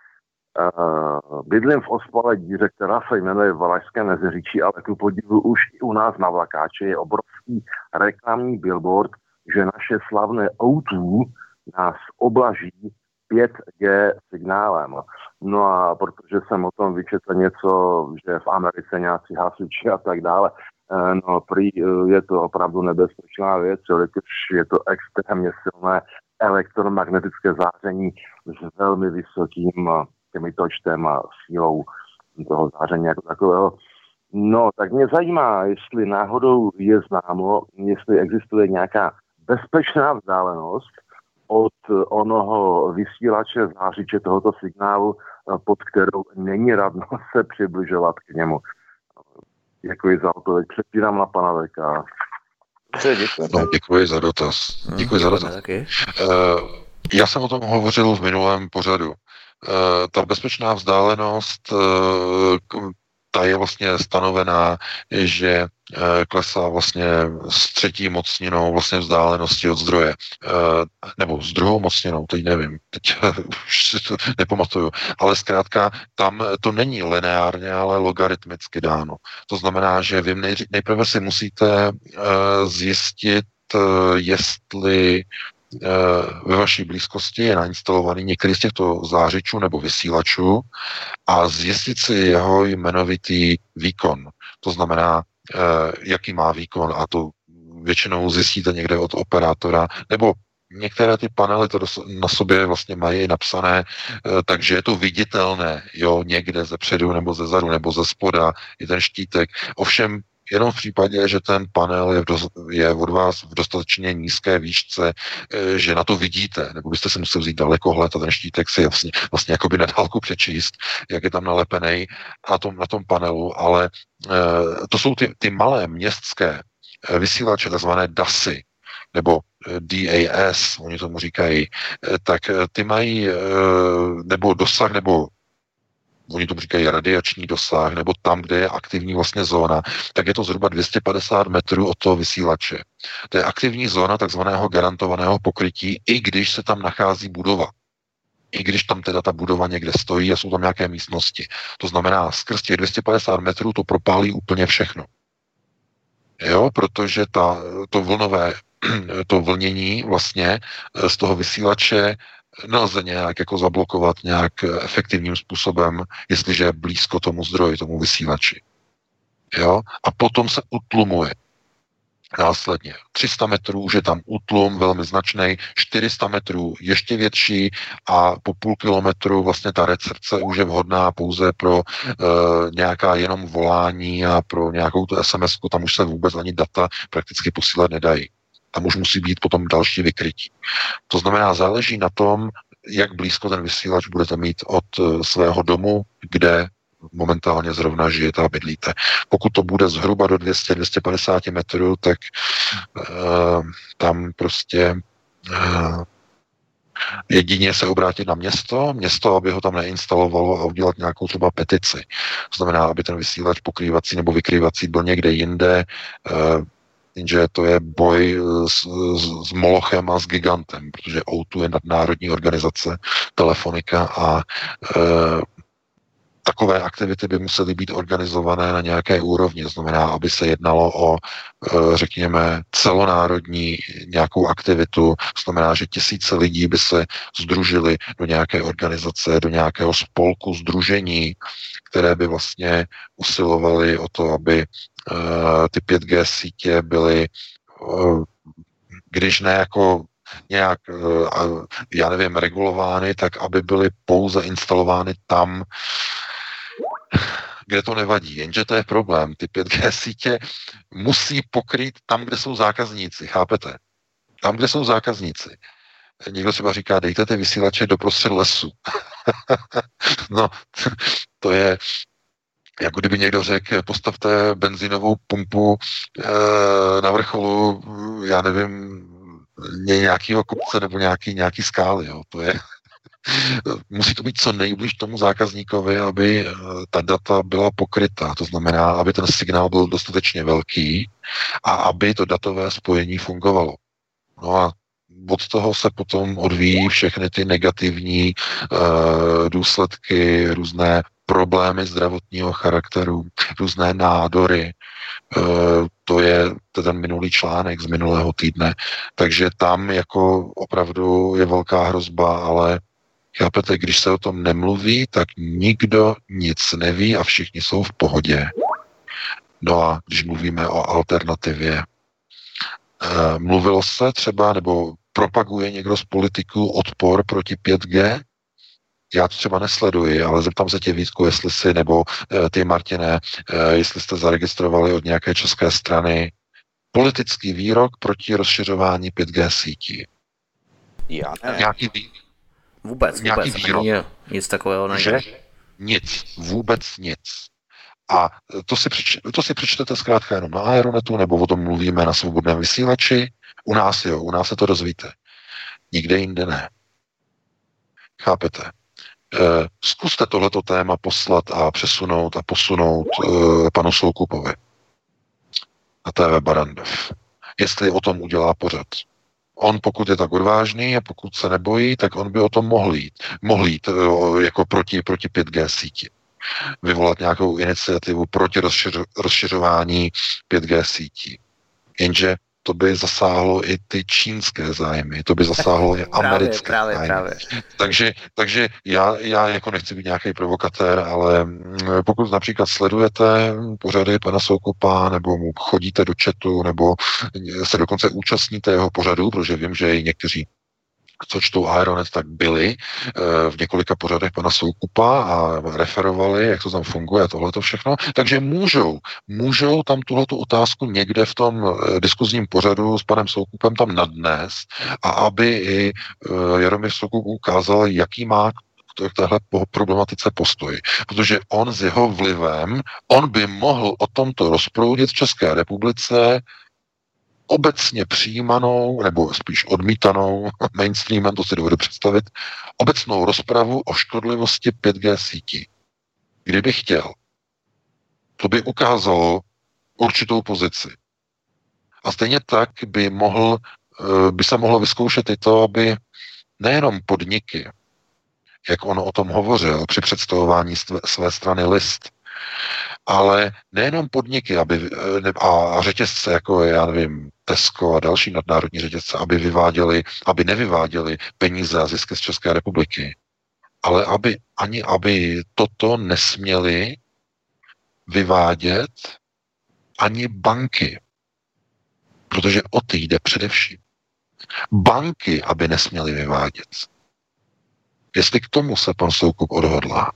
Bydlím v ospalé díře, která se jmenuje Valašské Meziříčí, ale ku podivu už i u nás na Vlakáči je obrovský reklamní billboard, že naše slavné O dva nás oblaží pět G signálem. No a protože jsem o tom vyčetl něco, že v Americe nějací hasiči a tak dále, no prý je to opravdu nebezpečná věc, jelikož je to extrémně silné elektromagnetické záření s velmi vysokým těmitočtem a sílou toho záření jako takového. No, tak mě zajímá, jestli náhodou je známo, jestli existuje nějaká bezpečná vzdálenost od onoho vysílače, zářiče tohoto signálu, pod kterou není radno se přibližovat k němu. Děkuji za odpověď. Přepírám na pana Veka. Děkuji. No, děkuji za dotaz. Děkuji za dotaz. Uh, já jsem o tom hovořil v minulém pořadu. Uh, ta bezpečná vzdálenost, uh, ta je vlastně stanovená, že uh, klesá vlastně s třetí mocninou vlastně vzdálenosti od zdroje. Uh, nebo s druhou mocninou, teď nevím, teď už si to nepamatuju. Ale zkrátka tam to není lineárně, ale logaritmicky dáno. To znamená, že vy nej, nejprve si musíte uh, zjistit, uh, jestli ve vaší blízkosti je nainstalovaný některý z těchto zářičů nebo vysílačů a zjistit si jeho jmenovitý výkon. To znamená, jaký má výkon, a to většinou zjistíte někde od operátora, nebo některé ty panely to na sobě vlastně mají napsané, takže je to viditelné, jo, někde ze předu nebo ze zadu nebo ze spoda je ten štítek. Ovšem jenom v případě, že ten panel je, v do, je od vás v dostatečně nízké výšce, že na to vidíte, nebo byste si museli vzít dalekohled a ten štítek si vlastně, vlastně jakoby na dálku přečíst, jak je tam nalepený na tom, na tom panelu, ale e, to jsou ty, ty malé městské vysílače, takzvané dasy, nebo D A S, oni tomu říkají, tak ty mají, nebo dosah, nebo oni tomu říkají radiační dosah, nebo tam, kde je aktivní vlastně zóna, tak je to zhruba dvě stě padesát metrů od toho vysílače. To je aktivní zóna takzvaného garantovaného pokrytí, i když se tam nachází budova. I když tam teda ta budova někde stojí a jsou tam nějaké místnosti. To znamená, skrz těch dvě stě padesát metrů to propálí úplně všechno. Jo, protože ta, to vlnové, to vlnění vlastně z toho vysílače nelze nějak jako zablokovat nějak efektivním způsobem, jestliže je blízko tomu zdroji, tomu vysílači. Jo? A potom se utlumuje. Následně tři sta metrů už je tam útlum velmi značný, čtyři sta metrů ještě větší a po půl kilometru vlastně ta recepce už je vhodná pouze pro e, nějaká jenom volání a pro nějakou tu es em esku, tam už se vůbec ani data prakticky posílat nedají. Tam už musí být potom další vykrytí. To znamená, záleží na tom, jak blízko ten vysílač budete mít od svého domu, kde momentálně zrovna žijete a bydlíte. Pokud to bude zhruba do dvě stě až dvě stě padesát metrů, tak uh, tam prostě uh, jedině se obrátit na město, město, aby ho tam neinstalovalo a udělat nějakou třeba petici. To znamená, aby ten vysílač pokrývací nebo vykrývací byl někde jinde, uh, jenže to je boj s, s, s Molochem a s Gigantem, protože O dva je nadnárodní organizace, telefonika a e, takové aktivity by musely být organizované na nějaké úrovni, to znamená, aby se jednalo o, řekněme, celonárodní nějakou aktivitu, to znamená, že tisíce lidí by se sdružili do nějaké organizace, do nějakého spolku, sdružení, které by vlastně usilovaly o to, aby ty pět G sítě byly, když ne jako nějak, já nevím, regulovány, tak aby byly pouze instalovány tam, kde to nevadí. Jenže to je problém. Ty pět G sítě musí pokrýt tam, kde jsou zákazníci. Chápete? Tam, kde jsou zákazníci. Někdo třeba říká, dejte ty vysílače doprostřed lesu. No, to je jako kdyby někdo řekl, postavte benzínovou pumpu e, na vrcholu, já nevím, nějakého kopce nebo nějaký, nějaký skály. Jo. To je, musí to být co nejblíž tomu zákazníkovi, aby ta data byla pokrytá. To znamená, aby ten signál byl dostatečně velký a aby to datové spojení fungovalo. No a od toho se potom odvíjí všechny ty negativní uh, důsledky, různé problémy zdravotního charakteru, různé nádory. Uh, to je ten minulý článek z minulého týdne. Takže tam jako opravdu je velká hrozba, ale chápete, když se o tom nemluví, tak nikdo nic neví a všichni jsou v pohodě. No a když mluvíme o alternativě, uh, mluvilo se třeba, nebo propaguje někdo z politiků odpor proti pět G? Já to třeba nesleduji, ale zeptám se tě, Vítku, jestli si, nebo e, ty, Martine, e, jestli jste zaregistrovali od nějaké české strany politický výrok proti rozšiřování pět G sítí. Já ne. Nějaký, vý... Vůbec, nějaký vůbec. výrok. Ani nic takového není. Že? Nic. Vůbec nic. A to si, přeč, to si přečtete zkrátka jenom na Aeronetu, nebo o tom mluvíme na Svobodném vysílači. U nás jo, u nás se to dozvíte. Nikde jinde ne. Chápete? E, zkuste tohleto téma poslat a přesunout a posunout e, panu Soukupovi na T V Barrandov. Jestli o tom udělá pořad. On, pokud je tak odvážný a pokud se nebojí, tak on by o tom mohl jít. Mohl jít e, jako proti, proti pět G síti. Vyvolat nějakou iniciativu proti rozšiř, rozšiřování pět G sítí. Jenže to by zasáhlo i ty čínské zájmy, to by zasáhlo i americké právě, zájmy. právě. Takže, takže já, já jako nechci být nějaký provokatér, ale pokud například sledujete pořady pana Soukupa, nebo mu chodíte do chatu, nebo se dokonce účastníte jeho pořadu, protože vím, že i někteří, co čtou Aeronet, tak byli v několika pořadech pana Soukupa a referovali, jak to tam funguje a tohleto všechno. Takže můžou, můžou tam tuhletu otázku někde v tom diskuzním pořadu s panem Soukupem tam nadnést a aby i Jaromír Soukup ukázal, jaký má k téhle problematice postoj. Protože on s jeho vlivem, on by mohl o tomto rozproudit v České republice obecně přijímanou, nebo spíš odmítanou mainstreamem, to si dovedu představit, obecnou rozpravu o škodlivosti pět G sítí. Kdyby chtěl, to by ukázalo určitou pozici. A stejně tak by mohl, by se mohlo vyzkoušet i to, aby nejenom podniky, jak on o tom hovořil při představování své strany List, ale nejenom podniky aby, a řetězce, jako je, já nevím, Tesco a další nadnárodní řetězce, aby vyváděli, aby nevyváděli peníze a zisky z České republiky, ale aby ani aby toto nesměli vyvádět ani banky, protože o ty jde především. Banky, aby nesměly vyvádět. Jestli k tomu se pan Soukup odhodlá.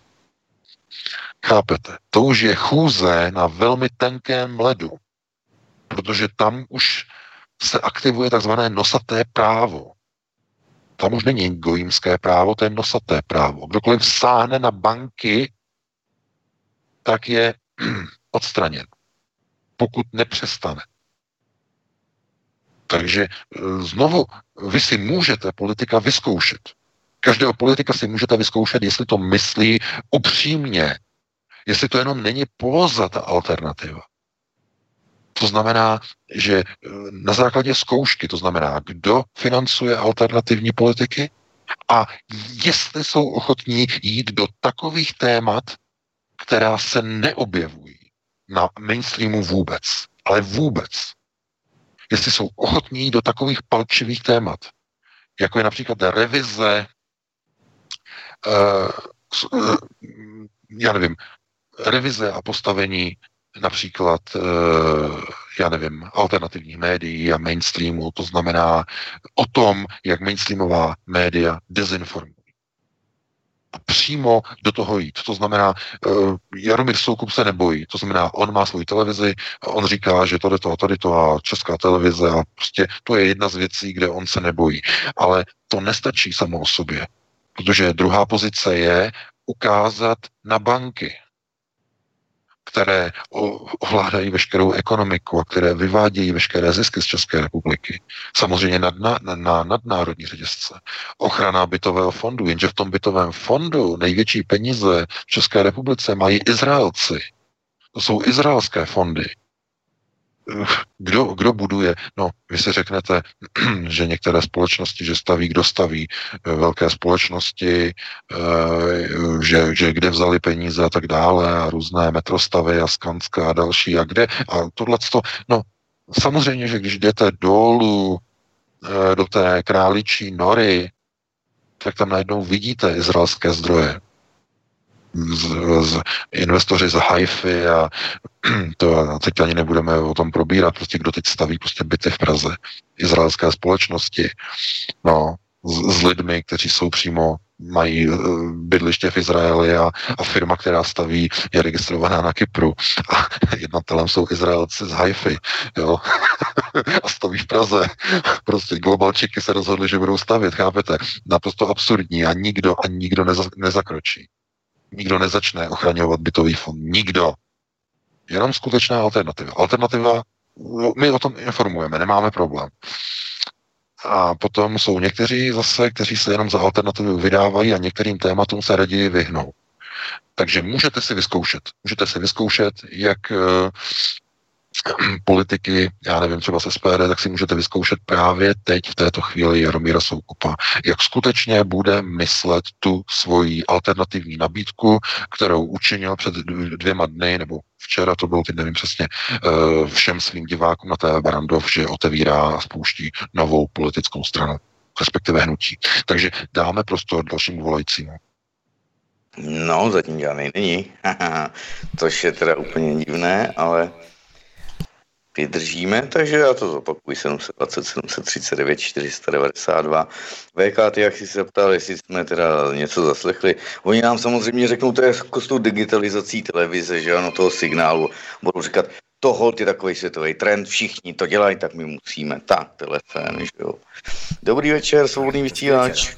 Chápete? To už je chůze na velmi tenkém ledu, protože tam už se aktivuje takzvané nosaté právo. Tam už není gojímské právo, to je nosaté právo. Kdokoliv sáhne na banky, tak je odstraněn, pokud nepřestane. Takže znovu, vy si můžete politika vyzkoušet. Každého politika si můžete vyzkoušet, jestli to myslí upřímně, jestli to jenom není póza, ta alternativa. To znamená, že na základě zkoušky, to znamená, kdo financuje alternativní politiky a jestli jsou ochotní jít do takových témat, která se neobjevují na mainstreamu vůbec, ale vůbec. Jestli jsou ochotní do takových palčivých témat, jako je například revize, uh, uh, já nevím, revize a postavení například, uh, já nevím, alternativních médií a mainstreamu, to znamená o tom, jak mainstreamová média dezinformují. A přímo do toho jít. To znamená, uh, Jaromír Soukup se nebojí. To znamená, on má svoji televizi, on říká, že tady to a tady to a Česká televize a prostě to je jedna z věcí, kde on se nebojí. Ale to nestačí samo o sobě. Protože druhá pozice je ukázat na banky, které ovládají veškerou ekonomiku a které vyvádějí veškeré zisky z České republiky. Samozřejmě nad, na, na nadnárodní řetězce. Ochrana bytového fondu, jenže v tom bytovém fondu největší peníze v České republice mají Izraelci. To jsou izraelské fondy. Kdo, kdo buduje? No, vy si řeknete, že některé společnosti, že staví, kdo staví velké společnosti, že, že kde vzali peníze a tak dále a různé metrostavy a Skanska a další a kde. A tohleto, no, samozřejmě, že když jdete dolů do té Králičí nory, tak tam najednou vidíte izraelské zdroje. Z, z, investoři z Haify a to teď ani nebudeme o tom probírat, prostě kdo teď staví prostě byty v Praze, izraelské společnosti, no, s, s lidmi, kteří jsou přímo, mají bydliště v Izraeli a, a firma, která staví, je registrovaná na Kypru a jednatelem jsou Izraelci z Haify, jo, a staví v Praze. Prostě globalčiky se rozhodli, že budou stavět, chápete? Naprosto absurdní a nikdo a nikdo neza, nezakročí. Nikdo nezačne ochraňovat bytový fond. Nikdo. Jenom skutečná alternativa. Alternativa, my o tom informujeme, nemáme problém. A potom jsou někteří zase, kteří se jenom za alternativu vydávají a některým tématům se raději vyhnou. Takže můžete si vyzkoušet. Můžete si vyzkoušet, jak politiky, já nevím, třeba z S P D, tak si můžete vyzkoušet právě teď v této chvíli Jaromíra Soukupa, jak skutečně bude myslet tu svoji alternativní nabídku, kterou učinil před dvěma dny, nebo včera to bylo, teď nevím přesně, všem svým divákům na té Barrandov, že otevírá a spouští novou politickou stranu, respektive hnutí. Takže dáme prostor dalšímu volajícímu. No, zatím žádnej není. Což je teda úplně divné, ale vydržíme, takže já to zopakuji. Sedm set dvacet, sedm set třicet devět, čtyři sta devadesát dva. V K, ty jak jsi se ptal, jestli jsme teda něco zaslechli. Oni nám samozřejmě řeknou, to je jako s tou digitalizací televize, že ano, toho signálu. Budou říkat, toho je takový světový trend, všichni to dělají, tak my musíme. Tak, telefon, že jo. Dobrý večer, svobodný vysílač.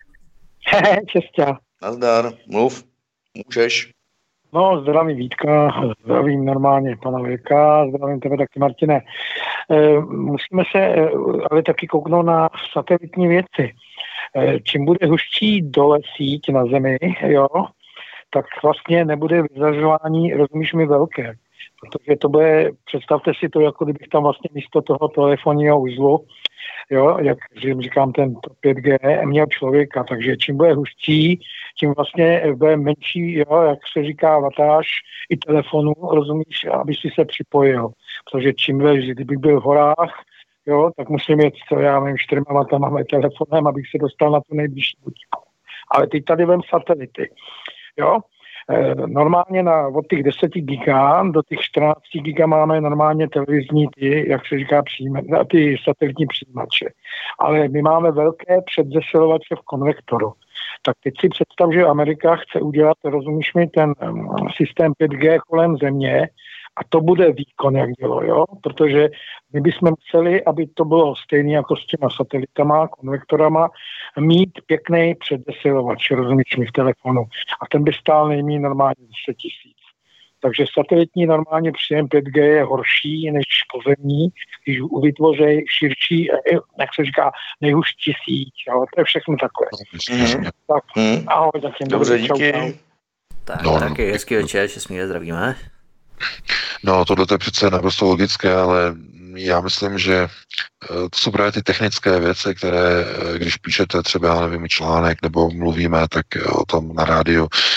Čestě. Nazdar, mluv, můžeš. No, zdravím Vítka, zdravím normálně pana Věka, zdravím tebe taky, Martine. E, musíme se e, ale taky kouknout na satelitní věci. E, čím bude hustší dole síť na zemi, jo, tak vlastně nebude vyzařování, rozumíš mi, velké. Protože to bude, představte si to, jako kdybych tam vlastně místo toho telefonního uzlu, jo, jak říkám, ten pět G měl člověka, takže čím bude hustší, tím vlastně bude menší, jo, jak se říká, vatáž i telefonu, rozumíš, aby si se připojil. Protože čím vež, kdybych byl v horách, jo, tak musím jet, co já nevím, čtyřma vatama telefonem, abych se dostal na tu nejbližší budíku. Ale teď tady vem satelity, jo. Normálně na, od těch deset giga do těch čtrnáct giga máme normálně televizní ty, jak se říká, přijme, ty satelitní přijímače. Ale my máme velké předzesilovače v konvektoru. Tak teď si představ, že Amerika chce udělat, rozumíš mi, ten um, systém pět G kolem země a to bude výkon, jak dělo, jo? Protože my bychom museli, aby to bylo stejné jako s těma satelitama, konvektorama, mít pěkný předzesilovač, rozumíš mi, v telefonu. A ten by stál nejméně normálně deset tisíc. Takže satelitní normálně příjem pět G je horší než pozemní, když vytvoří širší, jak se říká, nejhustší síť. Ale to je všechno takové. Mm. Tak, mm. ahoj, zatím. Dobře, díky. Tak, no, taky hezký večer, že smíle zdravíme. No, tohle je přece naprosto logické, ale já myslím, že to jsou právě ty technické věci, které, když píšete třeba, já nevím, článek nebo mluvíme tak o tom na rádiu,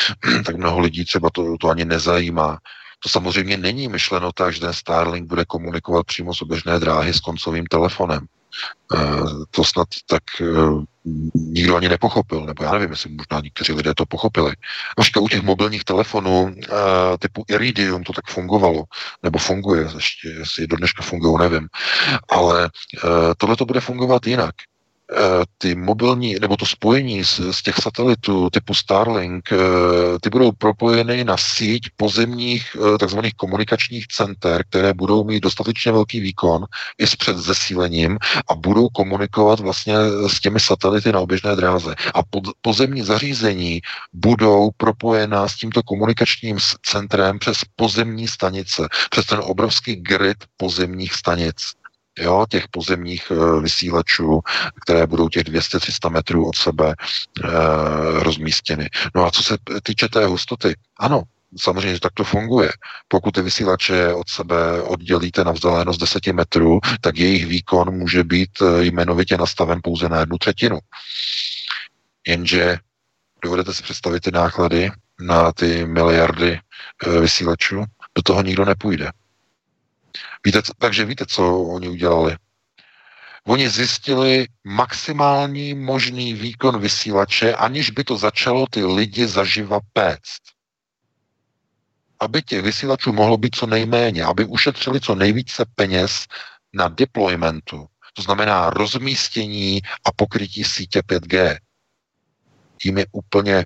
tak mnoho lidí třeba to, to ani nezajímá. To samozřejmě není myšleno tak, že ten Starlink bude komunikovat přímo z oběžné dráhy s koncovým telefonem. To snad tak nikdo ani nepochopil, nebo já nevím, jestli možná někteří lidé to pochopili. Možná u těch mobilních telefonů typu Iridium to tak fungovalo, nebo funguje, ještě, jestli do dneška fungují, nevím. Ale tohle to bude fungovat jinak. Ty mobilní, nebo to spojení z, z těch satelitů typu Starlink, ty budou propojeny na síť pozemních takzvaných komunikačních center, které budou mít dostatečně velký výkon i s předzesílením a budou komunikovat vlastně s těmi satelity na oběžné dráze. A pod, pozemní zařízení budou propojená s tímto komunikačním centrem přes pozemní stanice, přes ten obrovský grid pozemních stanic. Jo, těch pozemních e, vysílačů, které budou těch dvě stě až tři sta metrů od sebe e, rozmístěny. No a co se týče té hustoty, ano, samozřejmě, že tak to funguje. Pokud ty vysílače od sebe oddělíte na vzdálenost deset metrů, tak jejich výkon může být jmenovitě nastaven pouze na jednu třetinu. Jenže dovedete si představit ty náklady na ty miliardy e, vysílačů, do toho nikdo nepůjde. Víte, takže víte, co oni udělali? Oni zjistili maximální možný výkon vysílače, aniž by to začalo ty lidi zaživa péct. Aby těch vysílačů mohlo být co nejméně, aby ušetřili co nejvíce peněz na deploymentu, to znamená rozmístění a pokrytí sítě pět G. Jím je úplně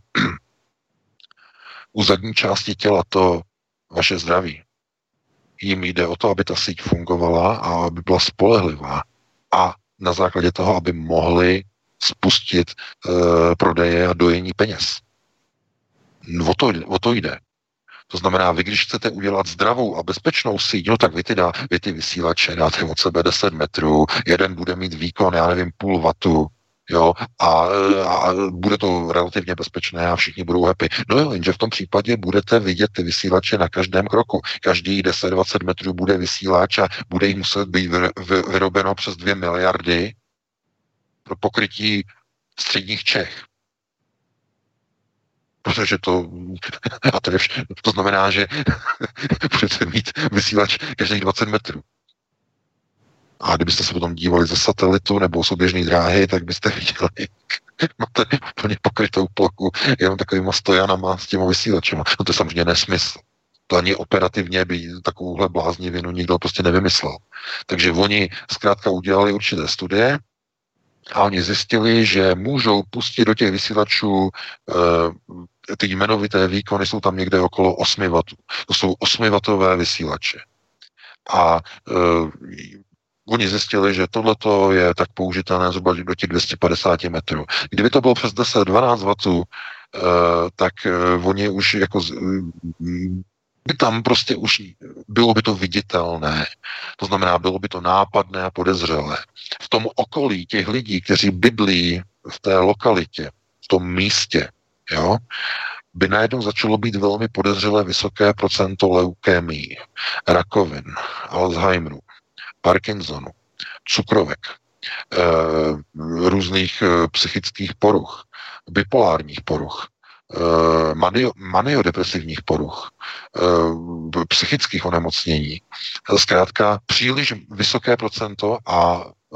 u zadní části těla to vaše zdraví. Jim jde o to, aby ta síť fungovala a aby byla spolehlivá. A na základě toho, aby mohli spustit e, prodeje a dojení peněz. O to, o to jde. To znamená, vy když chcete udělat zdravou a bezpečnou síť, no tak vy ty, dá, vy ty vysílače dáte od sebe deset metrů, jeden bude mít výkon, já nevím, půl vatu, jo, a, a bude to relativně bezpečné a všichni budou happy. No jo, jenže v tom případě budete vidět ty vysílače na každém kroku. Každý deset až dvacet metrů bude vysílač a bude jich muset být vyrobeno přes dvě miliardy pro pokrytí středních Čech. Protože to, a to, je vš- to znamená, že budete mít vysílač každých dvacet metrů. A kdybyste se potom dívali ze satelitu nebo z oběžné dráhy, tak byste viděli, máte úplně pokrytou plochu jenom takovýma stojanama s těma vysílačema. No to je samozřejmě nesmysl. To ani operativně by takovouhle bláznivinu nikdo prostě nevymyslel. Takže oni zkrátka udělali určité studie a oni zjistili, že můžou pustit do těch vysílačů e, ty jmenovité výkony, jsou tam někde okolo osm wattů. To jsou osmiwattové vysílače. A e, oni zjistili, že tohleto je tak použitelné zhruba do těch dvě stě padesát metrů. Kdyby to bylo přes deset až dvanáct wattů, eh, tak eh, oni už jako z, by tam prostě už bylo by to viditelné. To znamená, bylo by to nápadné a podezřelé. V tom okolí těch lidí, kteří bydlí v té lokalitě, v tom místě, jo, by najednou začalo být velmi podezřelé vysoké procento leukémií, rakovin, Alzheimeru, Parkinsonu, cukrovek, e, různých e, psychických poruch, bipolárních poruch, e, manio, maniodepresivních poruch, e, psychických onemocnění. Zkrátka příliš vysoké procento a e,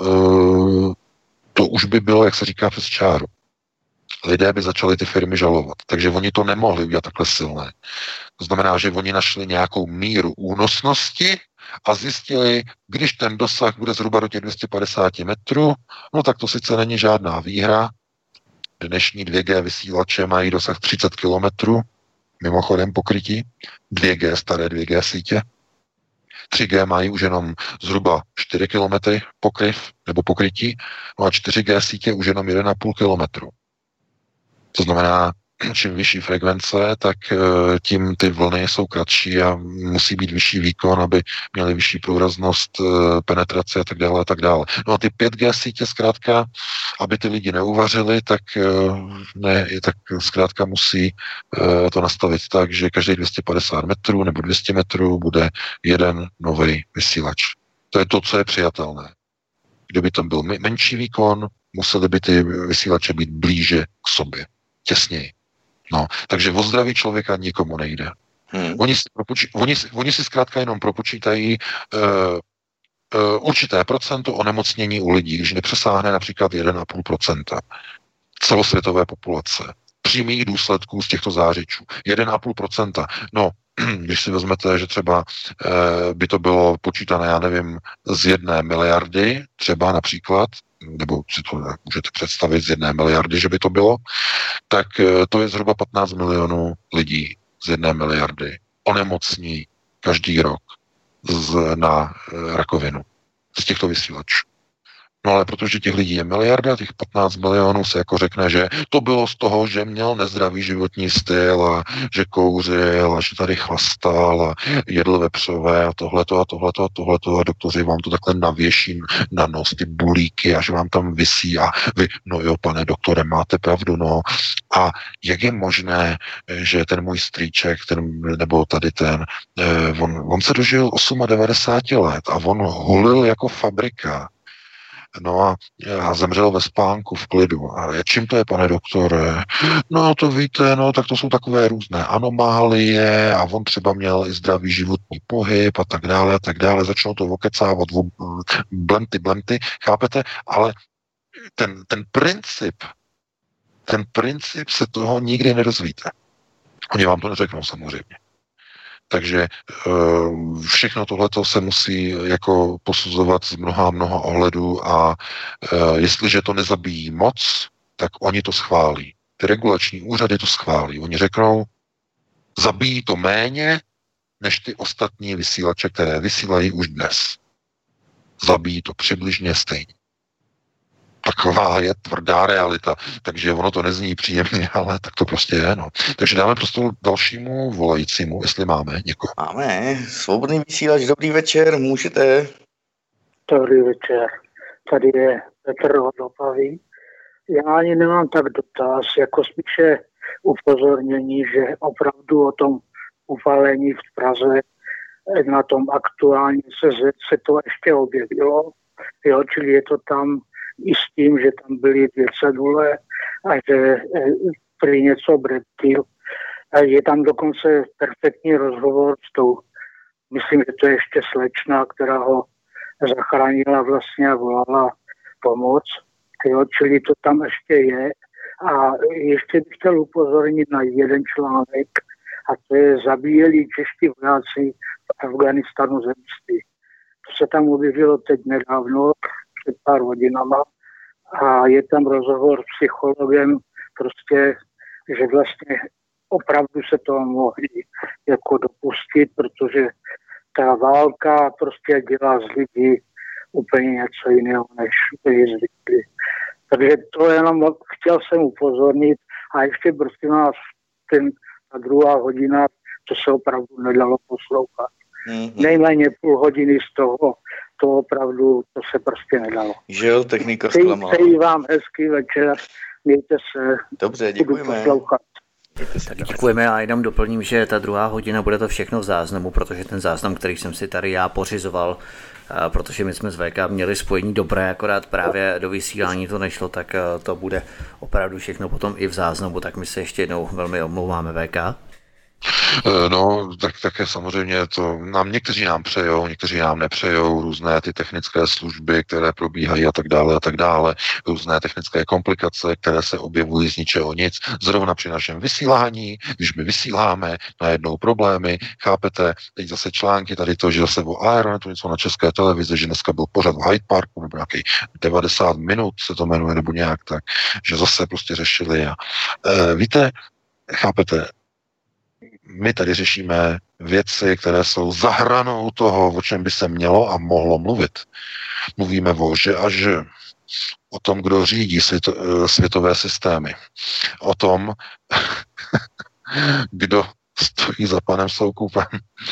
to už by bylo, jak se říká, přes čáru. Lidé by začali ty firmy žalovat. Takže oni to nemohli udělat takhle silné. To znamená, že oni našli nějakou míru únosnosti a zjistili, když ten dosah bude zhruba do těch dvě stě padesát metrů, no tak to sice není žádná výhra. Dnešní dvě G vysílače mají dosah třicet kilometrů, mimochodem pokrytí, dvě G, staré dvě G sítě. tři G mají už jenom zhruba čtyři kilometry pokryv nebo pokrytí, no a čtyři G sítě už jenom jedna celá pět kilometru. To znamená, čím vyšší frekvence, tak tím ty vlny jsou kratší a musí být vyšší výkon, aby měly vyšší průraznost, penetraci a tak dále a tak dále. No a ty pět G sítě zkrátka, aby ty lidi neuvařili, tak, ne, tak zkrátka musí to nastavit tak, že každý dvě stě padesát metrů nebo dvě stě metrů bude jeden nový vysílač. To je to, co je přijatelné. Kdyby tam byl menší výkon, museli by ty vysílače být blíže k sobě. Těsněji. No, takže o zdraví člověka nikomu nejde. Hmm. Oni, si propočí, oni, oni si zkrátka jenom propočítají uh, uh, určité procento onemocnění u lidí, když nepřesáhne například jedna celá pět procenta celosvětové populace přímých důsledků z těchto zářičů. jedna celá pět procenta. No, když si vezmete, že třeba uh, by to bylo počítané, já nevím, z jedné miliardy, třeba například, nebo si to můžete představit z jedné miliardy, že by to bylo, tak uh, to je zhruba patnáct milionů lidí z jedné miliardy onemocní každý rok z, na e, rakovinu z těchto vysílačů. No ale protože těch lidí je miliarda, těch patnáct milionů se jako řekne, že to bylo z toho, že měl nezdravý životní styl a že kouřil a že tady chlastal a jedl vepřové a tohleto a tohleto a tohleto a doktoři vám to takhle navěší na nos, ty bulíky a že vám tam visí a vy, no jo, pane doktore, máte pravdu, no. A jak je možné, že ten můj strýček, ten, nebo tady ten, on, on se dožil devadesát osm let a on hulil jako fabrika. No a, a zemřel ve spánku v klidu. A čím to je, pane doktore? No to víte, no tak to jsou takové různé anomálie a on třeba měl i zdravý životní pohyb a tak dále a tak dále. Začnou to okecávat, blenty, blenty, chápete? Ale ten, ten princip, ten princip se toho nikdy nedozvíte. Oni vám to neřeknou samozřejmě. Takže všechno tohleto se musí jako posuzovat z mnoha mnoha ohledů a jestliže to nezabíjí moc, tak oni to schválí. Ty regulační úřady to schválí. Oni řeknou, zabíjí to méně než ty ostatní vysílače, které vysílají už dnes. Zabíjí to přibližně stejně. Taková je tvrdá realita, takže ono to nezní příjemně, ale tak to prostě je, no. Takže dáme prostor dalšímu volajícímu, jestli máme někoho. Máme, svobodný vysílač, dobrý večer, můžete. Dobrý večer, tady je Petr Hodopavý. Já ani nemám tak dotaz, jako spíše upozornění, že opravdu o tom upálení v Praze na tom aktuálně se, se to ještě objevilo, jo, čili je to tam i s tím, že tam byly dvě cedule a že prý něco breptil. Je tam dokonce perfektní rozhovor s tou, myslím, že to je ještě slečna, která ho zachránila vlastně a volala pomoc. Jo, čili to tam ještě je. A ještě bych chtěl upozornit na jeden článek, a to je zabíjeli čeští vojáci v Afganistanu zemství. To se tam objevilo teď nedávno, před pár hodinama, a je tam rozhovor s psychologem, prostě, že vlastně opravdu se toho mohli jako dopustit, protože ta válka prostě dělá z lidí úplně něco jiného, než byli zvyklí. Takže to jenom chtěl jsem upozornit a ještě prostě nás ten, ta druhá hodina, to se opravdu nedalo poslouchat. Mm-hmm. Nejméně půl hodiny z toho, to opravdu, to se prostě nedalo. Žil, technika zklamala. Přeji vám hezký večer, mějte se. Dobře, děkujeme. Tak děkujeme a jenom doplním, že ta druhá hodina bude to všechno v záznamu, protože ten záznam, který jsem si tady já pořizoval, protože my jsme s V K měli spojení dobré, akorát právě do vysílání to nešlo, tak to bude opravdu všechno potom i v záznamu, tak my se ještě jednou velmi omlouváme, V K. No, tak také samozřejmě to nám někteří nám přejou, někteří nám nepřejou, různé ty technické služby, které probíhají a tak dále a tak dále, různé technické komplikace, které se objevují z ničeho nic. Zrovna při našem vysílání, když my vysíláme, najednou problémy, chápete, teď zase články, tady to, že zase o Aeronetu něco na České televizi, že dneska byl pořad v Hyde Parku, nebo nějaký devadesát minut se to jmenuje, nebo nějak tak, že zase prostě řešili a e, víte, chápete, my tady řešíme věci, které jsou za hranou toho, o čem by se mělo a mohlo mluvit. Mluvíme o že a že, o tom, kdo řídí světo, světové systémy, o tom, kdo stojí za panem Soukupem,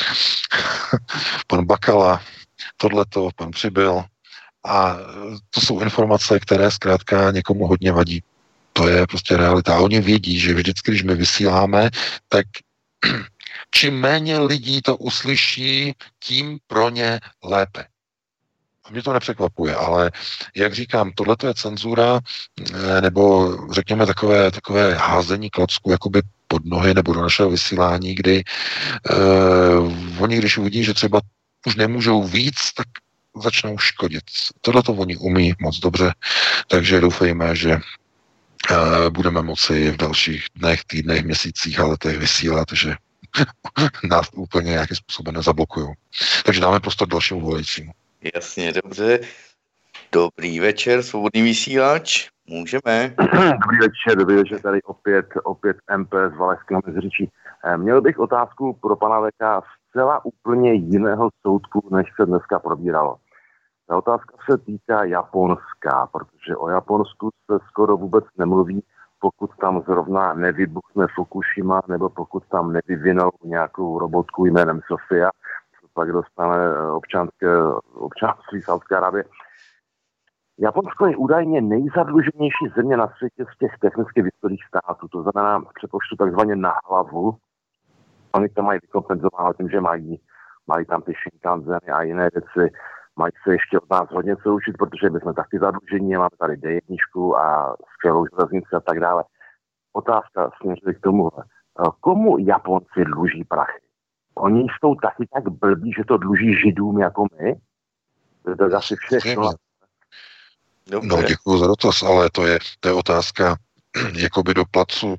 pan Bakala, tohleto, pan Přibyl. A to jsou informace, které zkrátka někomu hodně vadí. To je prostě realita. A oni vědí, že vždycky, když my vysíláme, tak čím méně lidí to uslyší, tím pro ně lépe. A mě to nepřekvapuje, ale jak říkám, tohle je cenzura, nebo řekněme takové, takové házení klacku jakoby pod nohy nebo do našeho vysílání, kdy uh, oni, když uvidí, že třeba už nemůžou víc, tak začnou škodit. Tohle to oni umí moc dobře, takže doufejme, že uh, budeme moci v dalších dnech, týdnech, měsících a letech vysílat, že nás úplně nějakým způsobem nezablokují. Takže dáme prostor dalšímu volajícímu. Jasně, dobře. Dobrý večer, svobodný vysílač. Můžeme. Dobrý večer, dobrý večer, tady opět, opět M P z Valašského Meziříčí. Měl bych otázku pro pana Veka zcela úplně jiného soudku, než se dneska probíralo. Ta otázka se týká Japonska, protože o Japonsku se skoro vůbec nemluví, pokud tam zrovna nevybuchne Fukushima, nebo pokud tam nevyvinou nějakou robotku jménem Sofia, co pak dostane občanské, občanství Saúdské Arábie. Japonsko je údajně nejzadluženější země na světě z těch technicky vyspělých států, to znamená přepočtu takzvaně na hlavu. Oni to mají vykompenzováno tím, že mají, mají tam ty Shinkanzeny a jiné věci. Mají se ještě od nás hodně co učit, protože my jsme taky zadlužení, máme tady D jedna a skvělou železnici a tak dále. Otázka směřuje k tomuhle. Komu Japonci dluží prachy? Oni jsou taky tak blbí, že to dluží Židům jako my? To je asi všechno. No, děkuji za dotaz, ale to je, to je otázka jakoby do placu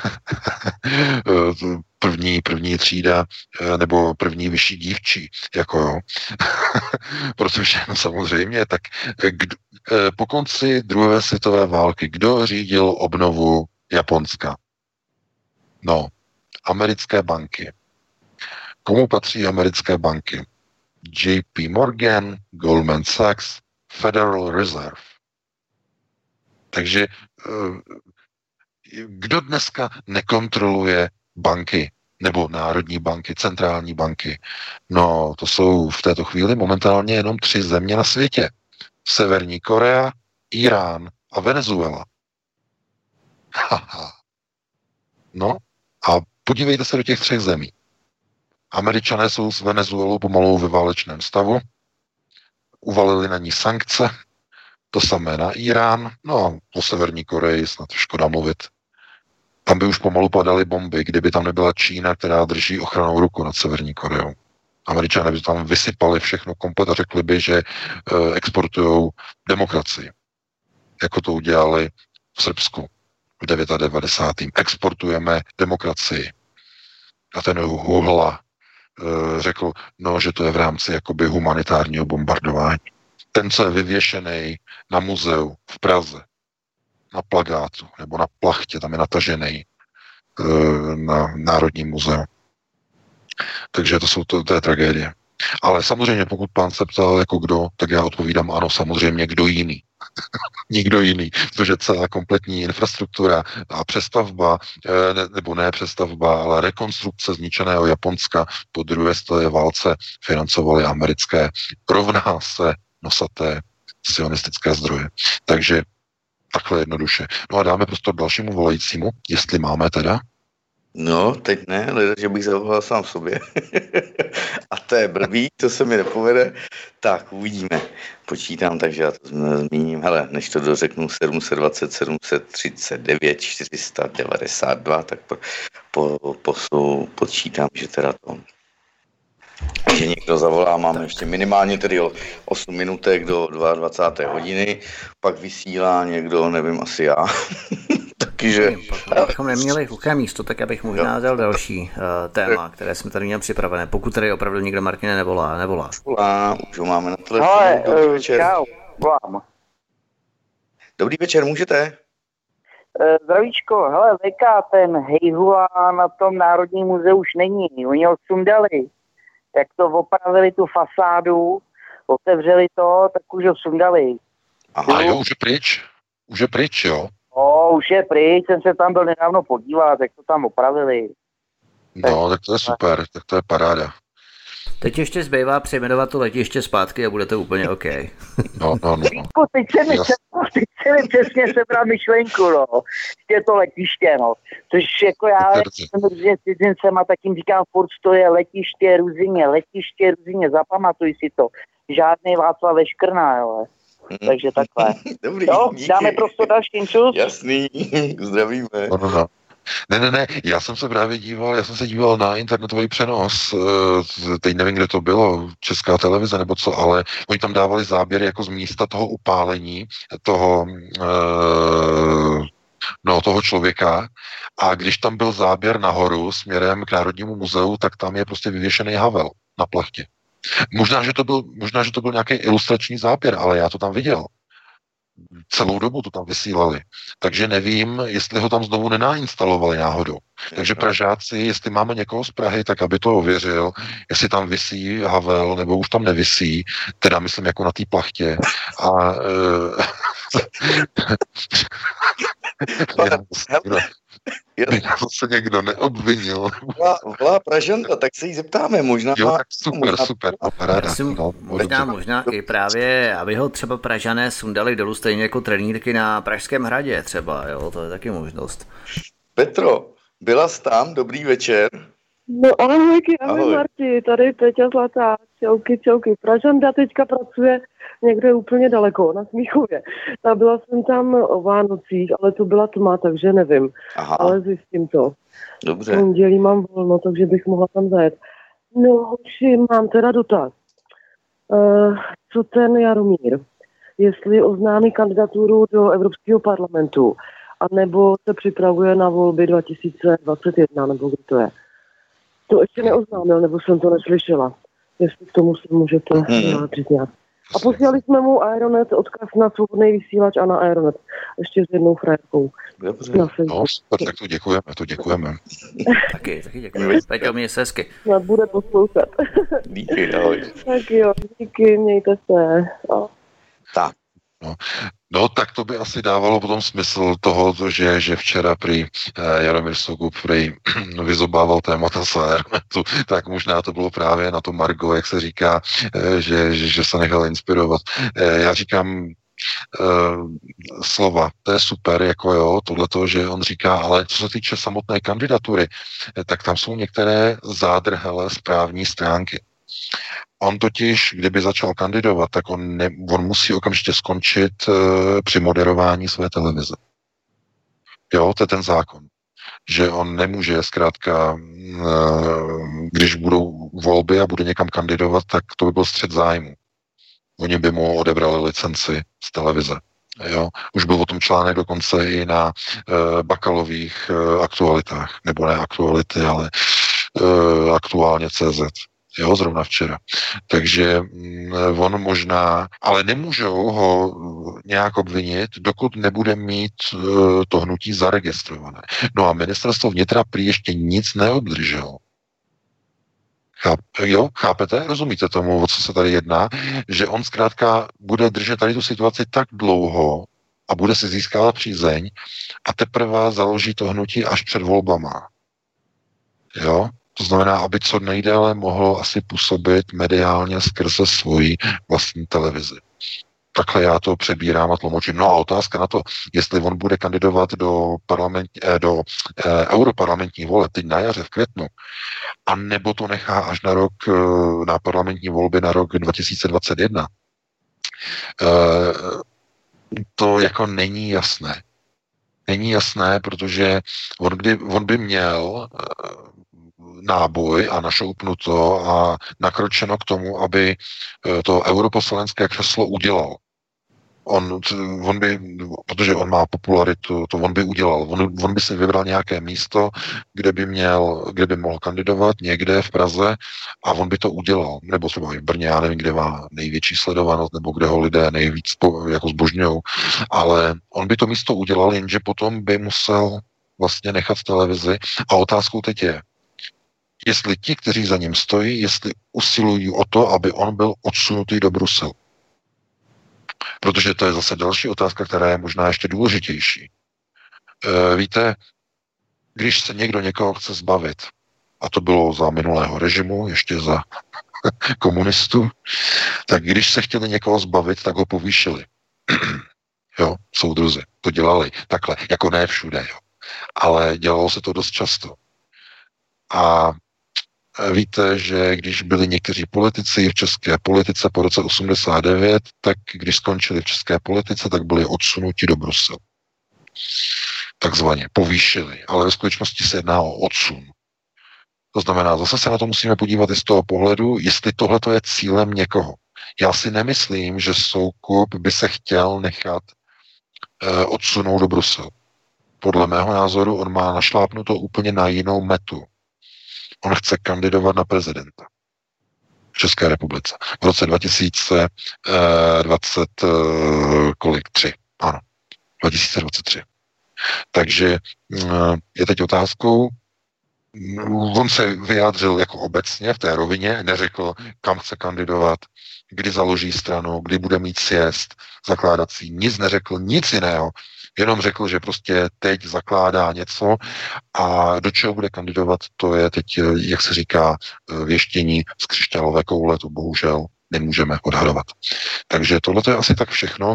první, první třída nebo první vyšší dívčí, jako jo. Protože no, samozřejmě, tak kdo, po konci druhé světové války, kdo řídil obnovu Japonska? No, americké banky. Komu patří americké banky? J P Morgan, Goldman Sachs, Federal Reserve. Takže kdo dneska nekontroluje banky nebo národní banky, centrální banky? No, to jsou v této chvíli momentálně jenom tři země na světě. Severní Korea, Irán a Venezuela. Haha. No a podívejte se do těch třech zemí. Američané jsou s Venezuelou pomalu ve válečném stavu, uvalili na ní sankce, to samé na Irán, no o Severní Koreji snad škoda mluvit. Tam by už pomalu padaly bomby, kdyby tam nebyla Čína, která drží ochranou ruku nad Severní Koreou. Američané by tam vysypali všechno komplet a řekli by, že e, exportují demokracii. Jako to udělali v Srbsku v devadesátém devátém Exportujeme demokracii. A ten Huhla e, řekl, no, že to je v rámci jakoby humanitárního bombardování. Ten, co je vyvěšený na muzeu v Praze, na plagátu nebo na plachtě, tam je natažený e, na Národním muzeu. Takže to jsou to, to je tragédie. Ale samozřejmě, pokud pán se ptal jako kdo, tak já odpovídám ano, samozřejmě kdo jiný. Nikdo jiný, protože celá kompletní infrastruktura a přestavba, ne, nebo ne přestavba, ale rekonstrukce zničeného Japonska po druhé světové válce financovaly americké rovná se nosaté sionistické zdroje. Takže takhle jednoduše. No a dáme prostor dalšímu volajícímu, jestli máme teda. No, teď ne, ale že bych zavolal sám sobě. A to je blbý, to se mi nepovede. Tak, uvidíme. Počítám, takže já to zmíním. Hele, než to dořeknu sedm set dvacet, sedm set třicet devět, čtyři sta devadesát dva, tak po, po, po, počítám, že teda to... že někdo zavolá, máme ještě minimálně tedy osm minutek do dvacáté druhé hodiny, pak vysílá někdo, nevím, asi já. Takže... Abychom neměli hluché místo, tak abych možná dal další uh, téma, které jsme tady měli připravené. Pokud tady opravdu nikdo, Martine, nevolá, nevolá. Volá, už ho máme na telefonu. Ale, Dobrý uh, večer. Čau, volám. Dobrý večer, můžete? Uh, zdravíčko, hele, V K, ten Hejhula na tom Národním muzeu už není, oni ho sundali. Jak to opravili tu fasádu, otevřeli to, tak už ho sundali. Aha, jo, už je pryč. Už je pryč, jo. O, už je pryč, jsem se tam byl nedávno podívat, jak to tam opravili. No, tak to je super, tak to je paráda. Teď ještě zbývá přejmenovat to letiště zpátky a bude to úplně OK. No, no, no. Vítku, teď se mi, teď se mi přesně sebral myšlenku, no. Je to letiště, no. Což jako já jsem různě cizincem a tak jim říkám, furt to je letiště Ruzyně, letiště Ruzyně, zapamatuj si to. Žádný Václav Veškrná, jo. Takže takhle. Dobrý, jo, díky. dáme prostor dalším čus. Jasný, zdravíme. No, no, no. Ne, ne, ne, já jsem se právě díval, já jsem se díval na internetový přenos, teď nevím, kde to bylo, Česká televize nebo co, ale oni tam dávali záběry jako z místa toho upálení, toho, no, toho člověka, a když tam byl záběr nahoru směrem k Národnímu muzeu, tak tam je prostě vyvěšený Havel na plachtě. Možná, že to byl, možná, že to byl nějaký ilustrační záběr, ale já to tam viděl. Celou dobu to tam vysílali. Takže nevím, jestli ho tam znovu nenainstalovali náhodou. Takže Pražáci, jestli máme někoho z Prahy, tak aby to ověřil, jestli tam visí Havel, nebo už tam nevisí, teda myslím jako na té plachtě. A to se někdo neobvinil. Volá, volá Pražanka, tak se jí zeptáme, možná. Jo, tak super, možná, super. Ráda, no, možná, možná i právě, aby ho třeba Pražané sundali dolů stejně jako trenýrky na Pražském hradě třeba, jo, to je taky možnost. Petro, byla jsi tam, dobrý večer. No ahojky, ahoj, ahoj Marti, tady Peťa Zlatá, čauky, čauky. Pražanda teďka pracuje někde úplně daleko, na Smíchově. Ta byla jsem tam o Vánocích, ale to byla tma, takže nevím. Aha. Ale zjistím to. Dobře. V pondělí mám volno, takže bych mohla tam zajet. No, hoši, mám teda dotaz. Uh, co ten Jaromír? Jestli oznámí kandidaturu do Evropského parlamentu, anebo se připravuje na volby dva tisíce dvacet jedna, nebo kdy to je? To ještě neoznámil, nebo jsem to neslyšela. Jestli k tomu se můžete vyjádřit nějak. A posílali jsme mu Aeronet, odkaz na svobodný vysílač a na Aeronet. Ještě s jednou frajerkou. Dobře. No, super, tak to děkujeme, to děkujeme. taky, taky děkujeme. Peťo, mě se hezky. Snad bude poslouchat. Díky, ahoj. Tak jo, díky, mějte se. No. Tak. No. No, tak to by asi dávalo potom smysl toho, že, že včera prý eh, Jaromír Soukup prý vyzobával témata z Aeronetu, tak možná to bylo právě na to Margo, jak se říká, eh, že, že, že se nechal inspirovat. Eh, já říkám eh, slova, to je super, jako jo, tohleto, že on říká, ale co se týče samotné kandidatury, eh, tak tam jsou některé zádrhelé správní stránky. On totiž, kdyby začal kandidovat, tak on, ne, on musí okamžitě skončit uh, při moderování své televize. Jo, to je ten zákon. Že on nemůže zkrátka, uh, když budou volby a bude někam kandidovat, tak to by byl střet zájmu. Oni by mu odebrali licenci z televize. Jo? Už byl o tom článek dokonce i na uh, Bakalových uh, aktualitách. Nebo ne aktuality, ale uh, aktuálně C Z. Jo, zrovna včera. Takže mm, on možná, ale nemůžou ho nějak obvinit, dokud nebude mít uh, to hnutí zaregistrované. No a ministerstvo vnitra prý ještě nic neobdrželo. Cháp, jo, chápete? Rozumíte tomu, o co se tady jedná? Že on zkrátka bude držet tady tu situaci tak dlouho a bude si získávat přízeň a teprve založí to hnutí až před volbama. Jo? To znamená, aby co nejdéle mohl asi působit mediálně skrze svoji vlastní televizi. Takhle já to přebírám a tlumočím. No a otázka na to, jestli on bude kandidovat do, parlament, eh, do eh, europarlamentních voleb teď na jaře v květnu, a nebo to nechá až na rok, eh, na parlamentní volby na rok dva tisíce dvacet jedna. Eh, to jako není jasné. Není jasné, protože on, kdy, on by měl eh, náboj a našoupnuto a nakročeno k tomu, aby to europoslanské křeslo udělal. On, on by, protože on má popularitu, to on by udělal. On, on by si vybral nějaké místo, kde by měl, kde by mohl kandidovat někde v Praze a on by to udělal. Nebo třeba i v Brně, já nevím, kde má největší sledovanost, nebo kde ho lidé nejvíc po, jako zbožňují. Ale on by to místo udělal, jenže potom by musel vlastně nechat televizi. A otázkou teď je, jestli ti, kteří za ním stojí, jestli usilují o to, aby on byl odsunutý do Bruselu. Protože to je zase další otázka, která je možná ještě důležitější. E, víte, když se někdo někoho chce zbavit, a to bylo za minulého režimu, ještě za komunistů, tak když se chtěli někoho zbavit, tak ho povýšili. Jo, soudruzi, to dělali takhle, jako ne všude, jo. Ale dělalo se to dost často. A víte, že když byli někteří politici v české politice po roce osmdesát devět, tak když skončili v české politice, tak byli odsunuti do Bruselu. takzvaně povýšili, ale ve skutečnosti se jedná o odsun. To znamená, zase se na to musíme podívat i z toho pohledu, jestli tohle je cílem někoho. Já si nemyslím, že Soukup by se chtěl nechat eh, odsunout do Bruselu. Podle mého názoru on má našlápnuto úplně na jinou metu. On chce kandidovat na prezidenta v České republice v roce dva tisíce dvacet kolik? tři. Ano, dva tisíce dvacet tři. Takže je teď otázkou, on se vyjádřil jako obecně v té rovině, neřekl, kam chce kandidovat, kdy založí stranu, kdy bude mít sjezd zakládací, nic neřekl, nic jiného, jenom řekl, že prostě teď zakládá něco a do čeho bude kandidovat, to je teď, jak se říká, věštění z křišťálové koule, to bohužel nemůžeme odhadovat. Takže tohle je asi tak všechno.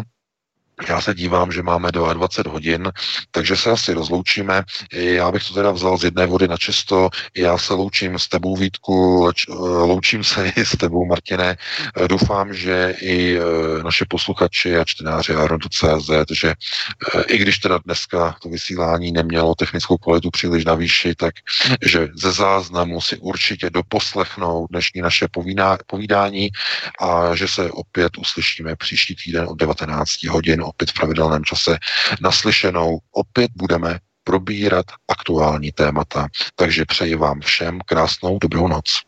Já se dívám, že máme dvacet dva hodin, takže se asi rozloučíme. Já bych to teda vzal z jedné vody na čisto. Já se loučím s tebou, Vítku, leč, loučím se i s tebou, Martine. Doufám, že i naše posluchači a čtenáři Aeronetu tečka cé zet, že i když teda dneska to vysílání nemělo technickou kvalitu příliš na výši, tak že ze záznamu si určitě doposlechnou dnešní naše povídání a že se opět uslyšíme příští týden od devatenáct hodin opět v pravidelném čase naslyšenou. Opět budeme probírat aktuální témata. Takže přeji vám všem krásnou dobrou noc.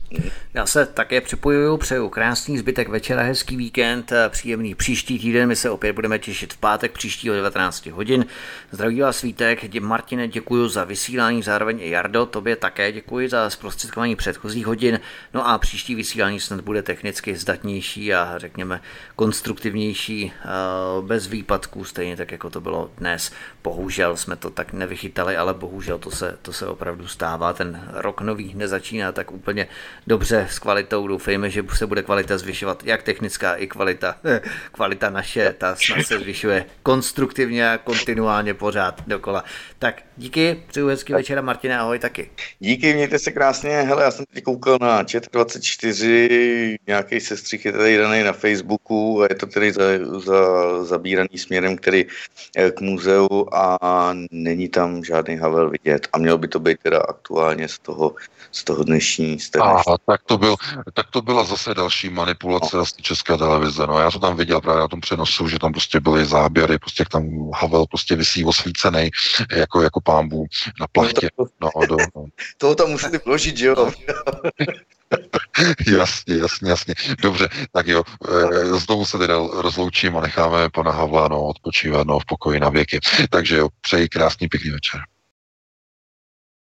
Já se také připojuju, přeju krásný zbytek večera, hezký víkend, příjemný příští týden, my se opět budeme těšit v pátek příštího devatenáct hodin. Zdraví vás Vítek, Martine, děkuji za vysílání, zároveň i Jardo, tobě také děkuji za zprostředkování předchozích hodin, no a příští vysílání snad bude technicky zdatnější a řekněme konstruktivnější, bez výpadků, stejně tak, jako to bylo dnes. Bohužel jsme to tak nevychytali, ale bohužel to se, to se opravdu stává, ten rok nový nezačíná tak úplně dobře s kvalitou, doufejme, že se bude kvalita zvyšovat, jak technická, i kvalita, kvalita naše, ta snad se zvyšuje konstruktivně a kontinuálně pořád dokola. Tak díky, přeju hezký večera, Martine, ahoj taky. Díky, mějte se krásně, hele, já jsem teď koukal na chat dvacet čtyři, nějaký sestřih je tady daný na Facebooku a je to tedy za, za, zabíraný směrem, který k muzeu a není tam žádný Havel vidět a mělo by to být teda aktuálně z toho, z toho dnešní, z té dnešní. Aha, tak to, byl, tak to byla zase další manipulace no. z České televize. No, já to tam viděl právě na tom přenosu, že tam prostě byly záběry, prostě jak tam Havel prostě visí osvícenej jako, jako pámbu na plachtě. No, do, no. Toho tam museli vložit, že jo? Jasně, jasně, jasně. Dobře, tak jo, znovu se teda rozloučím a necháme pana Havla no, odpočívat no, v pokoji na věky. Takže jo, přeji krásný pěkný večer.